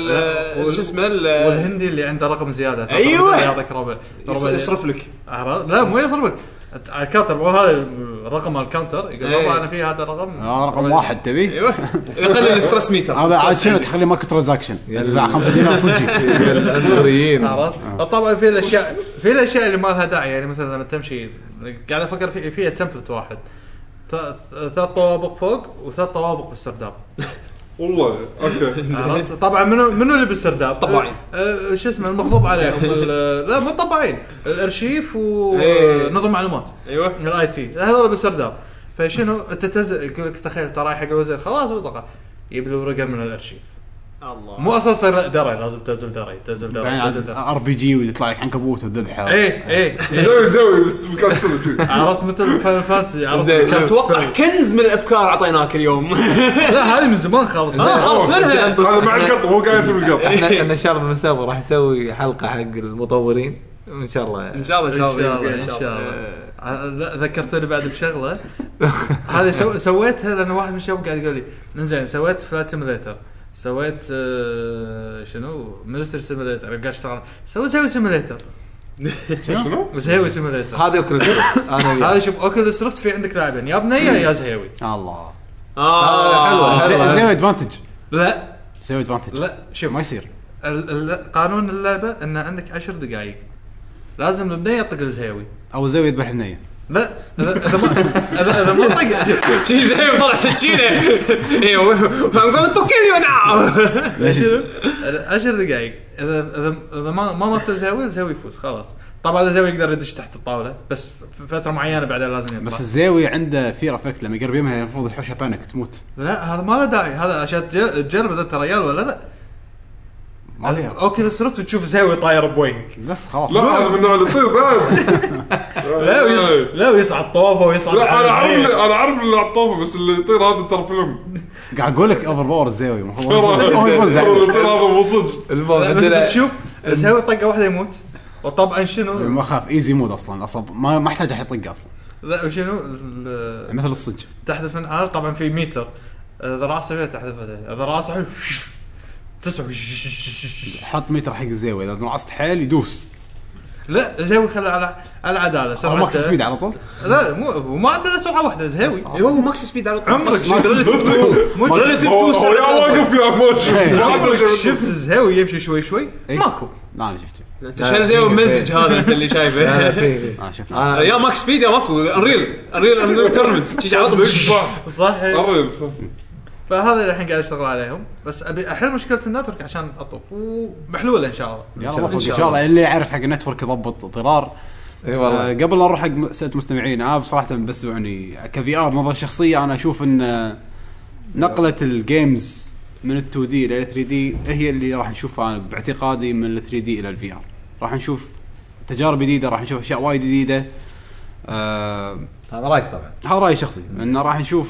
شو اسمه والهندي اللي عنده رقم زياده ايوه يعطيك ربع ربع يصرف لك. لا مو يصرف لك على الكاونتر مو هذا الرقم مال الكاونتر يقول أيه. والله انا في هذا الرقم آه رقم واحد تبي ايوه يقلل الستريس ميتر. هذا عاد شنو تخلي ماكو ترانزاكشن يدفع خمسة دينار صجي العنصريين. عرفت طبعا في الاشياء في الاشياء اللي ما لها داعي يعني مثلا لما تمشي قاعد افكر في فيها تمبلت واحد ثلاث طوابق فوق وثلاث طوابق بالسرداب. والله اوكي طبعا منو منو اللي بالسرداب طباعين أه شو اسمه المغضوب عليهم لا مو طباعين الارشيف ونظم معلومات ايوه الاي تي هذول بالسرداب. فشنو انت تنزل يقول لك تخيل ترى حق الوزير خلاص بطاقه يجيب له ورقه من الارشيف الله مو اصلا صار دري لازم تنزل دري تنزل دري تنزل دري ار بي جي ويطلع لك عنكبوت وذبحه ايه ايه زوي زوي بس مكان سلك عرفت مثل فاينل فانتسي عرفت اتوقع كنز من الافكار اعطيناك اليوم. لا هذه من زمان خالص اه خلاص منها هذا مع القط هو قاعد يسوي القط. احنا ان شاء الله بالمستقبل راح نسوي حلقه حق المطورين وان شاء الله ان شاء الله ان شاء الله ان شاء الله. ذكرتني بعد بشغله هذه سو... سويتها لان واحد من الشباب قاعد يقول لي انزين سويت فلايت سيميليتر سويت آه شنو مينستر سيميليتر قاعد اشتغل سوي سوي سيميليتر شنو زهيوي سيميليتر هذا اوكل انا هذا شوف اوكل رفت في عندك لاعبين يا بنيه يا زهيوي. الله اه حلوه زي ادفانتج لا زي ادفانتج لا شوف ما يصير ال... ال... قانون اللعبه ان عندك عشر دقائق لازم البنيه يطق الزهيوي او زي يذبح البنيه. لا اذا اذا ما اذا اذا ما طق شيء زي طلع سكينه ايوه نقول طقني ونعم ليش عشر دقائق اذا اذا اذا ما ما مات الزهيوي الزهيوي يفوز خلاص. طبعا الزهيوي يقدر يدش تحت الطاوله بس في فتره معينه بعدين لازم يطلع. بس الزاويه عنده فير افكت لما يقرب يمها المفروض يحوشها بانك تموت. لا هذا ما له داعي هذا عشان تجرب اذا انت ريال ولا لا. ما فيها اوكي صرت تشوف زهيوي طاير بوجهك بس خلاص. لا هذا من النوع اللي يطير بعد. لا ويص... لا ويصعد طوفه ويصعد. لا انا اعرف انا اعرف اللي على الطوفه بس اللي يطير هذا ترى فيلم. قاعد اقول لك اوفر باور الزاويه المفروض هو يفوز اللي يطير هذا مو صدق. بس, بس شوف زهيوي طقه واحده يموت. وطبعا شنو ما خاف ايزي مود اصلا اصلا ما ما احتاج احط طقه اصلا. لا وشنو مثل الصج تحذف من عار طبعا في ميتر اذا راسه فيها تحذفه اذا راسه تسمع حط متر حق الزاويه اذا نقصت حيل يدوس. لا زهيوي خلى على العداله سرعه ماكس سبيد على طول. لا مو ما عندنا سرعه واحده زهيوي ايوه هو ماكس سبيد على طول عمرك مو هو يا واقف يا موش. شفت زهيوي يمشي شوي شوي ماكو. لا انا شفت انت شنو زي ممزج هذا انت اللي شايفه اه شفت يا ماكس سبيد يا ماكو انريل انريل انريل تورنمنت تيجي على طول صح. انريل فهذا اللي الحين قاعد اشتغل عليهم بس ابي احل مشكله النتورك عشان اطوف ومحلوله ان شاء الله. يلا ان شاء الله اللي يعرف حق النتورك يضبط ضرار. اي والله. قبل لا نروح حق سالة مستمعين انا بصراحه بس يعني كفي ار نظره شخصيه انا اشوف ان نقله الجيمز من ال تو دي الى ثري دي هي اللي راح نشوفها انا باعتقادي من ال ثري دي الى الفي ار. راح نشوف تجارب جديده راح نشوف اشياء وايد جديده. آه هذا رايك طبعا هذا رايي شخصي انه راح نشوف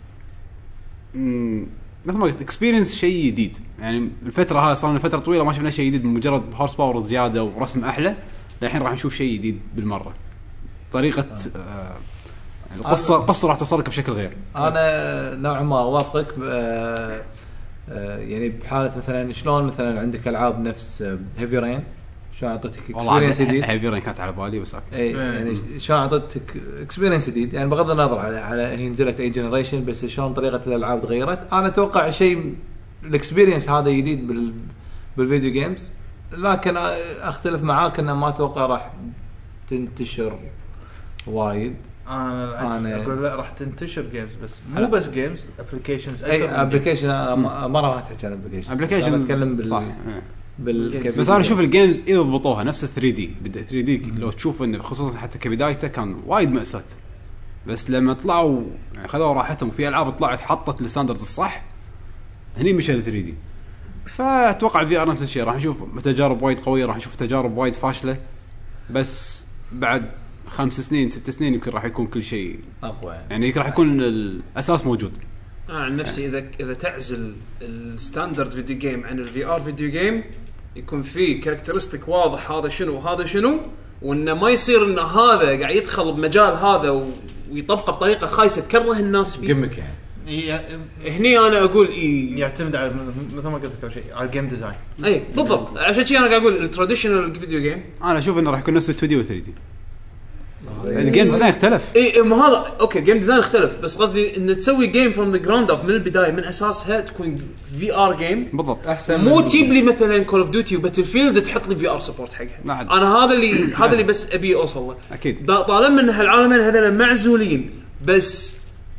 مثل ما قلت اكسبيرينس شيء جديد. يعني الفتره هاي صار لنا فتره طويله ما شفنا شيء جديد مجرد هورس باور زياده ورسم احلى. الحين راح نشوف شيء جديد بالمره. طريقه آه القصه القصه راح توصلك بشكل غير. انا نوعا ما اوافقك. آه آه يعني بحاله مثلا شلون مثلا عندك العاب نفس هيفي رين شلون اعطتك اكسبيرينس جديد. هيفي رين كانت على بالي بس اوكي. اي يعني شلون اعطتك اكسبيرينس جديد يعني بغض النظر على على هي نزلت اي جنريشن بس شلون طريقه الالعاب تغيرت. انا اتوقع شيء الاكسبيرينس هذا جديد بال بالفيديو جيمز. لكن اختلف معاك انه ما اتوقع راح تنتشر وايد. انا أنا اقول لا راح تنتشر جيمز بس مو بس جيمز ابلكيشنز اي ابلكيشن ما راح احكي عن ابلكيشن ابلكيشن اتكلم بال صح بال بس انا اشوف الجيمز اذا ضبطوها نفس ثري دي بدا ثري دي لو تشوف انه خصوصا حتى كبدايته كان وايد مأساة. بس لما طلعوا يعني خذوا راحتهم وفي العاب طلعت حطت الستاندرد الصح هني مشى ثري دي. فاتوقع الفي ار نفس الشيء راح نشوف تجارب وايد قويه راح نشوف تجارب وايد فاشله بس بعد خمس سنين ست سنين يمكن راح يكون كل شيء اقوى يعني راح يكون الاساس موجود. انا عن نفسي اذا اذا تعزل الستاندرد فيديو جيم عن الفي ار فيديو جيم يكون في كاركترستيك واضح هذا شنو وهذا شنو، وانه ما يصير ان هذا قاعد يدخل بمجال هذا ويطبقه بطريقه خايسه تكره الناس فيه قمك يعني. هني انا اقول إيه يعتمد على مثل ما قلت لك شيء على الجيم ديزاين. اي بالضبط، عشان شيء انا قاعد اقول التراديشنال فيديو جيم انا اشوف انه راح يكون نفس اثنين دي و ثري دي. الجيم ديزاين اختلف. اي ما هذا اوكي جيم ديزاين اختلف، بس قصدي ان تسوي جيم فروم ذا جراوند اب من البدايه من اساسها تكون في ار جيم بالضبط احسن مو تجيب لي مثلا كول اوف ديوتي وباتل فيلد تحط لي في ار سبورت حقها. انا هذا اللي هذا اللي بس ابي اوصل له. اكيد طالما ان هالعالمين هذول معزولين، بس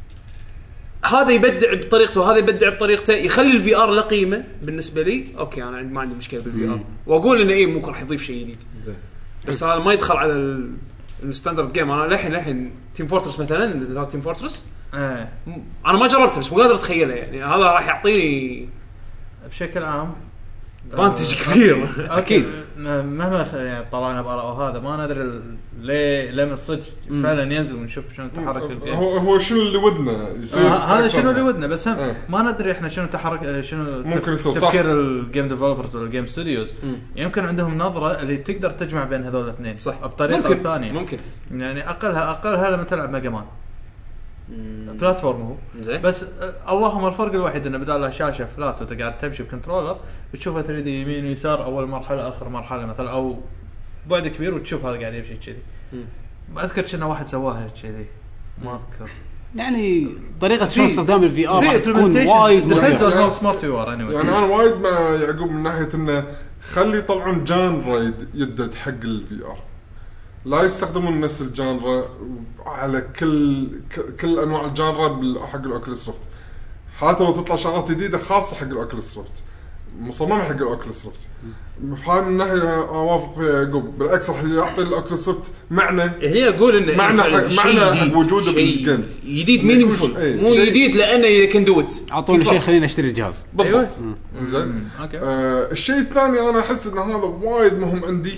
هذا يبدع بطريقته وهذا يبدع بطريقته يخلي الفي ار له قيمه بالنسبه لي. اوكي انا ما عندي مشكله بالفي ار واقول انه ايه ممكن راح يضيف شيء جديد، بس هذا ما يدخل على الستاندرد جيم. انا للحين للحين تيم فورترس مثلا تيم فورترس ايه انا ما جربته بس مو قادر اتخيله، يعني هذا راح يعطيني بشكل عام ادفانتج كبير. اكيد مهما يعني طلعنا باراء وهذا ما ندري ليه لما الصدق فعلا ينزل ونشوف شنو تحرك الجيم. هو هو شنو اللي ودنا يصير آه هذا شنو اللي ودنا، بس هم اه. ما ندري احنا شنو تحرك شنو تفكير الجيم ديفلوبرز ولا الجيم ستوديوز. يمكن عندهم نظره اللي تقدر تجمع بين هذول الاثنين صح بطريقه ممكن. ثانيه ممكن يعني اقلها اقلها لما تلعب ميجا مان بلاتفورم هو زي. بس اللهم الفرق الوحيد انه بدال له شاشه فلات وتقعد تمشي بكنترولر وتشوفها ثري دي يمين ويسار اول مرحله اخر مرحله مثلا، او بعد كبير وتشوف هذا قاعد يمشي كذي. ما اذكر كنا واحد سواها كذي ما اذكر يعني طريقه شلون استخدام الفي ار تكون وايد مختلفه سمارت يو ار يعني انا وايد ما يعقوب من ناحيه انه خلي طبعا جانرا يدد حق الفي ار، لا يستخدمون نفس الجانرا على كل كل انواع الجانرا حق الاوكيوليس ريفت، حتى لو تطلع شغلات جديده خاصه حق الاوكيوليس ريفت مصممه حق الاوكيوليس ريفت. فاهم من ناحيه اوافق في يعقوب، بالعكس راح يعطي الاوكيوليس ريفت معنى هني اقول انه معنى معنى حق وجوده بالجيمز جديد مينيمفول مو جديد لانه يو كان دو ات. اعطوني شيء خليني اشتري الجهاز بالضبط. زين آه الشيء الثاني انا احس ان هذا وايد مهم عندي،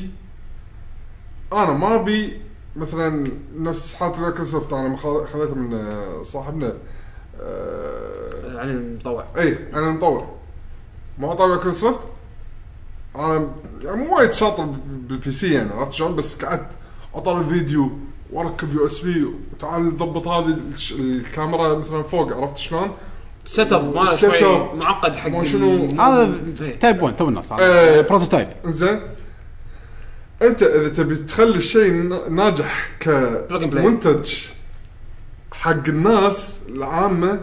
انا ما بي مثلا نفس حالة مايكروسوفت انا خذيتها من صاحبنا آه عن المطوع. اي انا مطوع ما طالع مايكروسوفت، انا يعني مو وايد شاطر بالبي سي يعني عرفت شلون، بس قعدت اطلع فيديو واركب يو اس بي وتعال ضبط هذه الكاميرا مثلا فوق عرفت شلون سيت اب ما شوي معقد حق شنو هذا تايب واحد تو الناس آه بروتوتايب. زين انت اذا تبي تخلي الشيء ناجح كمنتج حق الناس العامه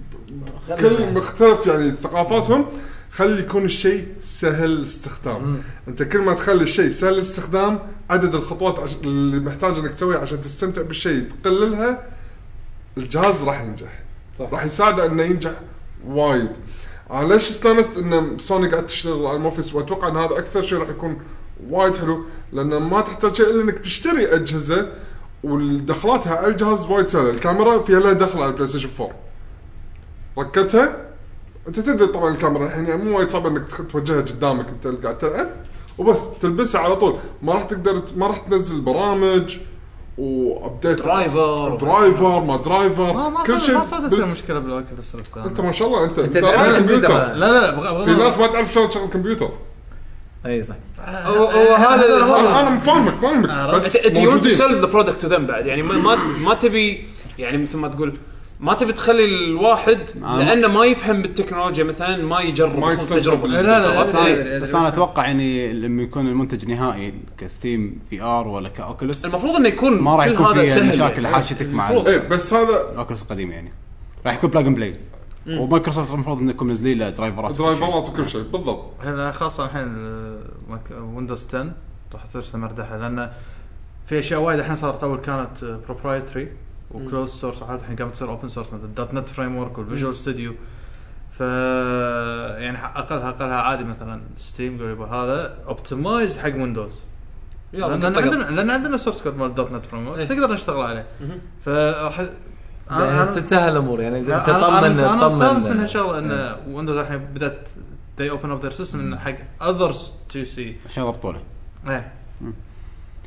كل مختلف يعني ثقافاتهم، خلي يكون الشيء سهل الاستخدام. مم. انت كل ما تخلي الشيء سهل الاستخدام عدد الخطوات عش... اللي محتاج انك تسويها عشان تستمتع بالشيء تقللها، الجهاز راح ينجح صح. راح يساعده انه ينجح وايد. انا ليش استانست ان سوني قاعد تشتغل على الموفيس، واتوقع ان هذا اكثر شيء راح يكون وايد حلو، لان ما تحتاج شيء الا انك تشتري اجهزه والدخلاتها على الجهاز وايد سهله. الكاميرا فيها لها دخل على البلاي ستيشن فور ركبتها انت تدري طبعا الكاميرا الحين يعني مو وايد صعب انك توجهها قدامك انت قاعد تلعب وبس تلبسها على طول، ما راح تقدر ما راح تنزل برامج وابديت درايفر درايفر ما درايفر ما كل شيء. ما صارت المشكله بالاوكيوليس ريفت. انت ما شاء الله انت انت كمبيوتر. لا لا لا في ناس ما تعرف شلون تشغل كمبيوتر. اي صح هذا انا مفهمك فاهمك بس انت يو تو سيل ذا برودكت تو ذم بعد يعني ما ما تبي يعني مثل ما تقول ما تبي تخلي الواحد لانه ما يفهم بالتكنولوجيا مثلا ما يجرب ما تجربه. لا لا بس انا, بس أنا اتوقع يعني لما يكون المنتج نهائي كستيم في ار ولا كاوكيوليس المفروض انه يكون ما راح يكون فيه مشاكل يعني. حاشتك مع ايه بس هذا الاوكيوليس القديم يعني راح يكون بلاج اند بلاي، ومايكروسوفت المفروض انكم منزلين له درايفرات درايفرات وكل شيء بالضبط. هذا خاصه الحين ويندوز عشرة راح تصير سمردحه لان في اشياء وايد الحين صارت اول كانت بروبرايتري وكلوز سورس وحاليا الحين قامت تصير اوبن سورس مثل الدوت نت فريم ورك والفيجوال ستوديو. ف يعني اقلها اقلها عادي مثلا ستيم قريبه هذا اوبتمايز حق ويندوز لان عندنا لان عندنا سورس كود مال دوت نت فريم ورك نقدر نشتغل عليه. فراح تتسهل الامور يعني انت تطمن انا مستانس من هالشغله ان ويندوز الحين بدات they open up their system حق others to see عشان يضبطونه. ايه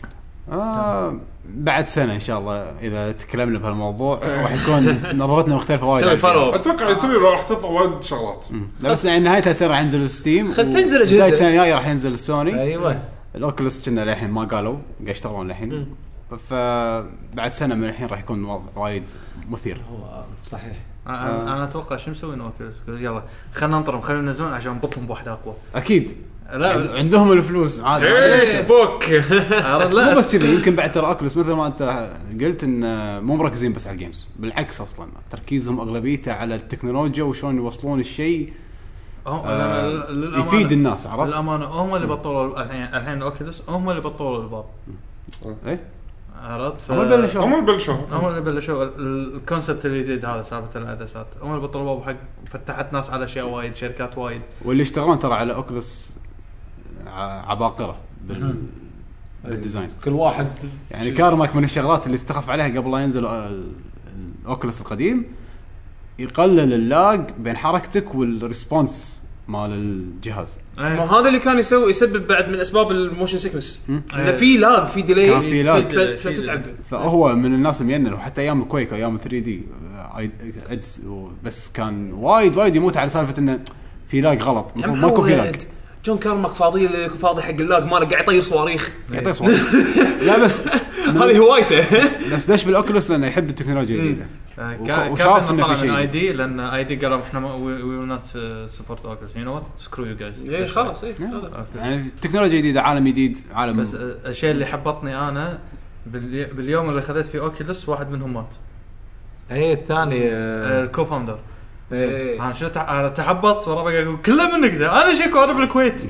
آه بعد سنه ان شاء الله اذا تكلمنا بهالموضوع راح يكون نظرتنا مختلفه وايد. اتوقع ثري راح تطلع وايد شغلات. لا بس يعني نهايتها سنه راح ينزل ستيم. خل تنزل اجهزه بدايه السنه الجايه راح ينزل السوني. ايوه الاوكيوليس كنا للحين ما قالوا قاعد يشتغلون للحين. فبعد سنه من الحين راح يكون وضع وايد مثير. هو صحيح. انا انا اتوقع شو مسوين اوكيوليس يلا خلينا ننطرهم خلينا ننزلون عشان نبطهم بواحده اقوى. اكيد لا عندهم الفلوس عادي. فيسبوك لا بس كذا يمكن بعد ترى اوكيوليس مثل ما انت قلت ان مو مركزين بس على الجيمز. بالعكس اصلا تركيزهم اغلبيته على التكنولوجيا وشلون يوصلون الشيء آه يفيد الناس. عرفت الامانه هم اللي بطلوا الحين الحين اوكيوليس هم اللي بطلوا الباب. ايه عرفت ف... هم اللي بلشوا هم اللي بلشوا هم اللي بلشوا الكونسبت الجديد هذا سالفه العدسات. هم اللي بطلوا الباب حق فتحت ناس على اشياء وايد شركات وايد واللي اشتغلون ترى على اوكيوليس عباقره بال بالديزاين. كل واحد يعني كارماك من الشغلات اللي استخف عليها قبل لا ينزل الاوكيوليس القديم يقلل اللاج بين حركتك والريسبونس مال الجهاز. ما هذا اللي كان يسوي يسبب بعد من اسباب الموشن سيكنس انه في لاج في ديلي كان في لاج فتتعب. فهو من الناس مينن وحتى ايام كويك ايام ثري دي ادز بس كان وايد وايد يموت على سالفه انه في لاج غلط. ماكو في لاج. جون كارماك فاضي اللي فاضي حق اللاج ماله قاعد يطير صواريخ يعطي صواريخ. لا بس هذه هوايته. بس داش بالاوكيوليس لانه يحب التكنولوجيا الجديده وشاف انه في شيء. اي دي لان اي دي قالوا احنا وي ويل نوت سبورت اوكيوليس يو نو وات سكرو يو جايز خلاص. اي يعني التكنولوجيا جديده عالم جديد عالم. بس الشيء اللي حبطني انا باليوم اللي خذيت فيه اوكيوليس واحد منهم مات. اي الثاني الكوفاوندر. ايه انا شفت انا تحبط ورا بقى اقول كله منك ده انا شيكو انا بالكويت.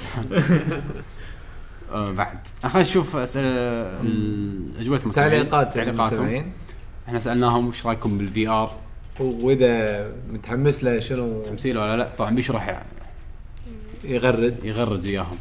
آه بعد خلينا نشوف اسئله الاجوبه المستمعين تعليقات المستمعين. احنا سالناهم وش رايكم بالفي ار واذا متحمس له شنو تمثيله ولا لا. طبعا بيش راح يغرد يغرد اياهم.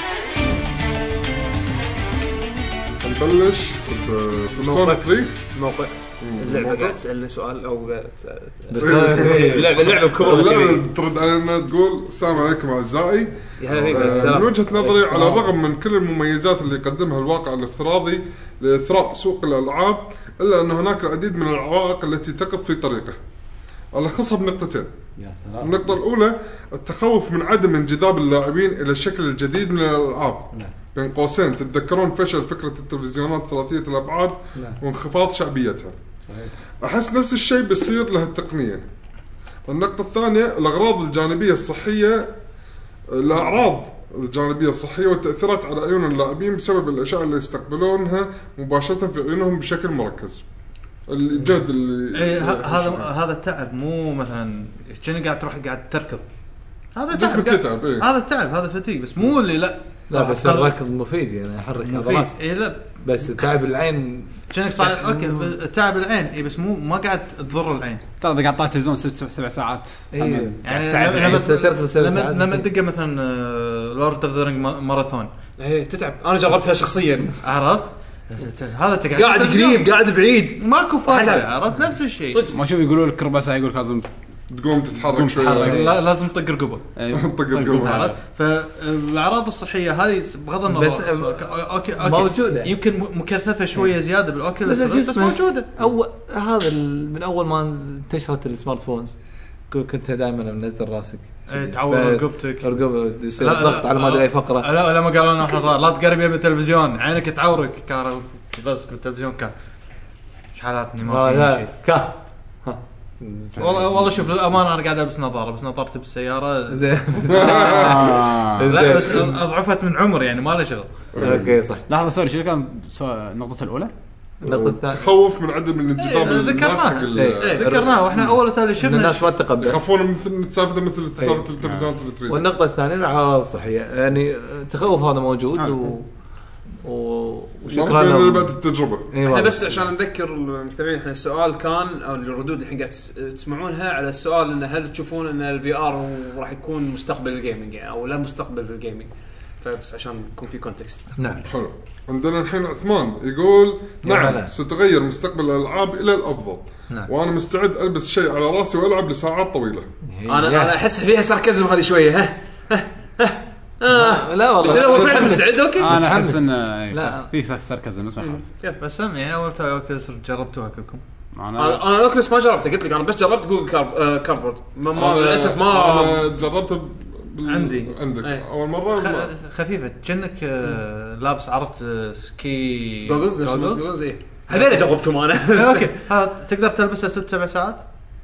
نبلش بسون ثري موقع اللعبه قاعد تسالني سؤال او اللعبه اللعبه الكبرى كذي ترد علينا تقول السلام عليكم اعزائي. من وجهه نظري على الرغم من كل المميزات اللي يقدمها الواقع الافتراضي لاثراء سوق الالعاب الا ان هناك العديد من العوائق التي تقف في طريقه. ألخصها بنقطتين. النقطه الاولى التخوف من عدم انجذاب اللاعبين الى الشكل الجديد من الالعاب. بين قوسين تتذكرون فشل فكره التلفزيونات ثلاثيه الابعاد وانخفاض شعبيتها. صحيح. احس نفس الشيء بيصير له التقنيه. النقطه الثانيه الاغراض الجانبيه الصحيه الاعراض الجانبيه الصحيه والتاثيرات على عيون اللاعبين بسبب الاشياء اللي يستقبلونها مباشره في عيونهم بشكل مركز. الجهد اللي ايه هذا هذا التعب مو مثلا كأنك قاعد تروح قاعد تركض. هذا تعب, تعب. إيه؟ هذا تعب هذا فتيق بس مو اللي لا لا بس الركض مفيد يعني يحرك عضلات. ايه لا بس تعب العين كأنك صار اوكي تعب العين اي بس مو ما قاعد تضر العين. ترى قاعد طالع تلفزيون ست سبع ساعات. إيه. يعني لما لما تدق مثلا لورد اوف ذا رينج ماراثون ايه تتعب. انا جربتها شخصيا عرفت. هذا تقعد قاعد قريب قاعد بعيد ماكو فايده. عرفت نفس الشيء. ما شوف يقولوا لك ربع ساعه يقول لازم تقوم تتحرك شوي. لا لازم تطق رقبه. طق رقبه. فالاعراض الصحيه هذه بغض النظر بس اوكي اوكي موجوده يمكن مكثفه شويه زياده بالاوكي بس موجوده. او هذا من اول ما انتشرت السمارت فونز كنت دائما منزل راسك تعور رقبتك رقبه يصير ضغط على ما ادري اي فقره. لا لما قالوا لنا احنا صار لا تقرب يم التلفزيون عينك تعورك كان بس التلفزيون كان شحالاتني ما في شيء كا والله والله شوف للامانه انا قاعد البس نظاره بس نظارتي بالسياره زين. لا بس اضعفت من عمر يعني ما له شغل. اوكي صح. لحظه سوري شو كان النقطه الاولى؟ النقطه الثانيه تخوف من عدم الانجذاب ذكرناها ذكرناها واحنا اول وثاني شفنا الناس ما تقبل يخافون مثل سالفه مثل سالفه التلفزيون الثري. والنقطه الثانيه العوارض الصحيه يعني التخوف هذا موجود و وشكرا لنا بعد التجربه. احنا بس عشان نذكر المستمعين احنا السؤال كان او الردود اللي الحين قاعد تسمعونها على السؤال انه هل تشوفون ان الفي ار راح يكون مستقبل الجيمنج يعني او لا مستقبل في الجيمنج فبس عشان يكون في كونتكست. نعم حلو. عندنا الحين عثمان يقول نعم لا. ستغير مستقبل الالعاب الى الافضل. نعم. وانا مستعد البس شيء على راسي والعب لساعات طويله. انا انا احس فيها ساركازم هذه شويه ها ها آه. لا والله بس اذا هو فعلا مستعد اوكي انا احس متحمس. انه لا. في ساركازم اسمه حال. بس هم يعني اول تاي اوكيلس جربتوها كلكم؟ انا انا انا اوكلس ما جربته قلت لك انا بس جربت جوجل كارب... آه كاربورد ما, ما أنا- للاسف ما انا جربته بال... عندي. عندك أي. اول مره ما- خ- خفيفه كأنك آه، لابس عرفت آه، سكي جوجلز جوجلز. جوجلز ايه هذول جربتهم انا إيه، اوكي هذا تقدر تلبسها ست سبع ساعات.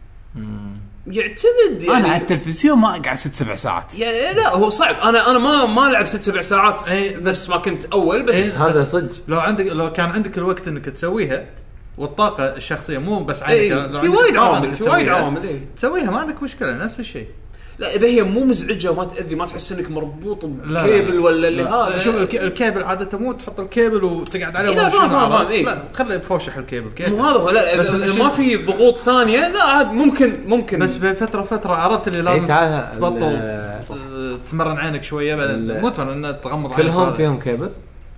يعتمد يعني انا على التلفزيون ما اقعد ست سبع ساعات. يعني لا هو صعب انا انا ما ما العب ست سبع ساعات إيه، بس ما كنت اول بس إيه. هذا بس صدق. لو عندك لو كان عندك الوقت انك تسويها والطاقه الشخصيه مو بس عينك ايه لو في عندك وايد الطاقة عوامل إنك في وايد تسويها، عوامل ايه تسويها ما عندك مشكله نفس الشيء. لا اذا هي مو مزعجه وما تاذي ما تحس انك مربوط لا، بكيبل لا. ولا اللي لا. هذا شوف الك- الكيبل عاده مو تحط الكيبل وتقعد عليه إيه، لا، ولا فاهم، شنو فاهم، عرفت؟ إيه. لا خليه يتفوشح الكيبل كيف مو هذا هو لا بس اذا الشيء- ما في ضغوط ثانيه لا عاد ممكن ممكن بس بفتره فتره عرفت اللي إيه لازم تعال تبطل ال- ت- تمرن عينك شويه بعدين ال- مو تمرن انه تغمض عينك كلهم هذا. فيهم كيبل.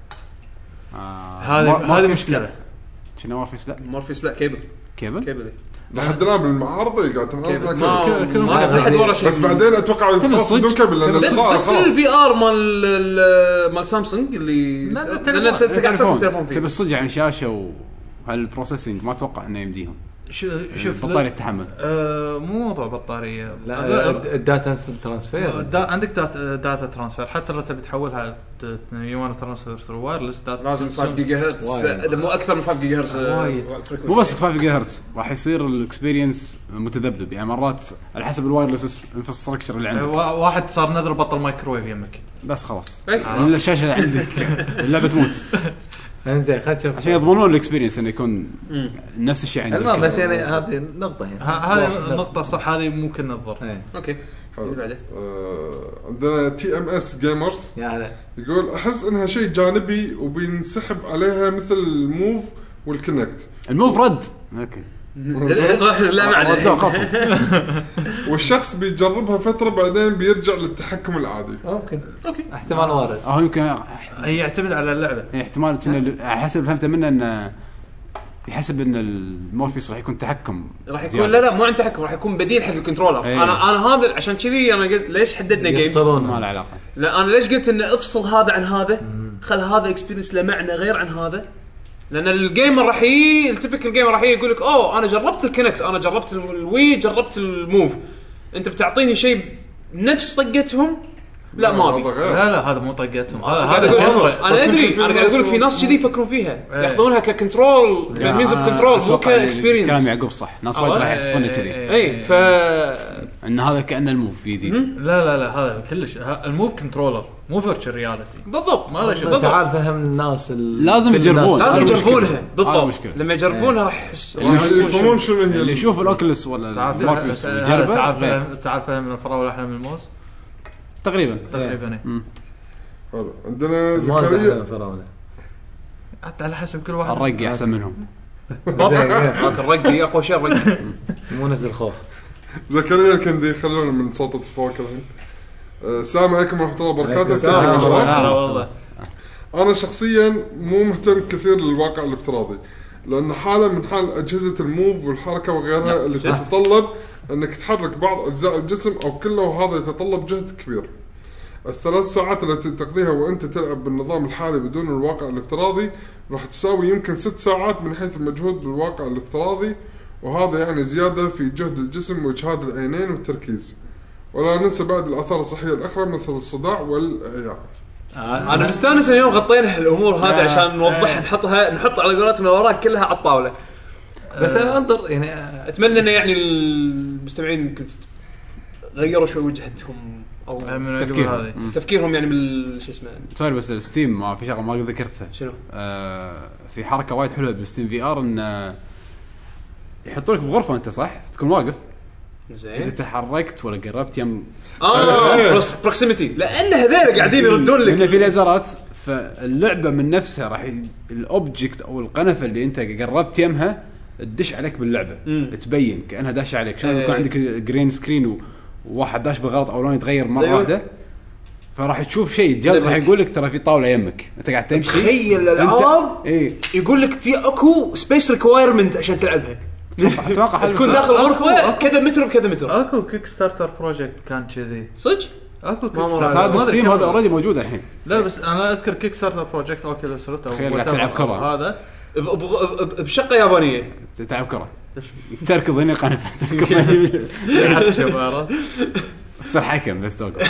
آه، هذه ما- ما هذه في مشكله سلاح. شنو مورفيس لا مورفيس لا كيبل كيبل كيبل إيه. لحد الان بالمعارض قاعد تنعرض كيبل لها ما كيبل. كل- ما ما حد ورا شيء بس بعدين اتوقع تبي خلاص الصج؟ بدون كيبل لان تبي بس صار بس خلاص. الفي ار مال ال- مال سامسونج اللي لا، لا، لان تليفون. انت أنت قاعد تحط التليفون تبي فيه الصج يعني شاشه وهالبروسيسنج ما اتوقع انه يمديهم. شو- شوف بطاريه التحمل. آه مو موضوع بطاريه لا الد- الداتا ترانسفير. دا عندك داتا, داتا ترانسفير حتى لو تبي تحولها يوان ترانسفير ثرو وايرلس داتا لازم خمسة جيجا هرتز وايد. اذا مو اكثر من خمسة جيجا هرتز وايد. مو بس خمسة جيجا هرتز راح يصير الاكسبيرينس متذبذب يعني مرات على حسب الوايرلس انفراستراكشر اللي عندك. واحد صار نذر بطل مايكرويف يمك بس خلاص إيه. الشاشه عندك اللعبه تموت انزين خلينا نشوف عشان يضمنون الاكسبيرينس انه يكون مم. نفس الشيء عندك. المهم بس يعني هذه نقطه يعني هذه النقطه صح هذه ممكن نظر إيه. اوكي اللي بعده آه، عندنا تي ام اس جيمرز يا هلا. يقول احس انها شيء جانبي وبينسحب عليها مثل الموف والكونكت الموف رد اوكي لا ردوه معنى قصد. والشخص بيجربها فتره بعدين بيرجع للتحكم العادي. ممكن اوكي احتمال وارد. او يمكن هي يعتمد على اللعبه احتمال كنا على حسب فهمته منه انه يحسب ان المورفيس راح يكون تحكم راح زيادة. يكون لا لا مو عن تحكم راح يكون بديل حق الكنترولر أيه. انا انا هذا عشان كذي انا قلت ليش حددنا جيمز يفصلون ما له علاقه. لا انا ليش قلت انه افصل هذا عن هذا خل هذا اكسبيرينس له معنى غير عن هذا لان الجيمر راح ي التبكل الجيمر راح يقول لك اوه انا جربت الكونكت انا جربت الوي جربت الموف انت بتعطيني شيء نفس طقتهم لا ما ابي هذا غير. لا لا هذا مو طقتهم هذا هذا هذا أقول- جنرا انا بس ادري يمكن في انا قاعد اقول لك في ناس ناس كذي يفكرون فيها إيه. ياخذونها ككنترول مينز اوف كنترول مو كاكسبيرينس كلام يعقوب صح ناس وايد راح يحسبونه كذي اي ف ان هذا كانه الموف جديد. لا لا لا هذا كلش ه- الموف كنترولر مو فيرتشوال رياليتي بالضبط ما له شغل. بالضبط. تعال فهم الناس ال... لازم كل يجربون. الناس. لازم هذا يجربونها هذا بالضبط مشكلة. لما يجربونها راح يحس يعني يفهمون شنو هي اللي يشوف الاوكلس ولا تعال المورفيس فهم- ويجربه تعال غير. فهم تعال فهم الفراوله احلى من الموز تقريبا تقريبا إيه. حلو. عندنا ما زكريا زعلان فراوله. حتى على حسب كل واحد الرقي احسن منهم. هاك الرقي اقوى شيء الرقي مو نفس الخوف. زكريا الكندي خلونا من صوت الفواكه الحين. آه، السلام عليكم ورحمه الله وبركاته. السلام. كيف حالكم؟ السلام. لا والله انا شخصيا مو مهتم كثير للواقع الافتراضي لان حاله من حال اجهزه الموف والحركه وغيرها اللي تتطلب انك تحرك بعض اجزاء الجسم او كله وهذا يتطلب جهد كبير. الثلاث ساعات التي تقضيها وانت تلعب بالنظام الحالي بدون الواقع الافتراضي راح تساوي يمكن ست ساعات من حيث المجهود بالواقع الافتراضي وهذا يعني زياده في جهد الجسم واجهاد العينين والتركيز. ولا ننسى بعد الاثار الصحيه الاخرى مثل الصداع والاعياء. انا مستانس اليوم غطينا الامور هذه آه. عشان نوضحها نحطها نحط على قولتهم الاوراق كلها على الطاوله بس انظر يعني اتمنى انه يعني المستمعين يمكن غيروا شوي وجهتهم او من تفكير. هذه مم. تفكيرهم يعني بال شو اسمه سوري بس الستيم ما في شغله ما ذكرتها. شنو آه في حركه وايد حلوه بالستيم في ار ان يحطوا لك بغرفه انت صح تكون واقف اذا زين تحركت ولا قربت يم اه بروكسيميتي لان هذول قاعدين يردون لان لك في ليزرات فاللعبه من نفسها راح ي... الاوبجكت او القنفه اللي انت قربت يمها تدش عليك باللعبه مم. تبين كانها داش عليك شلون إيه. يكون عندك جرين سكرين و... وواحد داش بالغلط او لون يتغير مره أيوة. واحده فراح تشوف شيء الجهاز راح يقول لك ترى في طاوله يمك انت قاعد تمشي تخيل أنت- الالعاب ايه يقول لك في اكو سبيس ريكوايرمنت عشان تلعبها اتوقع حلو تكون صح؟ داخل غرفه أكو- كذا متر بكذا متر اكو كيك ستارتر بروجكت كان كذي صدق اكو كيك ما ستارتر. هذا ما أدري ستيم كم- هذا اوريدي موجود الحين. لا بس انا اذكر كيك ستارتر بروجكت اوكيولوس ريفت او تخيل قاعد whatever تلعب كرة. هذا ب- ب- ب- بشقه يابانيه. تلعب كره تركض هنا قنفه تركض هنا عكس شباب تصير حكم بس توقف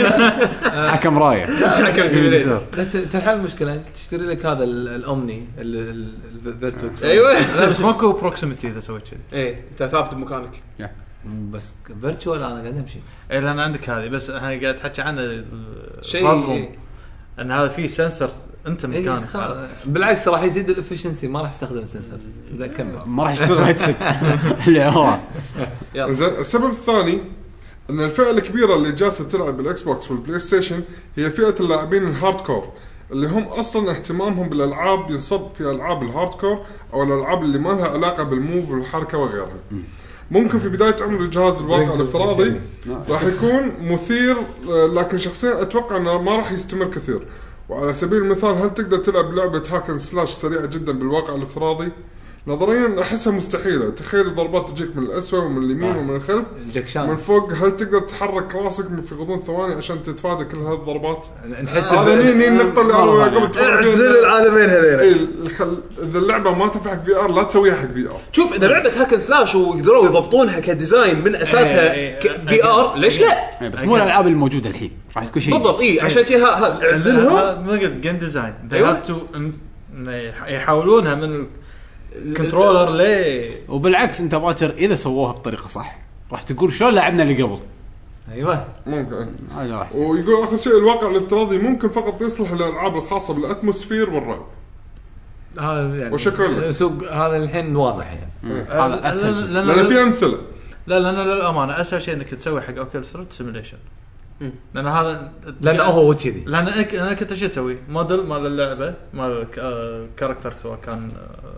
حكم رايح حكم سيميليتر. لا ت- تلحق المشكله تشتري لك هذا ال- الأومني الفيرتوكس ايوه لا بس ماكو بروكسيميتي اذا سويت كذي. ايه انت ثابت بمكانك. بس فيرتشوال انا قاعد امشي اي لان عندك هذه بس انا قاعد تحكي عنه شيء شيء ان هذا فيه سنسر انت إيه، مكانك. خ- بالعكس راح يزيد الافشنسي ما راح استخدم السنسرز زين كمل ما راح يشتغل هيدسيت اللي هو يلا. زين السبب الثاني ان الفئه الكبيره اللي جالسه تلعب بالاكس بوكس والبلاي ستيشن هي فئه اللاعبين الهارد كور اللي هم اصلا اهتمامهم بالالعاب ينصب في العاب الهارد كور او الالعاب اللي ما لها علاقه بالموف والحركه وغيرها. ممكن في بدايه عمر الجهاز الواقع الافتراضي راح يكون مثير، لكن شخصيا اتوقع انه ما راح يستمر كثير. وعلى سبيل المثال هل تقدر تلعب لعبه هاكن سلاش سريعه جدا بالواقع الافتراضي؟ نظريا احسها مستحيله. تخيل الضربات تجيك من الاسفل ومن اليمين ومن الخلف جكشان من فوق. هل تقدر تحرك راسك في غضون ثواني عشان تتفادى كل هالضربات؟ نحس هذا ني ني النقطه اللي انا قبل اعزل العالمين هذين. اي الخل... اذا اللعبه ما تنفع حق في ار لا تسويها حق في ار. شوف اذا لعبه هاكن سلاش ويقدروا يضبطونها كديزاين من اساسها في ار ليش لا؟ بس مو الالعاب الموجوده الحين راح تكون شيء بالضبط اي عشان شيء هذا اعزلهم ما قلت جيم ديزاين أيوة. يحاولونها من الكنترولر ليه. وبالعكس انت باكر اذا سووها بطريقه صح راح تقول شلون لعبنا اللي قبل. ايوه ممكن. هذا راح يصير. ويقول اخر شيء الواقع الافتراضي ممكن فقط يصلح للالعاب الخاصه بالاتموسفير والرعب. هذا يعني وشكرا لك. سوق هذا الحين واضح يعني هذا اسهل شيء. لان في امثله. لا لانه للامانه اسهل شيء انك تسوي حق اوكيولوس ريفت سيميليشن. لان هذا لان هو كذي لان انا كنت شو اسوي موديل مال اللعبه مال الكاركتر سواء كان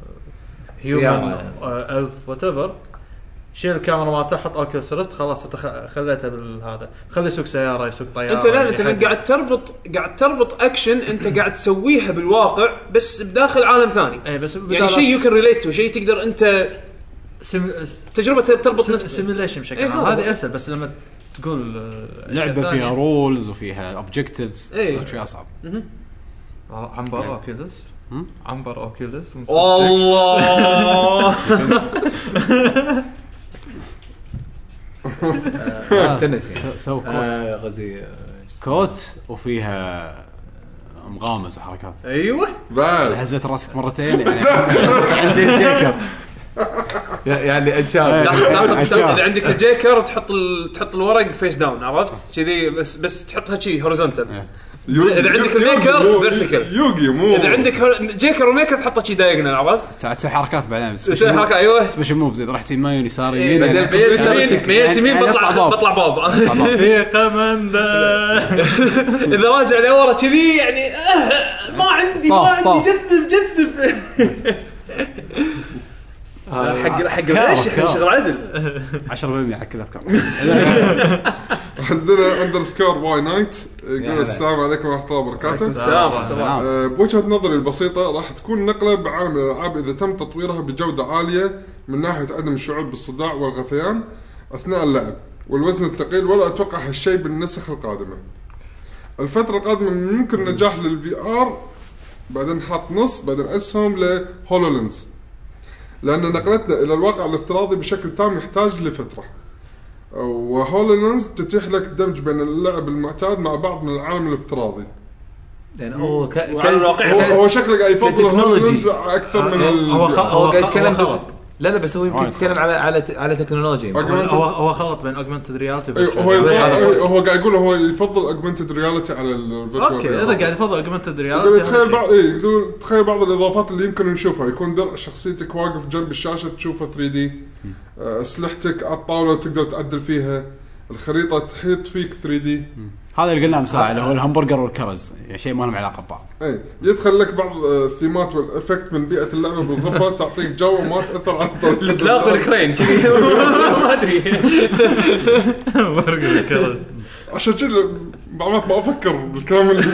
هيومن الف وات ايفر شيل الكاميرا ما تحط اوكيولوس ريفت خلاص خليتها بالهذا خلي يسوق سياره يسوق طياره. انت لا انت قاعد تربط قاعد تربط اكشن انت قاعد تسويها بالواقع بس بداخل عالم ثاني. اي بس يعني شيء يو كان ريليت تو شيء تقدر انت سم... تجربه تربط نفسك سيميليشن بشكل إيه عام هذه اسهل. بس لما تقول لعبه فيها رولز وفيها اوبجكتيفز إيه. شيء اصعب. عنبر اوكيولوس عنبر اوكيولوس الله تنس سو كوت غزي كوت وفيها مغامز وحركات. ايوه بعد هزت راسك مرتين يعني عندي الجيكر يعني انشاب اذا عندك الجيكر تحط ال... تحط الورق فيس داون عرفت كذي بس بس تحطها شيء هوريزونتال. اذا عندك الميكر فيرتيكال يوغي مو اذا عندك جيكر وميكر تحطه شي دايجنال عرفت ساعات تسوي حركات بعدين تسوي حركه ايوه سبيشل موفز اذا رحت يمين يسار إيه يمين بعدين ميلت يمين ميلت يمين بطلع بطلع باب في قمنده اذا راجع لورا كذي يعني آه ما عندي ما عندي جذب جذب حق حق ليش شغل عدل عشرة بالمئة على كل افكار. عندنا اندرسكور واي نايت يقول السلام عليكم ورحمه الله وبركاته. السلام أه بوجهه نظري البسيطه راح تكون نقله بعالم الالعاب اذا تم تطويرها بجوده عاليه من ناحيه عدم الشعور بالصداع والغثيان اثناء اللعب والوزن الثقيل. ولا اتوقع هالشيء بالنسخ القادمه. الفتره القادمه ممكن نجاح للفي ار بعدين حاط نص بعدين اسهم لهولولينز لأن نقلتنا إلى الواقع الافتراضي بشكل تام يحتاج لفترة. وهولولينز تتيح لك الدمج بين اللعب المعتاد مع بعض من العالم الافتراضي. يعني هو ك... الواقع هو, هو شكله قاعد يفضل هولولينز أكثر من ال هو هو قاعد يتكلم غلط. لا لا بس هو يمكن يتكلم على على على تكنولوجيا. هو هو خلط بين اوجمانتد رياليتي هو هو قاعد يقول هو يفضل اوجمانتد رياليتي على الفيرتشوال. اوكي اذا قاعد يفضل اوجمانتد رياليتي تخيل بعض اي يقول تخيل بعض الاضافات اللي يمكن نشوفها يكون درع شخصيتك واقف جنب الشاشه تشوفه ثري دي. اسلحتك على الطاوله تقدر تعدل فيها. الخريطه تحيط فيك ثري دي. هذا اللي قلناه مساء اللي هو الهمبرجر والكرز يعني شيء ما لهم علاقه ببعض. اي يدخل لك بعض الثيمات والافكت من بيئه اللعبه بالغرفه تعطيك جو وما تاثر على الاطلاق الكرين كذي ما ادري برجر الكرز عشان كذا بعض ما افكر بالكلام اللي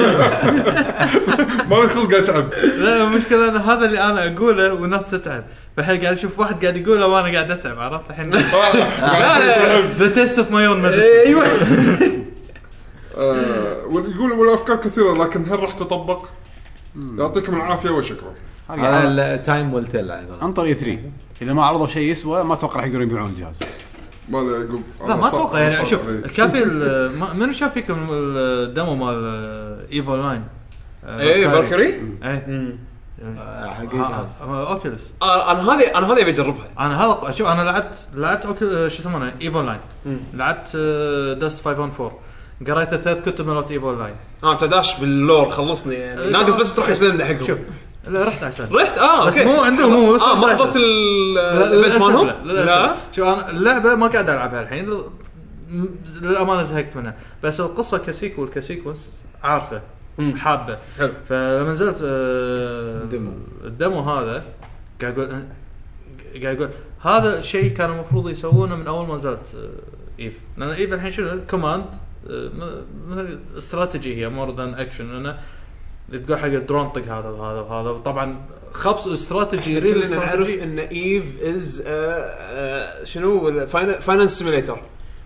ما الخلق اتعب. لا المشكله ان هذا اللي انا اقوله والناس تتعب فالحين قاعد اشوف واحد قاعد يقوله وانا قاعد اتعب عرفت الحين ذا تيست اوف ماي اون ميديسن. ايوه آه ويقول والافكار كثيره لكن هل راح تطبق؟ يعطيكم العافيه وشكرا. على التايم والتل انطر اي ثري اذا ما عرضوا شيء يسوى ما اتوقع يقدرون يبيعون الجهاز. ما له يعقوب لا ما اتوقع يعني. شوف كافي منو شاف فيكم الدمو مال ايفو لاين؟ ايه فالكري ايه حق جهاز اوكيلس. انا هذه انا هذه بجربها. انا هذا شوف انا لعبت لعبت اوكل شو يسمونه ايفو لاين. لعبت دست خمسة واحد أربعة قريت ثلاث كتب مالت ايفو لاين. اه انت داش باللور خلصني يعني ناقص بس تروح يسند حقهم. شوف لا رحت عشان رحت اه بس مو عندهم مو بس اه ما حضرت الايفنت مالهم. لا شوف انا اللعبه ما قاعد العبها الحين للامانه زهقت منها بس القصه كسيكول كسيكونس عارفه حابه. فلما نزلت الدمو الدمو هذا قاعد اقول قاعد اقول هذا الشيء كان المفروض يسوونه من اول ما نزلت ايف. لان ايف الحين شنو كوماند مثلا استراتيجي هي مور ذان اكشن. انا تقول حق الدرون طق هذا وهذا وهذا طبعا خبص استراتيجي ريل نعرف ان ايف از شنو فاينانس سيميليتر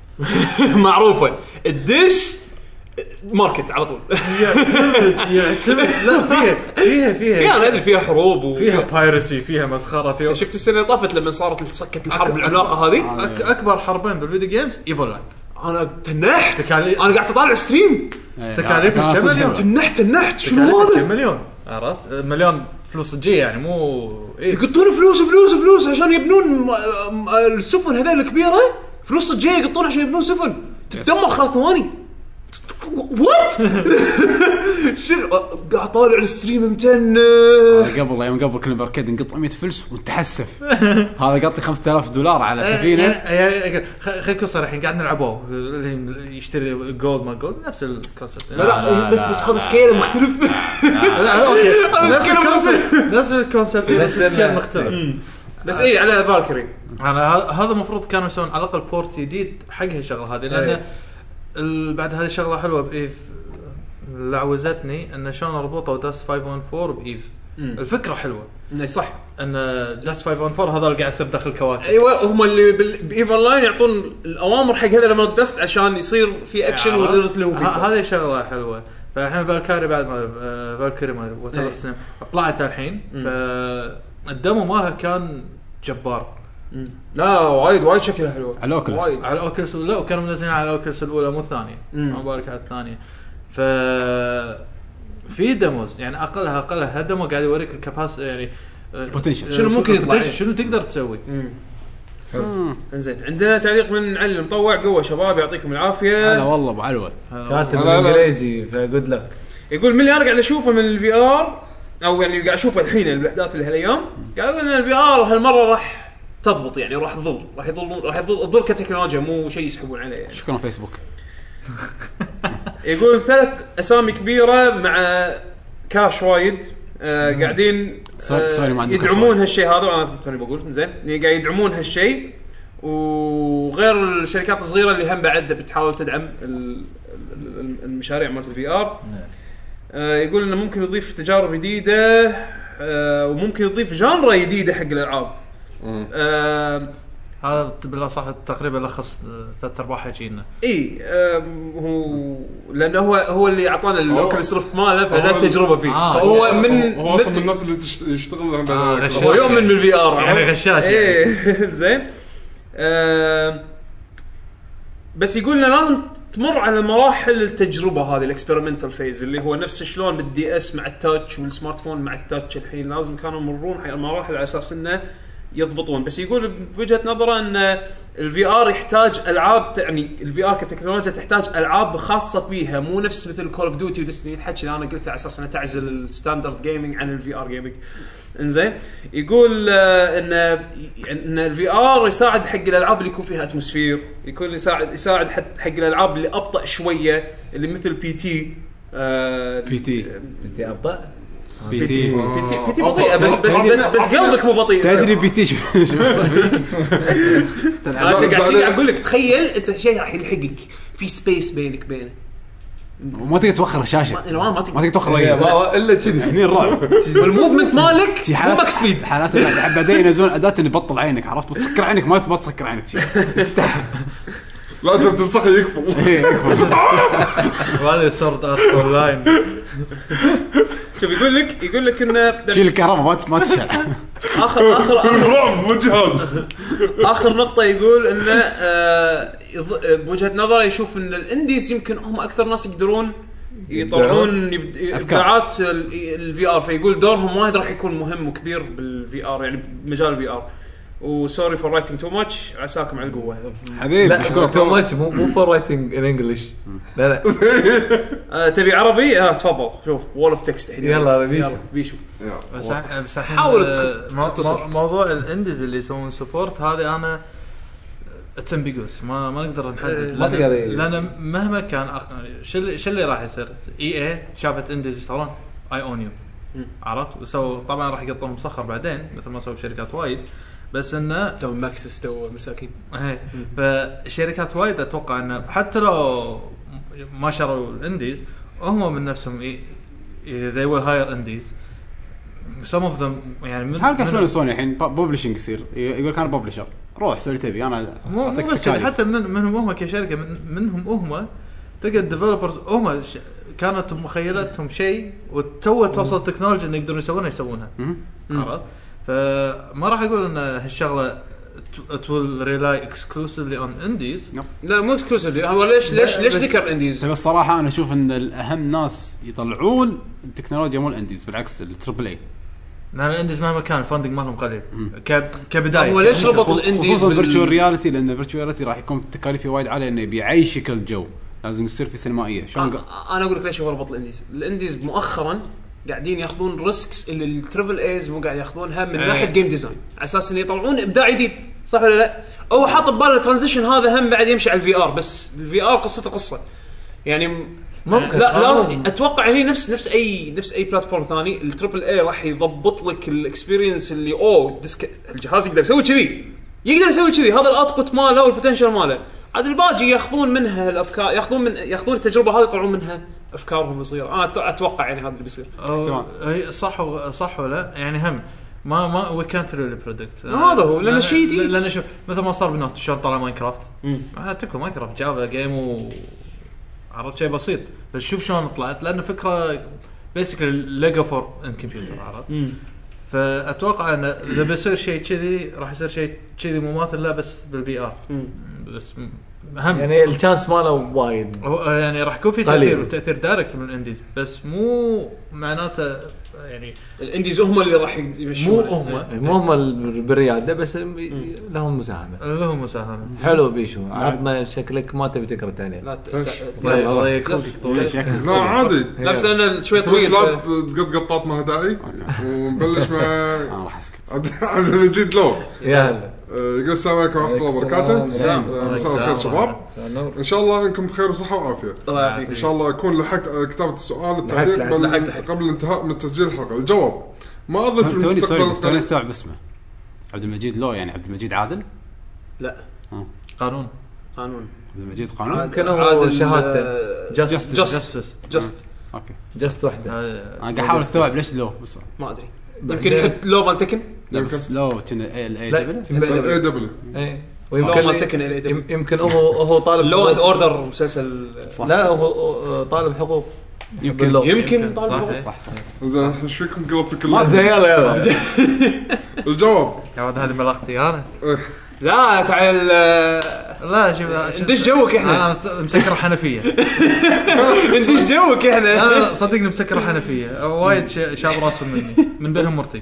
معروفه الدش ماركت على طول. يعتمد يعتمد لا فيها فيها فيها فيها انا ادري فيها حروب وفيها بايرسي فيها مسخره فيها. شفت السنه اللي طافت لما صارت سكت الحرب العملاقه هذه اكبر حربين بالفيديو جيمز ايفو لاين. انا تنحت تكالي... انا قاعد اطالع ستريم تكاليف كم مليون تنحت تنحت شنو هذا كم مليون عرفت مليون فلوس جي يعني مو إيه؟ يقطون فلوس فلوس فلوس عشان يبنون السفن هذول الكبيره فلوس الجي يقطون عشان يبنون سفن تدمر خلاص ثواني وات شو قاعد طالع الستريم متن قبل يوم قبل كل بركاد نقطع مية فلس وتحسف هذا قطي خمسة آلاف دولار على سفينه. خليك صار الحين قاعد نلعبوه يشتري جولد ما جولد نفس الكونسبت. لا لا بس بس هذا سكيل مختلف. لا اوكي نفس الكونسبت نفس الكونسبت بس سكيل مختلف. بس اي على فالكري انا هذا المفروض كانوا يسوون على الاقل بورت جديد حق هالشغله هذه. لان بعد هذه الشغله حلوه بايف لعوزتني ان شلون ربطوا داست خمسة واحد أربعة بايف. الفكره حلوه انه صح ان داست خمسة واحد أربعة هذا اللي قاعد يسب داخل الكواكب. ايوه هم اللي بايف اونلاين يعطون الاوامر حق هذا لما دست عشان يصير في اكشن ويرد له. هذه شغله حلوه. فالحين فالكاري بعد ما فالكاري ما وتلسنا طلعت الحين فالدمو مالها كان جبار. لا وايد وايد شكلها حلو على اوكلس على اوكلس. لا وكانوا منزلين على اوكلس الاولى مو الثانيه ما بالك على الثانيه. ف في ديموز يعني اقلها اقلها هالدمو قاعد يوريك الكاباسيتي يعني بوتنشل شنو ممكن يطلع شنو تقدر تسوي. انزين عندنا تعليق من علي المطوع قوه شباب يعطيكم العافيه. هلا والله ابو علوه كاتب انجليزي فجود لك. يقول من اللي انا قاعد اشوفه من الفي ار او يعني قاعد اشوفه الحين الاحداث اللي هالايام قاعد اقول ان الفي ار هالمره راح تضبط يعني راح تظل راح يظل راح يظل كتكنولوجيا مو شيء يسحبون عليه يعني. شكرا فيسبوك. يقول ثلاث اسامي كبيره مع كاش وايد آه قاعدين آه يدعمون هالشيء هذا. انا توني بقول زين قاعد يدعمون هالشيء وغير الشركات الصغيره اللي هم بعد بتحاول تدعم المشاريع مالت الفي ار. آه يقول انه ممكن يضيف تجارب جديده آه وممكن يضيف جانرا جديده حق الالعاب. آه هذا بالله صح تقريبا لخص ثلاث ارباع حكينا. اي آه هو لانه هو هو اللي اعطانا اللوكل صرف ماله فلا التجربه فيه. آه هو من هو اصلا من الناس اللي يشتغل آه هو يؤمن بالفي ار يعني غشاش. ايه زين. آه بس يقول لنا لازم تمر على مراحل التجربه هذه الاكسبيرمنتال فيز اللي هو نفس شلون بالدي اس مع التاتش والسمارت فون مع التاتش. الحين لازم كانوا يمرون على المراحل على اساس انه يضبطون. بس يقول بوجهه نظره ان الفي ار يحتاج العاب يعني الفي ار كتكنولوجيا تحتاج العاب خاصه فيها مو نفس مثل كول اوف ديوتي وديستني الحكي اللي انا قلته على اساس انه تعزل الستاندرد جيمنج عن الفي ار جيمنج. انزين يقول ان ان الفي ار يساعد حق الالعاب اللي يكون فيها اتموسفير يكون يساعد يساعد حق الالعاب اللي ابطا شويه اللي مثل بي تي آه بي تي بي تي ابطا بي تي بي تي بي تي بطيئه بس بس بس بس قلبك مو بطيء. تدري بي تي شو شو صار فيك؟ انا قاعد اقول لك تخيل انت شيء راح يلحقك في سبيس بينك بينه وما تقدر توخر الشاشه ما ما تقدر توخر الا كذي هني الرعب والموفمنت مالك مو ماكس سبيد. حالات بعدين ينزلون اداه انه يبطل عينك عرفت بتسكر عينك ما تبغى تسكر عينك تفتح لا انت بتمسخه يكفل. وهذا سورد ارت اون لاين. شوف يقول لك يقول لك انه شيل الكهرباء ما ما تشعل. اخر اخر اخر رعب مو جهاز. اخر نقطه يقول انه آه بوجهه نظره يشوف ان الانديز يمكن هم اكثر ناس يقدرون يطلعون ابداعات الفي ار، فيقول دورهم وايد راح يكون مهم وكبير بالفي ار يعني بمجال الفي ار. وسوري فور رايتنج تو ماتش، عساكم على القوه حبيبي. لا تو ماتش مو مو فور رايتنج ان انجلش. لا لا آه تبي عربي؟ اه تفضل شوف وول اوف تكست الحين. يلا بيشو بيشو. بس بس الحين حاول مو- موضوع الانديز اللي يسوون سبورت هذه انا تمبيجوس ما ما نقدر نحدد. ما تقدر إيه. لان مهما كان أخ... شو اللي شو اللي راح يصير. اي اي شافت انديز يشتغلون اي اون يو عرفت، وسووا طبعا راح يقطون مسخر بعدين مثل ما سووا شركات وايد، بس انه تو ماكس استوى مساكين. اهي فشركات وايد اتوقع انه حتى لو ما شروا الانديز هم من نفسهم ي... they will hire indies some of them يعني من هل كسبوا سوني الحين ببلشنج يصير يقول كان ببلشر روح سوي تبي انا مو مو بس كذا، حتى من منهم هم كشركه من منهم هم تلقى الديفلوبرز هم ش... كانت مخيلتهم شيء وتو توصل التكنولوجيا ان يقدرون يسوونها يسوونها عرفت. فما راح اقول ان هالشغله it will rely exclusively on indies. لا مو exclusively. هو ليش ليش ليش ذكر انديز؟ بس الصراحه انا اشوف ان الاهم ناس يطلعون التكنولوجيا مو الانديز، بالعكس التربل اي. لان الانديز مهما كان الفاندنج مالهم قليل ك كبدايه. هو ليش ربط الانديز خصوصا بالفيرتشوال رياليتي؟ لان الفيرتشوال رياليتي راح يكون تكاليفه وايد عاليه انه بيعيشك الجو، لازم يصير في سينمائيه. شلون انا اقول لك ليش هو ربط الانديز. الانديز مؤخرا قاعدين ياخذون ريسكس اللي التربل ايز مو قاعد ياخذونها من ناحيه جيم ديزاين على اساس انه يطلعون ابداع جديد، صح ولا لا؟ هو حاط بباله الترانزيشن هذا هم بعد يمشي على الفي ار، بس الفي ار قصته قصه يعني ممكن. لا لازم اتوقع هي نفس نفس اي نفس اي بلاتفورم ثاني. التربل اي راح يضبط لك الاكسبيرينس اللي اوه الجهاز يقدر يسوي كذي، يقدر يسوي كذي، هذا الاوتبوت ماله والبوتنشال ماله. عاد الباقي ياخذون منها الافكار، ياخذون من ياخذون التجربه هذه يطلعون منها افكارهم الصغيره. انا اتوقع يعني هذا اللي بيصير. هي صح صح ولا يعني هم ما ما وي كانت ريلي بريدكت هذا هو لان شيء جديد. لان شوف مثل ما صار بنوت شلون طلع ماينكرافت. ما تكفى ماينكرافت جاب جيم و عرفت شيء بسيط، بس شوف شلون طلعت لانه فكره بيسكلي ليجو فور ان كمبيوتر عرفت. فاتوقع ان اذا بيصير شيء كذي راح يصير شيء كذي مماثل له بس بالفي ار بس أهم. يعني الشانس ماله وايد يعني راح يكون في تأثير وتأثير دايركت من الانديز، بس مو معناته يعني الانديز هم اللي راح يمشون، مو هم مو هم بالرياده بس لهم مساهمه لهم مساهمه. حلو بيشو عرضنا شكلك ما تبي تقرا عليه. لا الله يخليك طويل شكلك لا عادي لا بس انا شوي طويل تقط قطات ما داعي ونبلش مع انا راح اسكت. عبد المجيد لو يلا يقول السلام عليكم ورحمه الله وبركاته. مساء الخير شباب، ان شاء الله انكم بخير وصحه وعافيه. ان شاء الله اكون لحقت كتابه السؤال التعليق قبل الانتهاء من تسجيل الحلقه. الجواب ما اظن في المستقبل. توني استوعب اسمه عبد المجيد لو يعني عبد المجيد عادل. لا قانون قانون عبد المجيد قانون كانوا شهادته جاست جاست جاست اوكي جاست واحده. انا قاعد احاول استوعب ليش لو بس ما ادري يمكن يحط لو مال تكن. لا بس لو كنا اي الاي دبل اي دبل اي ويمكن يمكن هو هو طالب لو اند اوردر مسلسل. لا هو طالب حقوق يمكن يمكن طالب حقوق. صح صح. زين ايش فيكم قلبتوا كل يلا يلا الجواب يا ولد هذه ملختي انا. لا تعال لا شوف ندش جوك احنا. انا مسكر حنفيه ندش جوك احنا. لا صدقني مسكر حنفيه وايد شاب راسهم مني من بينهم مرتي.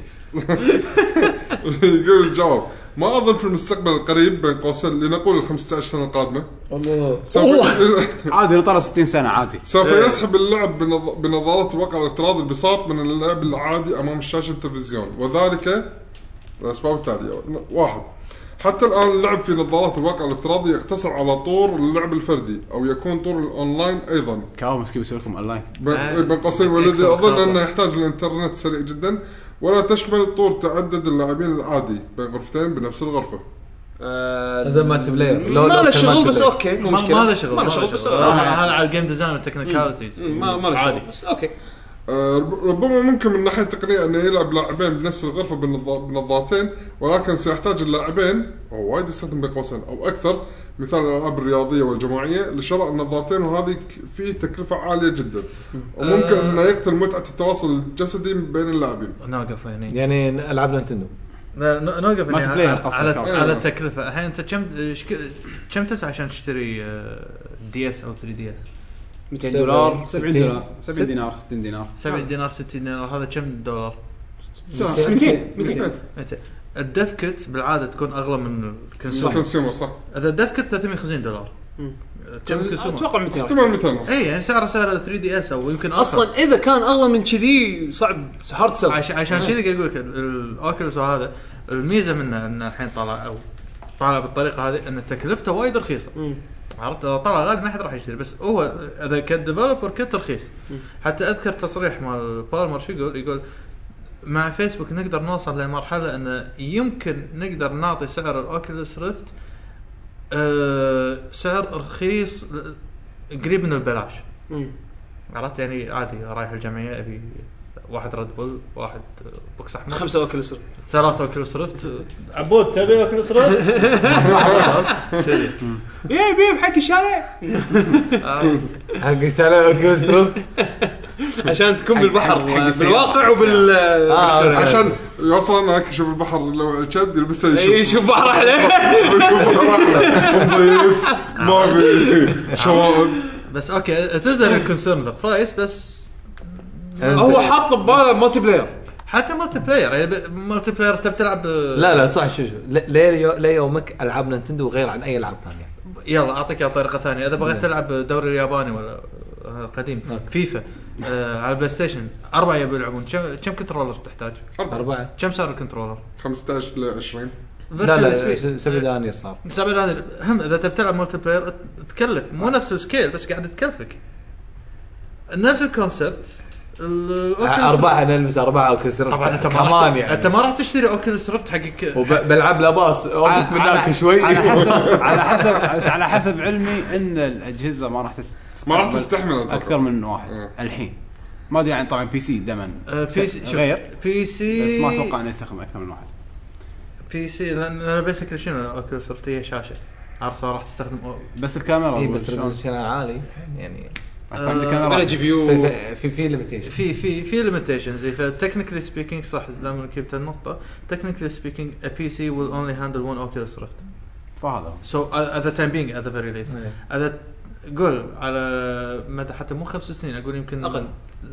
يقول الجواب ما اظن في المستقبل القريب بين قوسين لنقول الخمسة عشر سنه القادمه الله عادي نطلع ستين سنه عادي سوف يسحب اللعب بنظارات الواقع الافتراضي ببساطه من اللعب العادي امام الشاشه التلفزيون، وذلك الاسباب التاليه. واحد، حتى الآن اللعب في نظارات الواقع الافتراضي يقتصر على طور اللعب الفردي أو يكون طور الأونلاين أيضا. كاو مسكين بيسوي لكم أونلاين. بين قوسين والذي أظن أنه يحتاج الإنترنت سريع جدا ولا تشمل طور تعدد اللاعبين العادي بين غرفتين بنفس الغرفة. لازم ما تبلاير. ما له شغل بس أوكي مو مشكلة. ما له شغل. ما له شغل بس هذا على الجيم ديزاين والتكنيكاليتيز. ما ما له شغل بس أوكي. آه ربما ممكن من ناحيه تقنيه انه يلعب لاعبين بنفس الغرفه بالنظارتين، ولكن سيحتاج اللاعبين او وايد يستخدم بين قوسين او اكثر مثال الالعاب الرياضيه والجماعيه لشراء النظارتين، وهذه فيه تكلفه عاليه جدا وممكن أه انه يقتل متعه التواصل الجسدي بين اللاعبين. نوقف هنا يعني العاب نينتندو نوقف هنا على على, إيه. على التكلفه. الحين انت كم كم تدفع عشان تشتري دي اس او ثري دي اس؟ مئتين دولار سبعين دولار سبعين دينار ستين دينار سبعين دينار ستين دينار، هذا كم دولار؟ مئتين مئتين. الدفكت بالعاده تكون اغلى من الكونسيومر صح. اذا الدفكت ثلاثمية وخمسين دولار كم اتوقع مئتين احتمال مئتين اي يعني سعره سعر ثري دي اس او يمكن اصلا اذا كان اغلى من كذي صعب هارد سيل. عشان عشان كذي اقول لك الاوكيولوس هذا الميزه منه ان الحين طالع او طالع بالطريقه هذه ان تكلفته وايد رخيصه. عرفت طلع غالب ما حد راح يشتري، بس هو اذا كديفلوبر كنت رخيص. حتى اذكر تصريح مال بالمر شو يقول يقول مع فيسبوك نقدر نوصل لمرحله انه يمكن نقدر نعطي سعر الاوكيولوس ريفت أه سعر رخيص قريب من البلاش. عرفت يعني عادي رايح الجمعيه ابي واحد ريد بول واحد بوكس احمر خمسة اوكيولوس ثلاثة اوكيولوس ريفت. عبود تبي اوكيولوس ريفت؟ يا بيب حق الشارع حق الشارع اوكيولوس ريفت عشان تكون بالبحر بالواقع وبال آه عشان يوصل هناك يشوف البحر لو الشد يلبسه يشوف يشوف بحر احلى نظيف ما في شواطئ. بس اوكي تزر الكونسيرن ذا برايس، بس هو حاط بباله مالتي بلاير حتى مالتي بلاير يعني مالتي بلاير تبي تلعب. لا لا صح شو شو ليه ليه يومك العاب نينتندو غير عن اي العاب ثانيه. يلا اعطيك طريقه ثانيه اذا بغيت تلعب دوري الياباني ولا قديم فيفا آه على البلاي ستيشن أربعة يبي يلعبون كم كنترولر تحتاج؟ أربعة. كم سعر الكنترولر؟ خمسة عشر ل عشرين. لا لا سبعة دنانير صار سبعة دنانير. هم إذا تبي تلعب مالتي بلاير تكلف مو نفس السكيل بس قاعد تكلفك نفس الكونسبت. أربعة نلبس أربعة أوكيولوس ريفت طبعا انت كمان يعني انت ما راح تشتري اوكيولوس ريفت حقك وبلعب لا باس اوقف من هناك شوي. على حسب على حسب على حسب علمي ان الاجهزه ما راح ما راح تستحمل اكثر من واحد أه. الحين ما ادري يعني طبعا بي سي دائما بي سي غير بي سي بس ما اتوقع انه يستخدم اكثر من واحد بي سي لان انا بيسكلي شنو اوكيولوس ريفت هي شاشه عارفه راح تستخدم بس الكاميرا اي بس ريزولوشن عالي يعني عندك كاميرا جي بي يو في في ليميتيشن في في في ليميتيشنز. فتكنيكلي سبيكينج صح لما كتبت النقطه تكنيكلي سبيكينج a بي سي will only handle one Oculus Rift فهذا so at the time being at the very least هذا قول على مدى حتى مو خمس سنين اقول يمكن اقل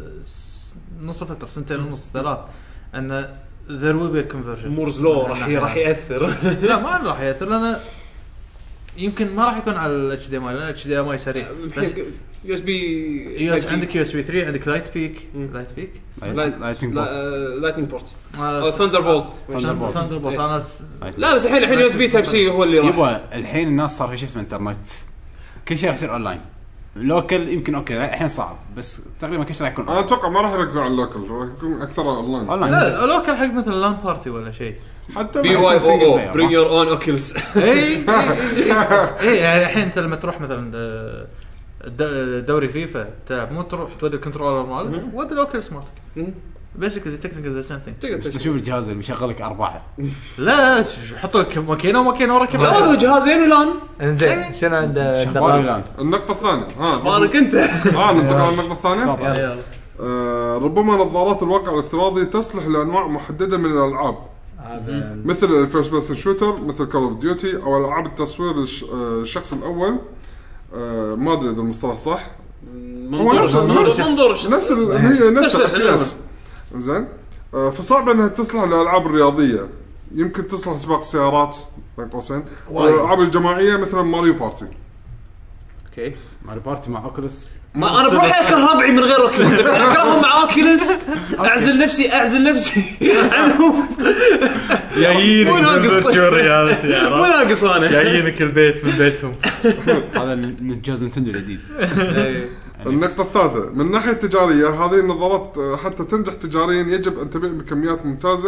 نص فتره سنتين ونص ثلاث ان there will be a conversion. مورز لو راح راح ياثر. لا ما راح ياثر لان يمكن ما راح يكون على الاتش دي ام اي لان الاتش دي ام اي سريع بس يو اس بي عندك يو اس بي ثري عندك لايت بيك لايت بيك لايتنج بورت لايتنج بورت او ثاندر بولت ثاندر بولت انا لا بس الحين الحين يو اس بي تايب سي هو اللي راح يبغى الحين الناس صار في شيء اسمه انترنت كل شيء راح يصير اونلاين. لوكل يمكن اوكي الحين صعب بس تقريبا كل شيء راح يكون انا اتوقع ما راح يركزوا على اللوكل راح يكون اكثر اونلاين. لا لوكل حق مثل لان بارتي ولا شيء حتى بي واي او او برينج يور اون اوكيولز. اي اي يعني الحين انت لما تروح مثلا دوري فيفا تلعب مو تروح تودي الكنترولر مالك ودي الاوكيولز مالك بيسكلي تكنيكال ذا سيم ثينج. تقدر تشوف الجهاز اللي بيشغل لك اربعه لا حط لك ماكينه وماكينه ورا كمان هذا جهازين ولان انزين شنو عند النقطه الثانيه ها انا كنت اه ننتقل على النقطه الثانيه. يلا آه ربما نظارات الواقع الافتراضي تصلح لانواع محدده من الالعاب مثل الفيرست بيرسون شوتر مثل كول اوف ديوتي او العاب التصوير الشخص الاول. آه ما ادري اذا المصطلح صح هو نفس نفس نفس هي نفس القياس زين. آه فصعب انها تصلح للالعاب الرياضيه يمكن تصلح سباق سيارات بين قوسين والالعاب الجماعيه مثلا ماريو بارتي. اوكي ماريو بارتي مع اوكولس ما انا بروح اكره ربعي من غير اوكيولس اكرههم مع اوكيولس اعزل نفسي اعزل نفسي عنهم جايين بالفيرتشوال رياليتي مو ناقص انا جايينك البيت من بيتهم. هذا من جهاز نينتندو الجديد. النقطة الثالثة من ناحية تجارية هذه النظارات حتى تنجح تجاريا يجب أن تبيع بكميات ممتازة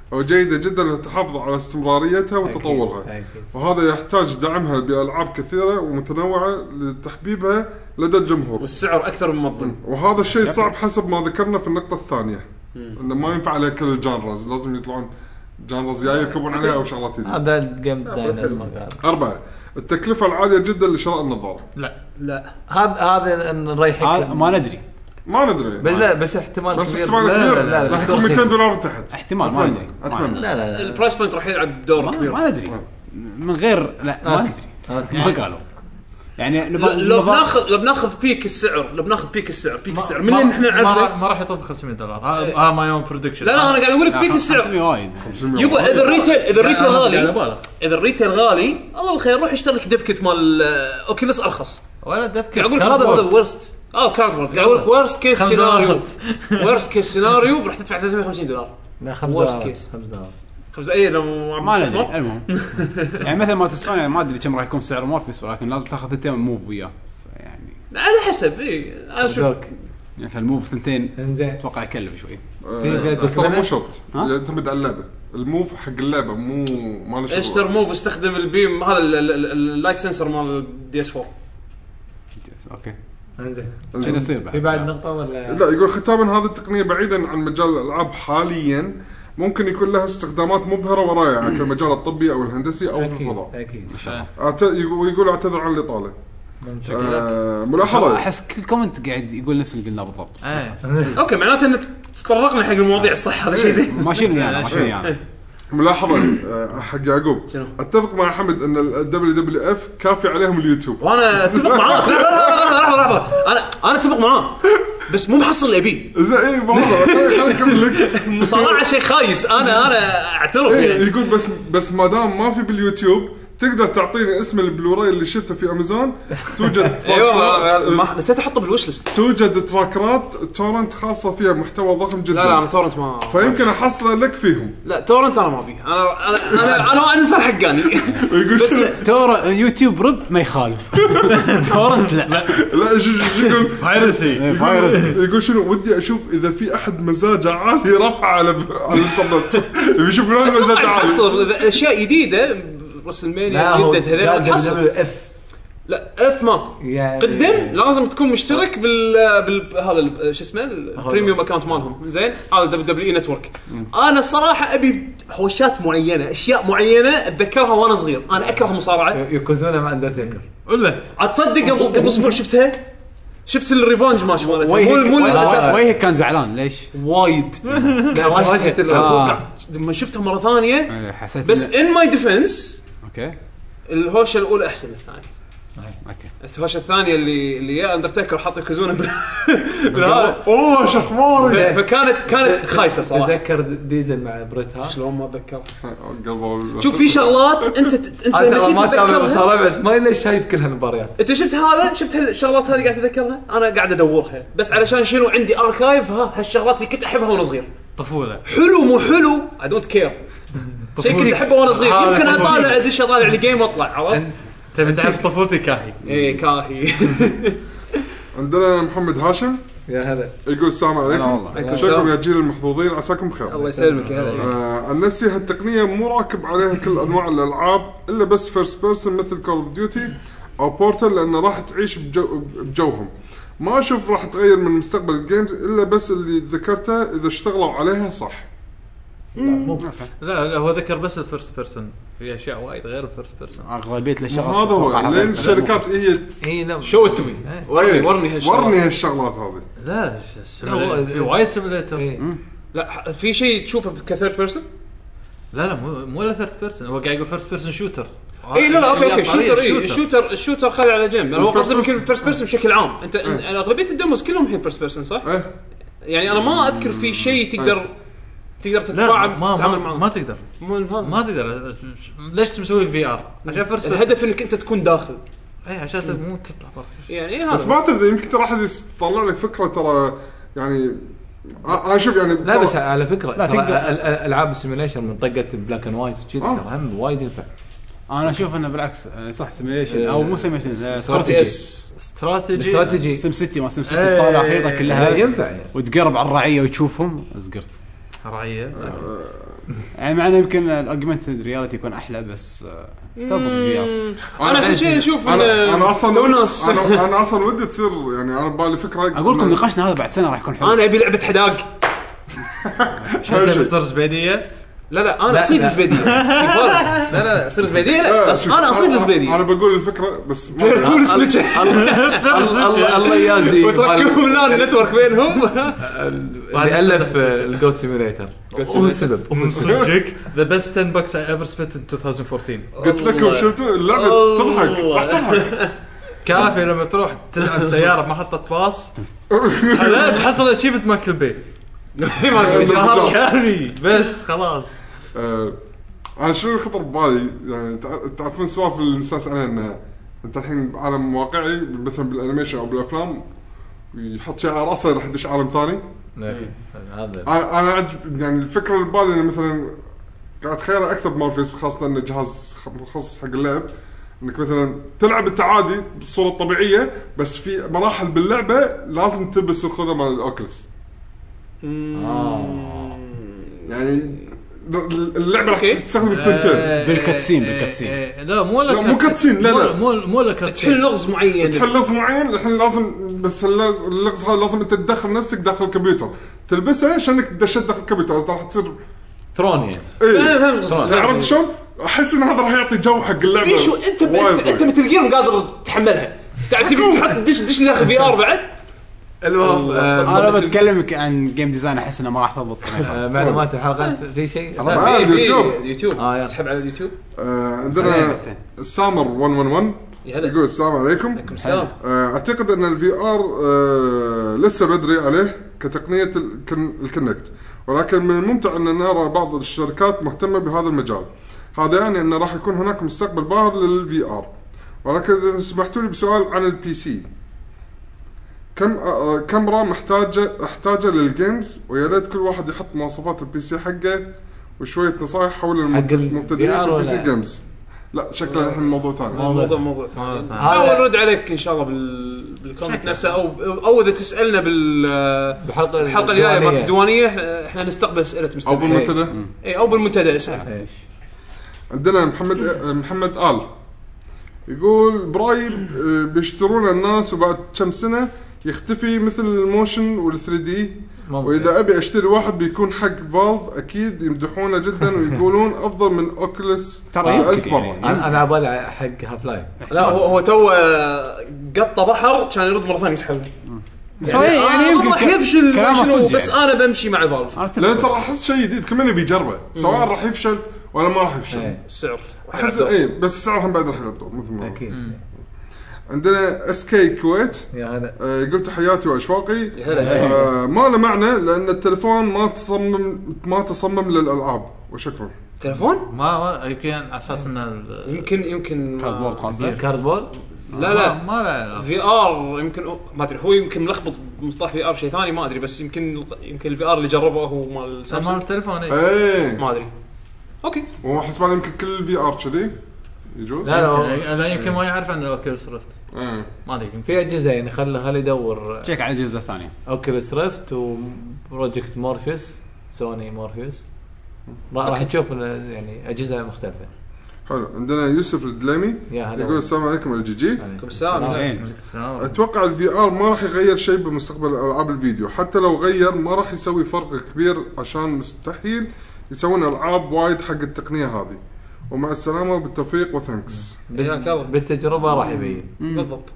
وجيدة جدا للتحافظ على استمراريتها وتطورها. أكيد. أكيد. وهذا يحتاج دعمها بألعاب كثيرة ومتنوعة لتحبيبها لدى الجمهور، والسعر اكثر من منظم. وهذا الشيء صعب حسب ما ذكرنا في النقطة الثانية، انه ما ينفع على كل الجانرز، لازم يطلعون جانرز جاي يركبون عليها او شغلات جديدة. هذا الجيم ديزاينرز ما قال. أربعة، التكلفة العالية جدا لشراء النظارة. لا لا هذا هذا نريحك هذا ما ندري ما ندري بس لا بس احتمال بس كبير. احتمال لا كبير لا لا, لا. راح يكون مئتين دولار تحت احتمال ما ندري أتمنى. لا لا, لا. البرايس بوينت راح يلعب دور ما, كبير. ما ندري من غير لا ما أوكي. ندري أوكي. ما قالوا يعني لو لو بناخذ لو بناخذ بيك السعر لو بناخذ بيك السعر بيك السعر من اللي احنا نعرفه ما راح يطوف خمسمية دولار. هذا ما يوم برودكشن. لا لا انا قاعد اقول لك بيك السعر خمسمية وايد يبا اذا الريتيل اذا الريتيل غالي بالغ. اذا الريتيل غالي الله الخير روح اشتري لك ديفكت مال اوكيلس ارخص. ولا دفك قاعد اقول هذا هذا الورست اه كارد قاعد اقول لك ورست كيس سيناريو ورست كيس سيناريو راح تدفع ثلاثمية وخمسين دولار. لا خمسة Worst case. خمسة دولار خمسة اي لو ما ندري المهم يعني مثلا ما تسوني ما ادري كم راح يكون سعر مورفيس ولكن لازم تاخذ ثنتين موف وياه يعني على حسب اي انا شوف يعني فالموف ثنتين انزين اتوقع يكلف شوي آه، بس ترى مو شرط ها؟ يعتمد على اللعبة. الموف حق اللعبة مو ما له شغل. اشتر موف استخدم البيم هذا اللايت سنسور مال دي اس أربعة. اوكي انزين شنو يصير بعد في بعد نقطة ولا لا يقول ختاما هذه التقنية بعيدا عن مجال الألعاب حاليا ممكن يكون لها استخدامات مبهرة ورائعة في المجال الطبي أو الهندسي أو في اكيد الفضاء. اكيد ان شاء الله أعت... ويقول اعتذر عن الإطالة. آه والله ملاحظة احس كل كومنت قاعد يقول نفس اللي قلناه بالضبط ايه اوكي معناته ان تطرقنا حق المواضيع الصح هذا شيء زين. ماشيين يعني ماشيين يعني ملاحظة آه، حق يعقوب شنو؟ اتفق مع حمد ان الدبليو دبليو اف كافي عليهم اليوتيوب. وانا اتفق معاه. لا لا لا لا لا انا انا اتفق معاه بس مو محصل اللي ابيه. زين اي والله خليني اكمل لك. مصارعه شيء خايس انا انا اعترف إيه يعني. يقول بس بس ما دام ما في باليوتيوب تقدر تعطيني اسم البلوراي اللي شفته في امازون. توجد ايوه ما نسيت احطه بالوش ليست. توجد تراكرات تورنت خاصة فيها محتوى ضخم جدا. لا لا انا تورنت ما فيمكن احصله لك فيهم. لا تورنت انا ما ابي. انا انا انا انا انسان حقاني. ويقول بس شنو؟ تور يوتيوب رب ما يخالف تورنت لا لا شو شو يقول فايروسي فايروس يقول شنو ودي اشوف اذا في احد مزاجه عالي رفع على على الانترنت. يشوف له مزاج عالي. تحصل إذا اشياء جديده رسل مانيا جدد هذول تحصل. اف لا اف ماكو يعني قدم لازم تكون مشترك بال بال هذا شو اسمه البريميوم اكونت مالهم زين هذا دبليو دبليو اي نتورك. انا الصراحه ابي حوشات معينه اشياء معينه اتذكرها وانا صغير. انا اكره المصارعه يكوزونا مع اندرتيكر ولا اتصدق قبل قبل اسبوع شفتها شفت الريفانج ماتش مالته مو مو الاساس وجهك كان زعلان ليش؟ وايد لا لما شفتها مره ثانيه حسيت بس ان ماي ديفنس اوكي الهوشه الاولى احسن من الثانيه. اوكي الهوشه الثانيه اللي اللي يا اندرتيكر حط كوزونا بال والله شخماري. فكانت كانت خايسه صراحه. تذكر ديزل مع بريت هارت شلون ما اتذكر. قلبه شوف في شغلات انت انت انت لما ما تتابع تتذكرها مصارعه بس ما ليش شايف كل هالمباريات. انت شفت هذا شفت هالشغلات هذه قاعد تتذكرها. انا قاعد ادورها بس علشان شنو عندي اركايف ها هالشغلات اللي كنت احبها وانا صغير. طفوله حلو مو حلو I don't care. شيء كنت احبه وانا صغير هذا يمكن طفولتي. اطالع ادش اطالع الجيم واطلع عرفت. تبي تعرف طفولتي كاهي. ايه كاهي. عندنا محمد هاشم يا هذا يقول السلام هلا عليكم. والله. شكرا يا جيل المحظوظين عساكم بخير. الله يسلمك يا هلا. آه عن نفسي هالتقنية مو راكب عليها كل أنواع الألعاب إلا بس فيرست بيرسون مثل كول اوف ديوتي أو بورتال لأنه راح تعيش بجو بجوهم. ما أشوف راح تغير من مستقبل الجيمز إلا بس اللي ذكرته إذا اشتغلوا عليها صح. لا لا هو ذكر بس الفيرست بيرسون في اشياء وايد غير الفيرست بيرسون. اغلبيه الاشياء هذا هو لين الشركات هي اي لا شو تبي ورني ورني هالشغلات. ورني هالشغلات هذه. لا لا، هو- في وايد سيميليتر. إيه. لا في شيء تشوفه كثيرد بيرسون. لا لا مو مو ولا ثيرد بيرسون هو قاعد يقول فيرست بيرسون شوتر. اي لا لا اوكي اوكي طريقة شوتر اي الشوتر الشوتر خلي على جنب. انا قصدي يمكن فيرست بيرسون بشكل عام. انت انا اغلبيه الديموز كلهم الحين فيرست بيرسون صح؟ إيه يعني انا ما اذكر في شيء تقدر تقدر لا تتفاعل ما تتعامل ما, معه. ما تقدر مو الفهم. ما تقدر. ليش تسوي لك في ار عشان فيرست بيرسون؟ الهدف انك انت تكون داخل اي عشان مو تطلع برا. يعني إيه بس هذا. ما تدري يمكن ترى أحد يطلع لك فكرة ترى يعني أنا شوف يعني لا بس على فكره لا ترى تقدر- ال- ال- العاب السيميليشن من طقه بلاك اند وايت وكذا آه. ترى هم وايد ينفع. انا اشوف انه بالعكس يعني صح سيميليشن إيه. او مو سيميليشن تي استراتيجي اس استراتيجي استراتيجي سم سيتي ما سم سيتي إيه. تطالع خريطه كلها ينفع يعني. وتقرب على الرعيه وتشوفهم زقرت رعيه يعني معنى يمكن الاوجمنتد رياليتي يكون احلى بس تربط الفي ار. انا عشان شيء اشوف انا انا اصلا تونس. انا انا اصلا ودي تصير يعني انا ببالي فكره اقول لكم نقاشنا هذا بعد سنه راح يكون حلو. انا ابي لعبه حداق. شو بتصير زبيديه؟ لا لا انا اصيد الزبيديه. لا لا لا اصير زبيديه لا بس انا اصيد الزبيديه. انا بقول الفكره بس تونس سويتش الله الله يجازي وتركبوا لان نتورك بينهم. اللي الف الجوت سيميليتر هو السبب. صدق ذا بيست عشرة bucks I ever spent in twenty fourteen. قلت لكم شفتوا اللعبه تضحك راح تضحك. كافي لما تروح تلعب سياره بمحطه باص لا تحصل اتشيفمنت ماكل بي كافي بس خلاص. انا شو خطر ببالي يعني تعرفون سوالف اللي نساس عليها انه انت الحين بعالم واقعي مثلا بالانيميشن او بالافلام يحط شيء على راسه راح يدش عالم ثاني. هذا انا انا عجب يعني الفكره اللي ببالي انه مثلا قاعد خيره اكثر بمورفيس خاصه انه جهاز مخصص حق اللعب انك مثلا تلعب التعادي بالصوره الطبيعيه بس في مراحل باللعبه لازم تلبس الخوذه مال الاوكلس. آه. يعني اللعبه راح تستخدم الكونتين بالكاتسين بالكاتسين لا مو لا مو كاتسين لا لا مو مو لك تحل لغز معين تحل لغز معين الحين لازم بس اللغز هذا لازم انت تدخل نفسك داخل الكمبيوتر تلبسها عشانك تدشت داخل الكمبيوتر راح تصير ترون يعني. ايه عرفت شلون؟ احس ان هذا راح يعطي جو حق اللعبه. في شو انت انت مثل جيم قادر تتحملها قاعد تبي تحط دش دش داخل في ار بعد. المهم انا بتكلمك عن جيم ديزاين احس انه ما راح تضبط معلومات الحلقه في شيء على اليوتيوب يوتيوب اه تسحب على اليوتيوب. عندنا سامر واحد واحد واحد يقول السلام عليكم. عليكم السلام. اعتقد ان الفي ار لسه بدري عليه كتقنيه الكونكت ولكن من الممتع ان نرى بعض الشركات مهتمه بهذا المجال. هذا يعني ان راح يكون هناك مستقبل باهر للفي ار. ولكن اذا سمحتوا لي بسؤال عن البي سي كم كاميرا محتاجه احتاجه للجيمز ويا ريت كل واحد يحط مواصفات البي سي حقه وشويه نصائح حول المبتدئين في البي سي جيمز. لا شكله الحين موضوع ثاني. موضوع موضوع ثاني. حاول نرد عليك ان شاء الله بالكومنت نفسه او او اذا تسالنا بالحلقه الحلقه الجايه مالت الديوانيه احنا نستقبل اسئله مستمعين. او بالمنتدى. اي او بالمنتدى اسال. عندنا محمد محمد آل يقول براي بيشترون الناس وبعد كم سنه يختفي مثل الموشن والثري دي واذا ابي اشتري واحد بيكون حق فالف اكيد يمدحونه جدا ويقولون افضل من اوكلس ألف مره. انا انا عبالي حق هاف لايف. لا هو هو تو قطه بحر كان يرد مره ثانيه يسحب يعني, يعني يمكن راح يفشل بس يعني. انا بمشي مع فالف لان ترى احس شيء جديد كمان بيجربه سواء راح يفشل ولا ما راح يفشل. السعر احس اي بس السعر هم بعد راح يلعب مثل ما اكيد. عندنا اس كي كويت يا هلا آه قلت حياتي واشواقي آه ما له معنى لان التليفون ما تصمم ما تصمم للالعاب وشكرا. تليفون ما, ما يمكن على اساس انه يمكن يمكن كاردبورد خاصه كاردبورد لا لا ما لا في ار يمكن ما ادري هو يمكن ملخبط بمصطلح في ار شيء ثاني ما ادري بس يمكن يمكن الفي ار اللي جربه هو مال سامسونج التليفون اي ما ادري اوكي هو حسب يمكن كل الفي ار كذي يجوز. لا لا لا يمكن ما يعرف عن الاوكيوليس ريفت ايه ما ادري في اجهزه يعني خلى خلي يدور تشيك على الاجهزه الثانيه اوكيوليس ريفت وبروجكت مورفيوس سوني مورفيوس راح تشوف يعني اجهزه مختلفه. حلو. عندنا يوسف الدليمي يقول السلام عليكم الجي جي. عليكم السلام. اتوقع الفي ار ما راح يغير شيء بمستقبل العاب الفيديو حتى لو غير ما راح يسوي فرق كبير عشان مستحيل يسوون العاب وايد حق التقنيه هذه ومع السلامه وبالتوفيق وثانكس. بالتجربه راح يبين بالضبط.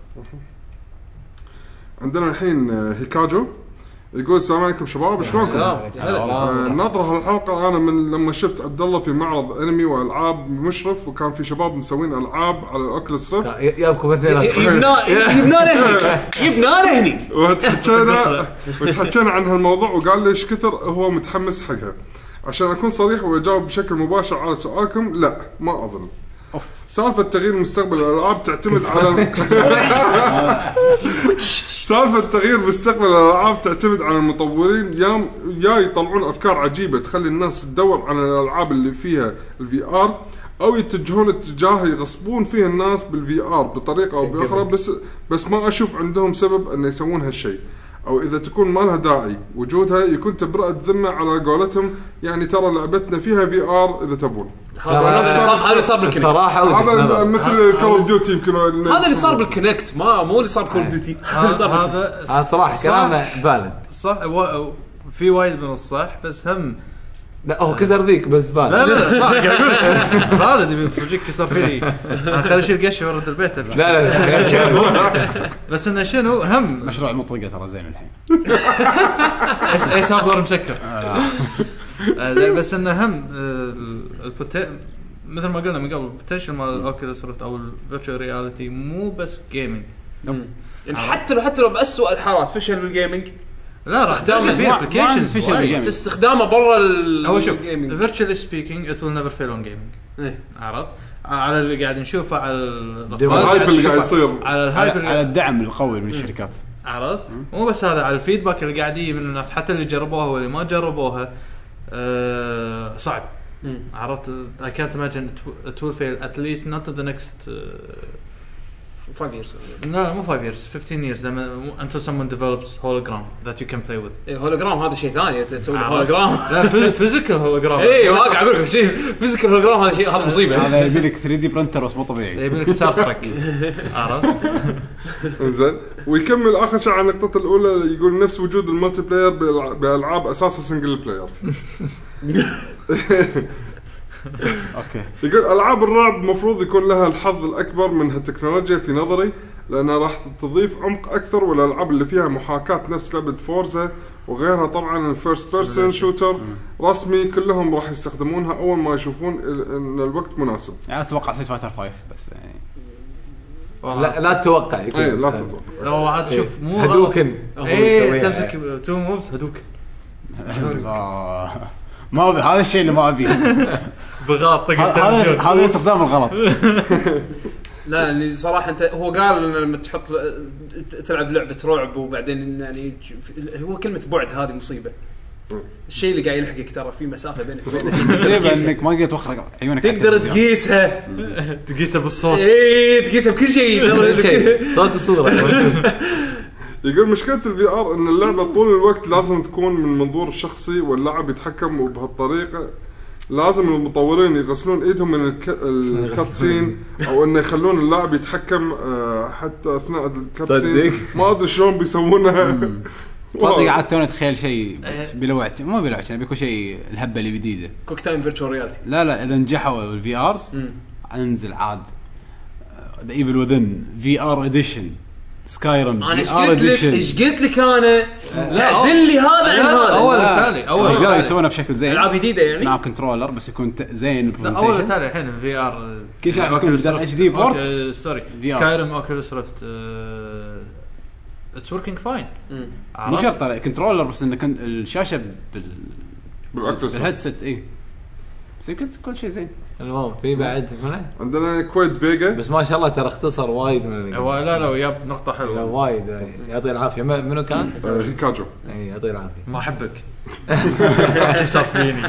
عندنا الحين هيكاجو يقول السلام عليكم شباب شلونكم؟ آه ناطر هالحلقه انا من لما شفت عبد الله في معرض انمي والعاب مشرف وكان في شباب مسوين العاب على الاوكلس ريفت يابكم اثنين يبنا يبنا له يبنا له هني وتحكينا وتحكينا عن هالموضوع وقال لي ايش كثر هو متحمس حقها. عشان اكون صريح واجاوب بشكل مباشر على سؤالكم لا ما اظن. سالفه تغيير مستقبل الالعاب تعتمد على سالفه تغيير مستقبل الالعاب تعتمد على المطورين يا يا يطلعون افكار عجيبه تخلي الناس تدور على الالعاب اللي فيها الفي ار او يتجهون اتجاه يغصبون فيه الناس بالفي ار بطريقه او باخرى بس بس ما اشوف عندهم سبب ان يسوون هالشيء. او اذا تكون ما لها داعي وجودها يكون تبرئة ذمة على قولتهم. يعني ترى لعبتنا فيها في ار اذا تبون. هذا اللي صار بالكونكت صراحه هذا مثل كول اوف ديوتي يمكن هذا اللي صار بالكونكت ما مو اللي صار بكول اوف ديوتي. هذا صراحه كلامه فالid صح و... في وايد من الصح بس هم لا هو كسر ذيك بس فالid. لا لا صح فالid بيصجيك كسر فيني انا خلي اشيل قش ورد البيت. لا لا بس انه شنو هم مشروع المطرقه ترى زين الحين. اي سيرفر مسكر بس انه هم البوتنشل مثل ما قلنا من قبل البوتنشل مال الاوكيولوس ريفت او الفيرتشوال رياليتي مو بس جيمنج. يعني حتى لو حتى لو باسوء الحالات فشل بالجيمنج لا راح تستخدمه في ابلكيشنز استخدامه برا ال هو شوف فيرتشوالي سبيكينج ات ويل نيفر فيل اون جيمنج. عرفت على اللي قاعد نشوفه على الهايب اللي قاعد يصير على الهايب على الدعم القوي من الشركات. عرفت مو بس هذا على الفيدباك اللي قاعد يجي من الناس حتى اللي جربوها واللي ما جربوها. أه صعب. عرفت I can't imagine it, it will fail at least not to the next uh, five years. لا مو five years fifteen years until someone develops hologram that you can play with. إيه هولوجرام هذا شيء ثاني تسوي هولوجرام. لا physical hologram. إيه واقع أقول لك شيء physical hologram هذا شيء هذا مصيبة. هذا يبي لك ثري دي برنتر بس مو طبيعي. يبي لك ستار ترك. عرفت. إنزين ويكمل آخر شيء على النقطة الأولى يقول نفس وجود الملتي بلاير بألعاب أساسا سنجل بلاير. اوكي يقول العاب الرعب مفروض يكون لها الحظ الاكبر من هالتكنولوجيا في نظري لانها راح تضيف عمق اكثر والالعاب اللي فيها محاكاه نفس لعبه فورزا وغيرها طبعا الفيرست بيرسون شوتر رسمي كلهم راح يستخدمونها اول ما يشوفون ان الوقت مناسب. يعني اتوقع سيت فايتر فايف بس يعني لا لا تتوقع اي لا تتوقع لو عاد تشوف مو هدوكن اي تمسك تو موفز هدوكن ما أبي هذا الشيء اللي ما أبيه. بغاط هذا هذا استخدام الغلط. لا اللي صراحة أنت هو قال إن لما تحط تلعب لعبة رعب وبعدين يعني هو كلمة بعد هذه مصيبة. الشيء اللي قاعد يلحقك ترى في مسافة بينك وبينه. مصيبة إنك ما قدرت توخر عيونك. تقدر تقيسها. تقيسها بالصوت. إيه تقيسها بكل شيء. صوت الصورة. يقول مشكلة الفي ار ان اللعبة طول الوقت لازم تكون من منظور الشخصي واللاعب يتحكم وبهالطريقة لازم المطورين يغسلون ايدهم من الكاتسين او انه يخلون اللاعب يتحكم حتى اثناء الكاتسين ما ادري شلون بيسوونها. صدق قعدت تونا اتخيل شيء بلوعت مو بلوعت يعني بيكون شيء الهبة اللي جديدة كوك تايم فيرتشوال رياليتي. لا لا اذا نجحوا الفي ارز انزل عاد ذا ايفل وذن في ار اديشن سكايرم انا ايش قلت لك ايش قلت لك انا تعزل لي هذا عن هذا اول تالي اول قالوا يسوونه بشكل زين العاب جديده يعني مع كنترولر بس يكون زين اول تالي الحين في ار كل شيء يكون بدل اتش دي بورت سوري سكايرم اوكيولوس ريفت اتس وركينج فاين مو شرط كنترولر بس انه كنت الشاشه بال بالهيدسيت اي بس يمكن كل شيء زين. المهم في بعد هنا عندنا كويت فيجا بس ما شاء الله ترى اختصر وايد من هو لا لا وياب نقطة حلوة وايد يعطي العافية. منو كان؟ هيكاجو. اي يعطي العافية. ما احبك كسر فيني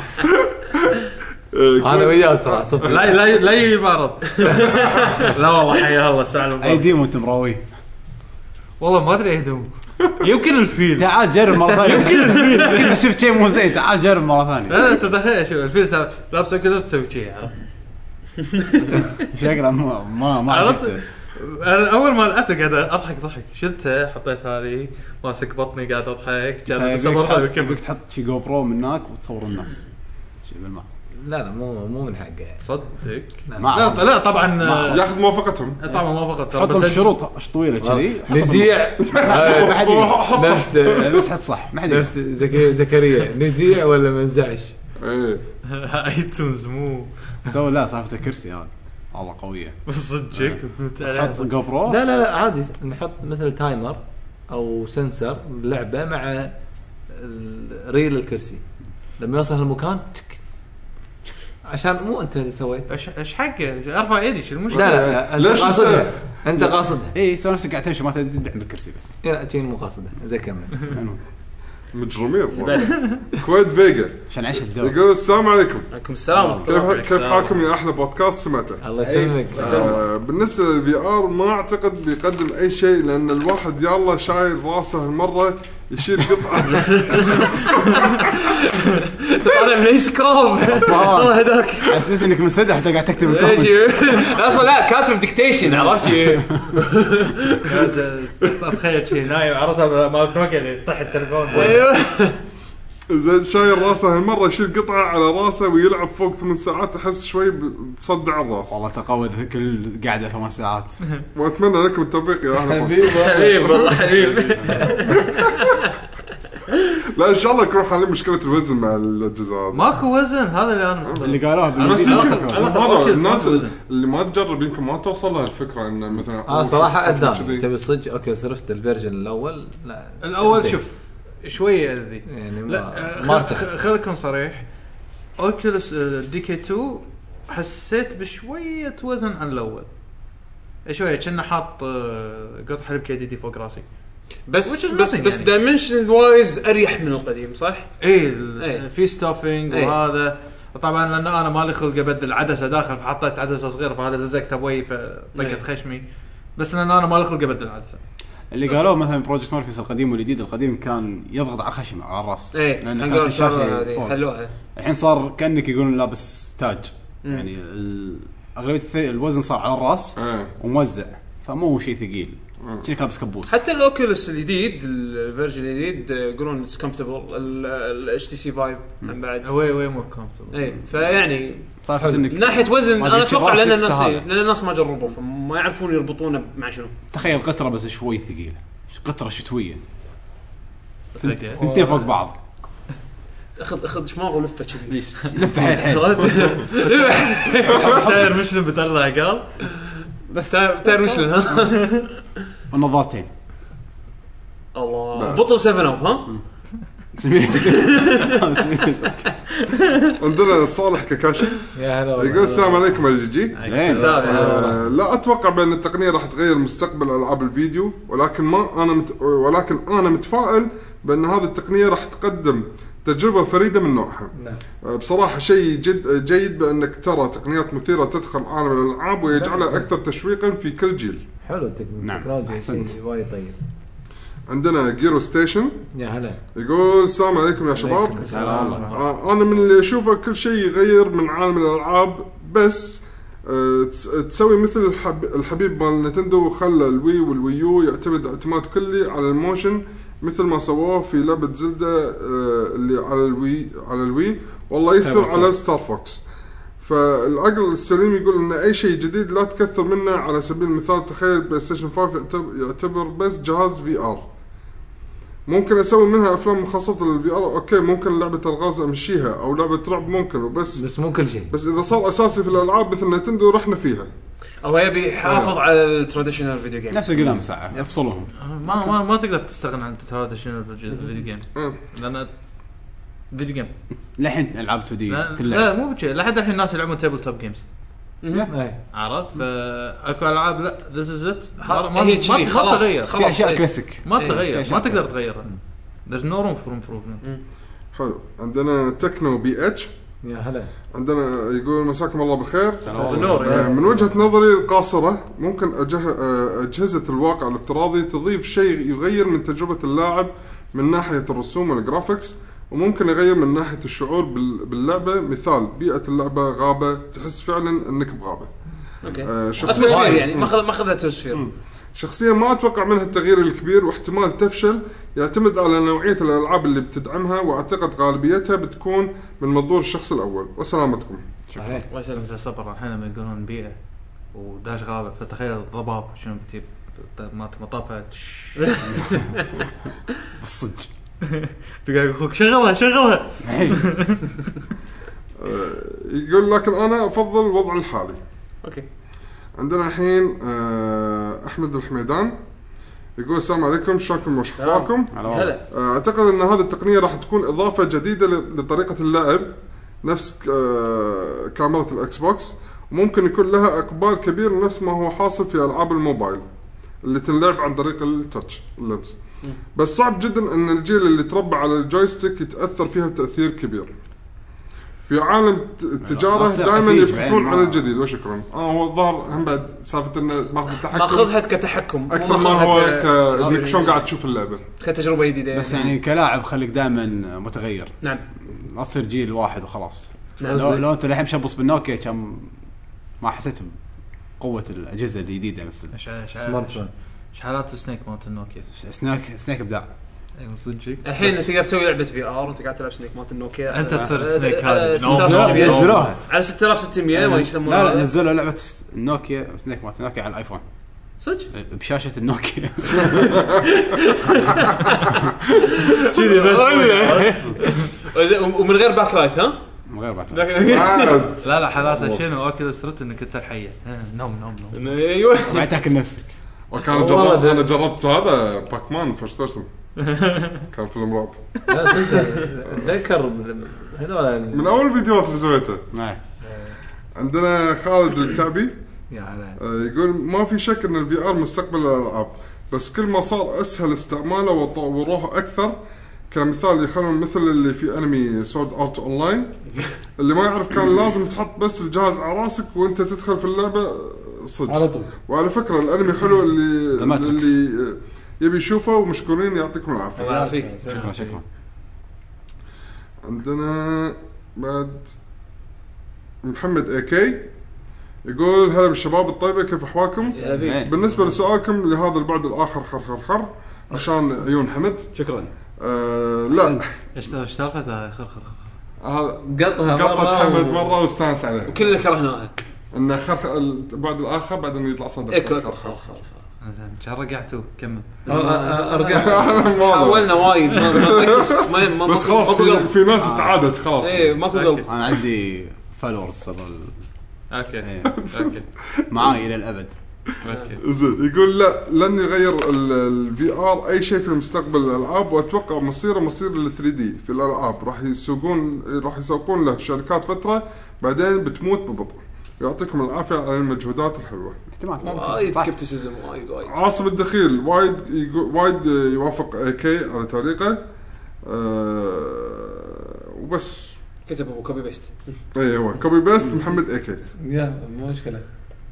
انا وياه صراحة صفر. لا لا لا يجي معرض. لا والله حيا الله سالم اي ديمو انت مراوي والله ما ادري اهدم يمكن الفيل تعال جرب مرة ثانية. يمكن الفيل يمكن شفت شيء مو زين تعال جرب مرة ثانية. لا تتخيل شوف الفيل لابس كذا تسوي شيء عرفت شكله ما ما ما عجبته. اول ما لقيته قاعد اضحك ضحك شلته حطيت هذه ماسك بطني قاعد اضحك كان بصورها بك تحط شي جو برو من هناك وتصور الناس شيء بالماء. لا لا مو مو من حقه صدق. لا لا طبعا ياخذ موافقتهم طبعا موافقه بس الشروط ايش طويله كذي نزيع ما حد نفس بس حد صح ما حد نفس زكريا نزيع ولا ما نزعش. ايه ايتونز مو سووا لا صارت كرسي هذا والله قويه صدق تحط جو برو. لا لا لا عادي نحط مثل تايمر او سنسر لعبه مع ريل الكرسي لما يوصل المكان عشان مو انت اللي سويت ايش ايش حقه ارفع ايدي شو المشكله. لا لا انت قاصدها انت قاصدها اي سو نفسك قاعد تمشي ما تدعم الكرسي بس لا شيء مو قاصدها زي كمل مجرمين. كويت فيجا عشان عيش الدور. يقول السلام عليكم. عليكم السلام. كيف كيف حالكم يا احلى بودكاست سمعته. الله يسلمك. آه بالنسبه للفي ار ما اعتقد بيقدم اي شيء لان الواحد يلا شايل راسه المره يشيل قطعه طالع من سكراب والله هداك حسيت انك منسدح وانت قاعد تكتب الكومنت. اصلا لا كاتب ديكتيشن عرفت اتخيل شيء نايم عرفتها ما نوكل يطيح التليفون. ايوه زين شايل راسه هالمره يشيل قطعه على راسه ويلعب فوق ثمان ساعات احس شوي بتصدع الراس. والله تقود كل قاعده ثمان ساعات. واتمنى لكم التوفيق يا اهلا حبيب والله حبيب. لا ان شاء الله يكون حل مشكله الوزن مع الاجهزه. ماكو وزن هذا اللي انا اللي قالوه بس أنا الناس اللي ما تجرب يمكن ما توصل لها الفكره ان مثلا اه صراحه اداني تبي الصدق اوكي صرفت الفيرجن الاول لا الاول شوف شويه ذي يعني لا ما خليكم صريح اوكيولس دي كي تو حسيت بشويه وزن عن الاول شويه كنا حاط قطع حليب كي دي دي فوق راسي بس بس بس يعني. دايمنشن وايز اريح من القديم صح ايه, ايه. في ستافينج ايه. وهذا طبعا لان انا مالي خلق ابدل عدسه داخل فحطيت عدسه صغيره فهذا لزقت ابوي فطقت ايه. خشمي بس لان انا مالي خلق ابدل عدسه. اللي قالوه مثلا بروجكت مورفيس القديم والجديد القديم كان يضغط على الخشم على الراس ايه. لان كانت الشاشه حلوها. الحين صار كانك يقولون لابس تاج مم. يعني اغلبيه الوزن صار على الراس ايه. وموزع فمو شيء ثقيل كأنك لابس كبوس. حتى الاوكيولس الجديد الفيرجن الجديد يقولون اتس كومفورتبل الاتش تي سي فايب من بعد هو وي مور كومفورتبل اي فيعني صار من ناحيه وزن انا اتوقع لان الناس لان الناس ما جربوا فما يعرفون يربطونه مع شنو. تخيل قطره بس شوي ثقيله قطره شتويه ثنتين فوق بعض اخذ اخذ شماغ ولفه كذي لفه حيل حيل تاير مشلن بطلع قال بس تاير مشلن ها النظارتين الله بطل سفن اب ها سميت عندنا صالح ككاشي يا هلا يقول السلام عليكم يا جي جي. لا اتوقع بان التقنيه راح تغير مستقبل العاب الفيديو ولكن ما انا مت... ولكن انا متفائل بان هذه التقنيه راح تقدم تجربه فريده من نوعها. بصراحه شيء جد جيد بانك ترى تقنيات مثيره تدخل عالم الالعاب ويجعلها اكثر تشويقا في كل جيل. حلو التكنولوجيا شيء وايد طيب. عندنا جيرو ستيشن يا هلا يقول السلام عليكم يا شباب. آه انا من اللي اشوفه كل شيء يغير من عالم الالعاب بس آه تسوي مثل الحب الحبيب مال نينتندو وخلى الوي والويو يعتمد اعتماد كلي على الموشن مثل ما سووه في لعبه زلدة آه اللي على الوي على الوي والله يسر على ستار فوكس. فالعقل السليم يقول ان اي شيء جديد لا تكثر منه. على سبيل المثال تخيل بلاي ستيشن خمسة يعتبر بس جهاز في ار ممكن اسوي منها افلام مخصصه للفي ار. اوكي ممكن لعبه الغاز امشيها او لعبه رعب ممكن وبس بس مو كل شيء. بس اذا صار اساسي في الالعاب مثل نينتندو رحنا فيها او يبي يحافظ آه. على التراديشنال فيديو جيم نفس الكلام ساعه يفصلهم. ما ما ما تقدر تستغنى عن التراديشنال فيديو جيم لان فيديو جيم لحين العاب تو دي لا, لا مو بشيء لحد الحين الناس يلعبون تيبل توب جيمز عرفت فاكو العاب لا ذس از ات ما هي شيء خلاص في اشياء كلاسيك ما تغير ما تقدر تغيرها. there's no room for improvement. حلو. عندنا تكنو بي اتش يا هلا عندنا يقول مساكم الله بالخير. آه من وجهة نظري القاصرة ممكن أجهزة الواقع الافتراضي تضيف شيء يغير من تجربة اللاعب من ناحية الرسوم والجرافيكس وممكن يغير من ناحية الشعور باللعبة. مثال بيئة اللعبة غابة تحس فعلا انك بغابة. اوكي آه اتموسفير يعني ما خذ ما خذ اتموسفير. شخصيا ما اتوقع منها التغيير الكبير واحتمال تفشل يعتمد على نوعية الالعاب اللي بتدعمها واعتقد غالبيتها بتكون من منظور الشخص الاول. وسلامتكم. شكرا. وسلام زي صبر الحين لما يقولون بيئة وداش غابة فتخيل الضباب شنو بتجيب ما مطافة بالصدق تقول اخوك شغلها شغلها يقول لكن انا افضل الوضع الحالي. اوكي. عندنا الحين احمد الحميدان يقول السلام عليكم شلونكم وشفاكم. اعتقد ان هذه التقنيه راح تكون اضافه جديده لطريقه اللعب نفس كاميرا الاكس بوكس وممكن يكون لها اقبال كبير نفس ما هو حاصل في العاب الموبايل اللي تنلعب عن طريق التاتش اللمس. بس صعب جدا ان الجيل اللي تربى على الجويستيك يتاثر فيها بتاثير كبير. في عالم التجاره أصير دائما أفيج يبحثون بعدين عن ما- الجديد. وشكرا. اه هو الظاهر هم بعد سالفه انه ماخذ التحكم ماخذها كتحكم مو اكثر ما هو ماخذها ك انك شلون قاعد تشوف اللعبه. كتجربه جديده. بس يعني كلاعب خليك دائما متغير، نعم ما تصير جيل واحد وخلاص. نعم. لو, لو انت الحين مشبص بالنوكيا كم ما حسيت بقوه الاجهزه الجديده. بس سمارت فون. ايش حالات السنيك مالت النوكيا؟ سناك سنيك ابداع. ايوه صدق. الحين تقدر تسوي لعبه في ار وانت قاعد تلعب سنيك مالت النوكيا. انت تصير آه، سنيك آه، هذا ستة آلاف وستمية. نزلوها على ستة آلاف وستمية ما يسمونه. لا لا نزلوا لعبه النوكيا سنيك مالت النوكيا على الايفون صدق بشاشه النوكيا. كذي بس. ومن غير باك لايت ها. من غير بعد. عاد. لا لا حالاتها شنو اوكيولوس ريفت انك انت الحيه. نوم نوم نوم. ايوه ما تاكل نفسك. وكان جربت انا جربت هذا باكمان فيرست بيرسون. كان فيلم رعب لا انت ذكر هذول من اول الفيديوهات اللي سويتها. نعم. عندنا خالد الكعبي يا على آه، يقول ما في شك ان الفي ار مستقبل الالعاب، بس كل ما صار اسهل استعماله وطوروه اكثر. كمثال يخلون مثل اللي في انمي سورد ارت اونلاين اللي ما يعرف كان لازم تحط بس الجهاز على راسك وانت تدخل في اللعبه صدق على طول. وعلى فكره الانمي حلو اللي The Matrix. اللي يبي يشوفه ومشكورين يعطيكم العافيه. الله يعافيك. شكرا شكرا. عندنا بعد محمد اي كي يقول هلا بالشباب الطيبه كيف احوالكم؟ زين. بالنسبه لسؤالكم لهذا البعد الاخر خر خر خر عشان عيون حمد شكرا. آه لا ايش ايش سالفتها خر خر هذا قطها قطت حمد و- مره واستانس عليها كلنا كرهناه. انه خر البعد الاخر بعدين يطلع صدق اكل خر خر خر. زين شو رجعتوا كمل. ارجع حاولنا وايد ما ما ما ما بس خلاص ماكو في, قلب. في ناس تعادت خلاص. ايه ماكو قلب. انا عندي فالورز صار اوكي إيه. اوكي معاي الى الابد. اوكي. زين يقول لا لن يغير الفي ار اي شيء في المستقبل الالعاب، واتوقع مصيره مصير ال ثري دي في الالعاب راح يسوقون راح يسوقون له شركات فتره بعدين بتموت ببطء. يعطيكم العافيه على المجهودات الحلوه. احتمال. وايد صح. سكبتسيزم وايد وايد. عاصم الدخيل وايد يقو- وايد يوافق اي كي على تعليقه أه وبس. كتبه كوبي بيست. اي هو كوبي بيست محمد اي كي. يا مو مشكله.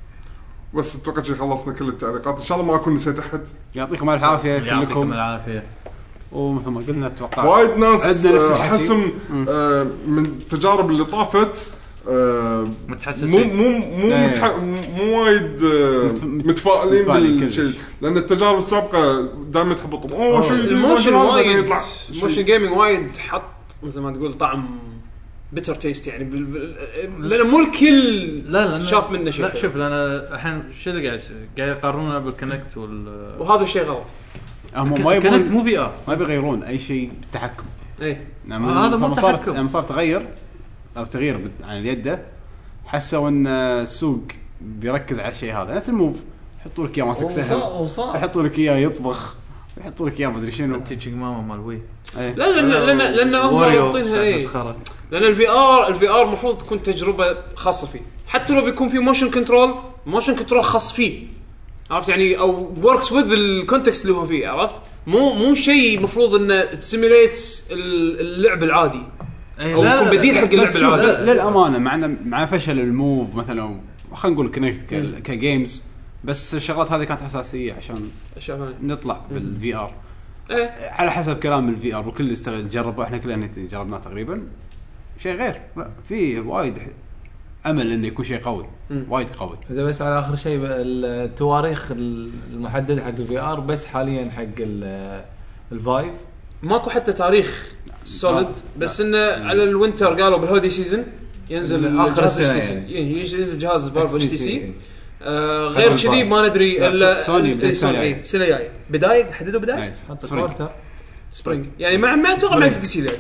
بس اتوقع شي خلصنا كل التعليقات. ان شاء الله ما اكون نسيت احد. يعطيكم الف عافيه يعطيكم كلكم. العافيه. ومثل ما قلنا اتوقع وايد ناس عندنا نفس آه، الحكي. حسم آه، من التجارب اللي طافت آه، مو متحسسين. مو مو إيه. متح... مو وايد آه، مت- متفائلين متفائلين بالشيء كلش. لان التجارب السابقه دائما تخبطهم اوه شيء جديد، الموشن ما أدري، وايد يطلع الموشن شيء. جيمنج وايد حط مثل ما تقول طعم بيتر تيست يعني بال... بال... لان مو الكل لا لا شاف منه شيء. لا شوف لان الحين شو اللي قاعد قاعد يقارنونه بالكونكت وال وهذا الشيء غلط. هم ما كونكت يبون مو في ار. ما بيغيرون اي شيء بالتحكم. ايه نعم. هذا مو لما صار تحكم. لما صار تغير او تغيير بال- عن اليد حسوا ان السوق بيركز على الشيء هذا نفس الموف. يحطوا لك اياه ماسك سهم وصار يحطوا لك اياه يطبخ يحطوا لك اياه ما ادري شنو. تيجي ماما مال وي. إيه. لا لان لان لان هم واريو رابطينها ايه مسخره. لان الفي ار الفي ار المفروض تكون تجربه خاصه فيه حتى لو بيكون في موشن كنترول موشن كنترول خاص فيه عرفت يعني او وركس وذ الكونتكست اللي هو فيه عرفت مو مو شيء مفروض انه تسيميليت اللعب العادي او يكون بديل حق اللعب بس شوف، العادي. للامانه مع مع فشل الموف مثلا خلينا نقول كونكت كجيمز بس الشغلات هذه كانت اساسيه عشان شايفين نطلع بالفي ار ايه على حسب كلام الفي ار وكل استغل جربوا احنا كلنا جربناه تقريبا شيء غير لا في وايد امل انه يكون شيء قوي مم. وايد قوي. اذا بس على اخر شيء التواريخ المحدده حق الفي ار بس حاليا حق ال- الفايف ماكو حتى تاريخ سوليد بس انه على الوينتر قالوا بالهودي سيزون ينزل آخر جهاز السنة اتش تي يعني. سي ينزل جهاز فالف اتش تي سي إيه. آه غير كذي ما ندري لا، الا سوني بداية إيه، السنة سوني، الجاية. إيه، السنه الجايه بدايه حددوا بدايه نايس. حتى سبرينج. كوارتر سبرينج يعني مع ما اتوقع مع دي سي لعب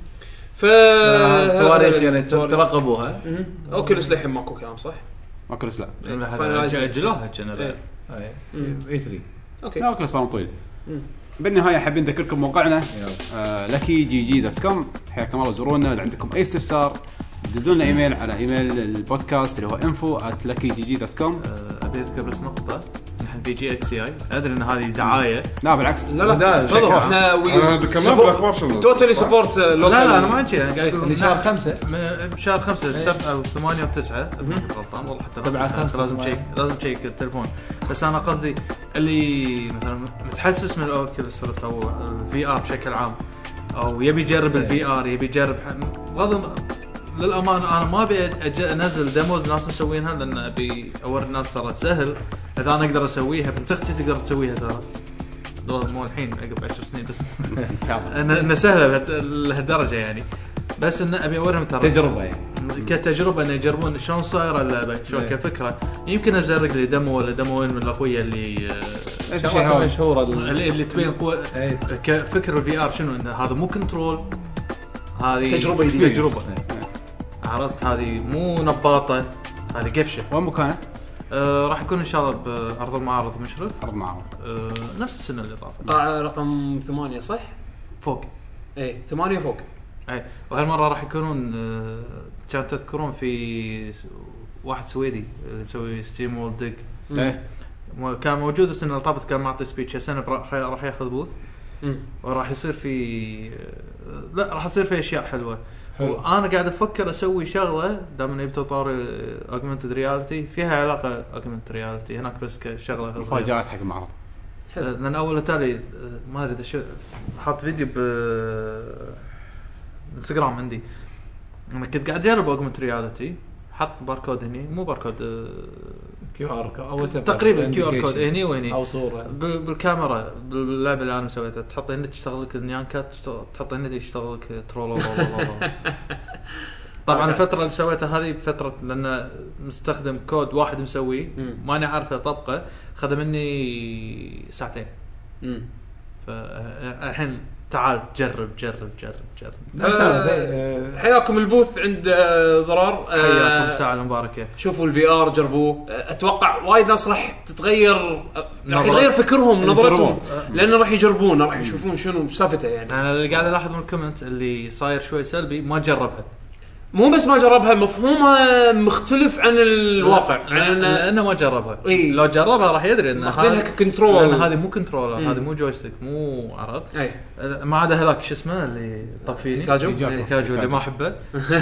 ف تواريخ يعني ترقبوها. اوكيلس للحين ماكو كلام صح اوكلس لا اجلوها كنا إيه. اي ثري اوكي لا اوكلس بالون طويل. مم. بالنهايه حابين نذكركم موقعنا آه لكي جي جي دوت كوم. حياكم الله زورونا. اذا عندكم اي استفسار دزوا لنا ايميل على ايميل البودكاست اللي هو info at lucky g g dot com. ابي اذكر بس نقطه الحين في جي اكس اي ادري ان هذه دعايه. لا بالعكس لا لا تفضل احنا أنا هذا كمان بالاخبار شنو توتالي سبورت لا لا انا ما انشي انا قاعد اللي شهر خمسة بشهر خمسة سبعة وثمانية وتسعة غلطان والله حتى سبعة خمسة لازم تشيك لازم تشيك التليفون. بس انا قصدي اللي مثلا متحسس من الاوكيوليس ريفت او الفي ار بشكل عام او يبي يجرب الفي ار يبي يجرب بغض للامانه انا ما ابي انزل ديموز ناس مسوينها لان ابي اوري الناس ترى سهل اذا انا اقدر اسويها بنت اختي تقدر تسويها ترى مو الحين عقب عشر سنين بس انها سهله لهالدرجه يعني. بس ان ابي اوريهم ترى تجربه يعني كتجربه ان يجربون شلون صايره اللعبه شلون كفكره. يمكن ازرق لي دمو ولا دموين من الاخويا اللي شغله مشهوره اللي, اللي تبين قوه كفكر الفي ار شنو ان هذا مو كنترول هذه تجربه جديده تجربه عرفت هذه مو نباطه هذه قفشه. وين مكانه؟ آه راح يكون ان شاء الله بارض المعارض مشرف ارض معارض آه نفس السنه اللي طافت قاعه رقم ثمانية صح فوق ايه ثمانية فوق اي. وهالمره راح يكونون آه كان تذكرون في واحد سويدي اللي مسوي ستيم وول ديج ايه كان موجود السنه اللي طافت كان معطي سبيتش السنه راح راح ياخذ بوث وراح يصير في لا راح تصير في اشياء حلوه. وانا قاعد افكر اسوي شغله دام اني بتطور اوجمنتد رياليتي فيها علاقه اوجمنتد رياليتي هناك بس كشغله مفاجات حق المعرض. لان اول تالي ما ادري ايش حاط فيديو ب انستغرام عندي انا كنت قاعد اجرب اوجمنتد رياليتي حط باركود هني مو باركود كيو ار او تقريبا كيو ار كود هني وهني او صوره بالكاميرا باللعبه اللي انا سويتها تحط هنا تشتغل لك النيانكات تحط هنا يشتغل لك ترولو طبعا الفتره اللي سويتها هذه بفتره لان مستخدم كود واحد مسويه ماني عارفه طبقه خذ مني ساعتين امم فالحين تعال جرب جرب جرب جرب آه حياكم البوث عند ضرار آه حياكم الساعه المباركه. شوفوا الفي ار جربوه اتوقع وايد ناس راح تتغير راح يغير فكرهم نظرتهم لانه راح يجربون راح يشوفون شنو سالفته يعني. انا اللي قاعد الاحظ من الكومنت اللي صاير شوي سلبي ما جربها مو بس ما جربها مفهومها مختلف عن الواقع لأن لانه ما جربها إيه؟ لو جربها راح يدري ان هذا كنترول لان هذه مو كنترول هذه مو جويستيك مو عرض اي ما عدا هذاك شو اسمه اللي طفيني كاجو كاجو اللي ما احبه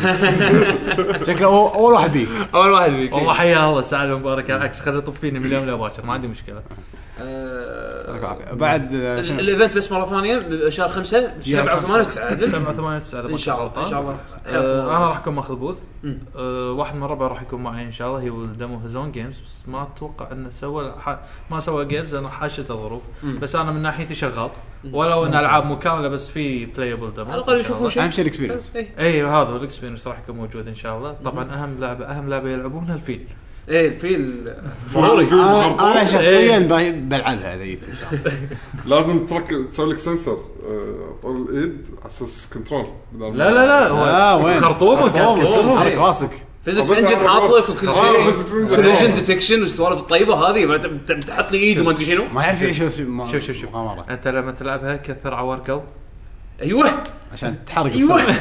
شكله اول واحد بيك اول واحد بيك والله حيا الله سعد مبارك العكس خليه يطفيني من اليوم لباكر ما عندي مشكله. أه بعد الايفنت بس مره ثانيه شهر خمسة سبعة وثمانية تسعة سبعة وثمانية تسعة ان شاء الله ان شاء الله. أه انا راح اكون ماخذ بوث أه واحد من ربعي راح يكون معي ان شاء الله هي والديمو هزون جيمز بس ما اتوقع انه سوى ما سوى جيمز انا حاشته ظروف بس انا من ناحيتي شغال ولو ان العاب مكامله بس في بلايبل ديمو على الاقل يشوفون شيء اهم شيء الاكسبيرينس. اي هذا الاكسبيرينس راح يكون موجود ان شاء الله. طبعا اهم لعبه اهم لعبه يلعبونها الفيل ايه الفيل فوري انا, أنا شخصيا بلعبها هذه ان شاء الله. لازم ترك تسوي لك سنسر طول الايد على اساس كنترول. لا لا لا هو خرطوم حرك راسك فيزكس انجن حاط لك وكل شيء كوليجن ديتكشن والسوالف الطيبه هذه تحط لي ايد وما ادري شنو ما يعرف ايش شوف شوف شوف انت لما تلعبها كثر عوارقل ايوه عشان تحرق بسرعه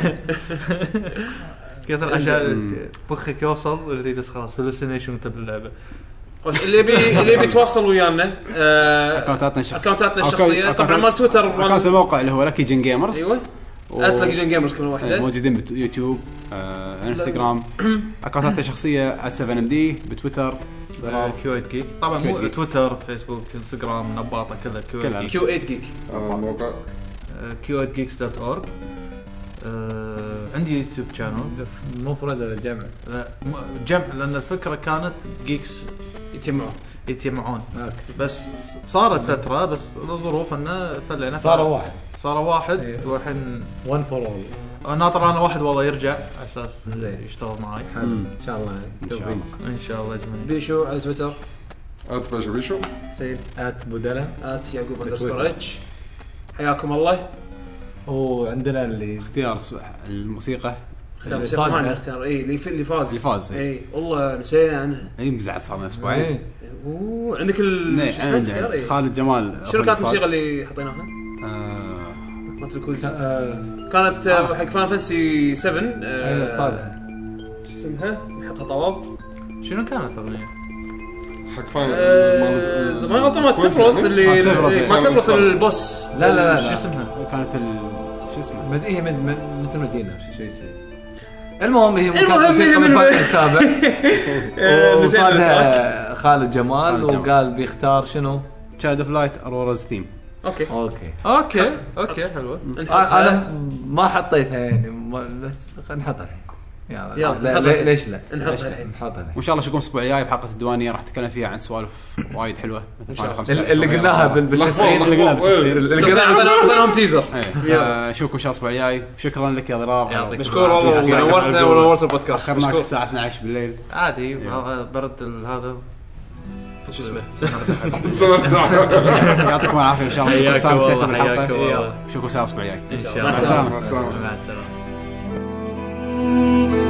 كثر عشان مخك يوصل اللي بس خلاص هلوسينيشن انت باللعبه. اللي بي اللي بيتواصل ويانا اكونتاتنا الشخصيه اكونتاتنا الشخصيه طبعا مال تويتر اكونت الموقع اللي هو لكي جن جيمرز ايوه اتلاقي جن جيمرز كل واحده موجودين بيوتيوب آه، انستغرام اكونتاتنا الشخصيه سبعة ام دي بتويتر كيو ايت جيك طبعا مو تويتر فيسبوك انستغرام نباطه كذا كيو ايت جيك موقع كيو ايت جيكس دوت اورج. أه عندي يوتيوب شانل مفرد للجمع لا جمع لان الفكره كانت جيكس يتجمعون يتجمعون بس صارت فتره بس الظروف انه فلينا صار واحد صار واحد والحين وان فور اول ناطر انا واحد والله يرجع على اساس يشتغل معي ان شاء الله ان شاء الله جميل. بيشو على تويتر ات بيشو بيشو زين ات بودلا ات يعقوب اندرسكور اتش. حياكم الله. وعندنا اللي اختيار الموسيقى اختيار صالح اختيار اي اللي اللي فاز اللي فاز اي والله نسينا عنها اي مزعج صار لنا اسبوعين. اوه عندك ال خالد جمال شنو كانت الموسيقى اللي حطيناها؟ آه مالت الكوز كانت حق فان فانسي سبعة ايوه صالح اسمها نحطها طواب شنو كانت الاغنيه؟ حق فاين آه، ما غلطان ما تسفرث اللي آه، سفرث. اللي- ما تسفرث البوس. لا لا لا, شو لا. اسمها؟ كانت ال شو اسمه مد... إيه مد... مد... مثل مدينه شيء شيء شيء المهم هي المهم كانت موسيقى هي من من- الفاينل السابع آه، وصادها خالد جمال خالد جمال. وقال بيختار شنو تشايلد اوف لايت اورورز ثيم. اوكي اوكي اوكي اوكي حلوه. انا انا ما حطيتها يعني ما- بس خلينا نحطها الحين يلا يلا، لا- نحطها. لا- ليش لا نحطها ليش لا؟ الحين. نحطها الحين وان شاء الله اشوفكم الاسبوع الجاي بحلقه الديوانيه راح نتكلم فيها عن سوالف وايد حلوه مثل فاينل خمسة عشر. اللي قلناها بال- بالتسخين اللي قلناها بالتسخين. اللي قلناها اعطيناهم تيزر. ايه اشوفكم ان شاء الله الاسبوع الجاي. شكرا لك يا ضرار. يعطيك مشكور والله ونورتنا ونورت البودكاست. اخرناك مشكور. الساعه اثنا عشر بالليل. عادي برد هذا شو اسمه. يعطيكم العافيه ان شاء الله. حياك استمتعتوا والله، بالحلقه. حياك والله. اشوفكم الساعه الاسبوع الجاي. ان شاء مع الله. السلامة. مع السلامة. مع السلامه.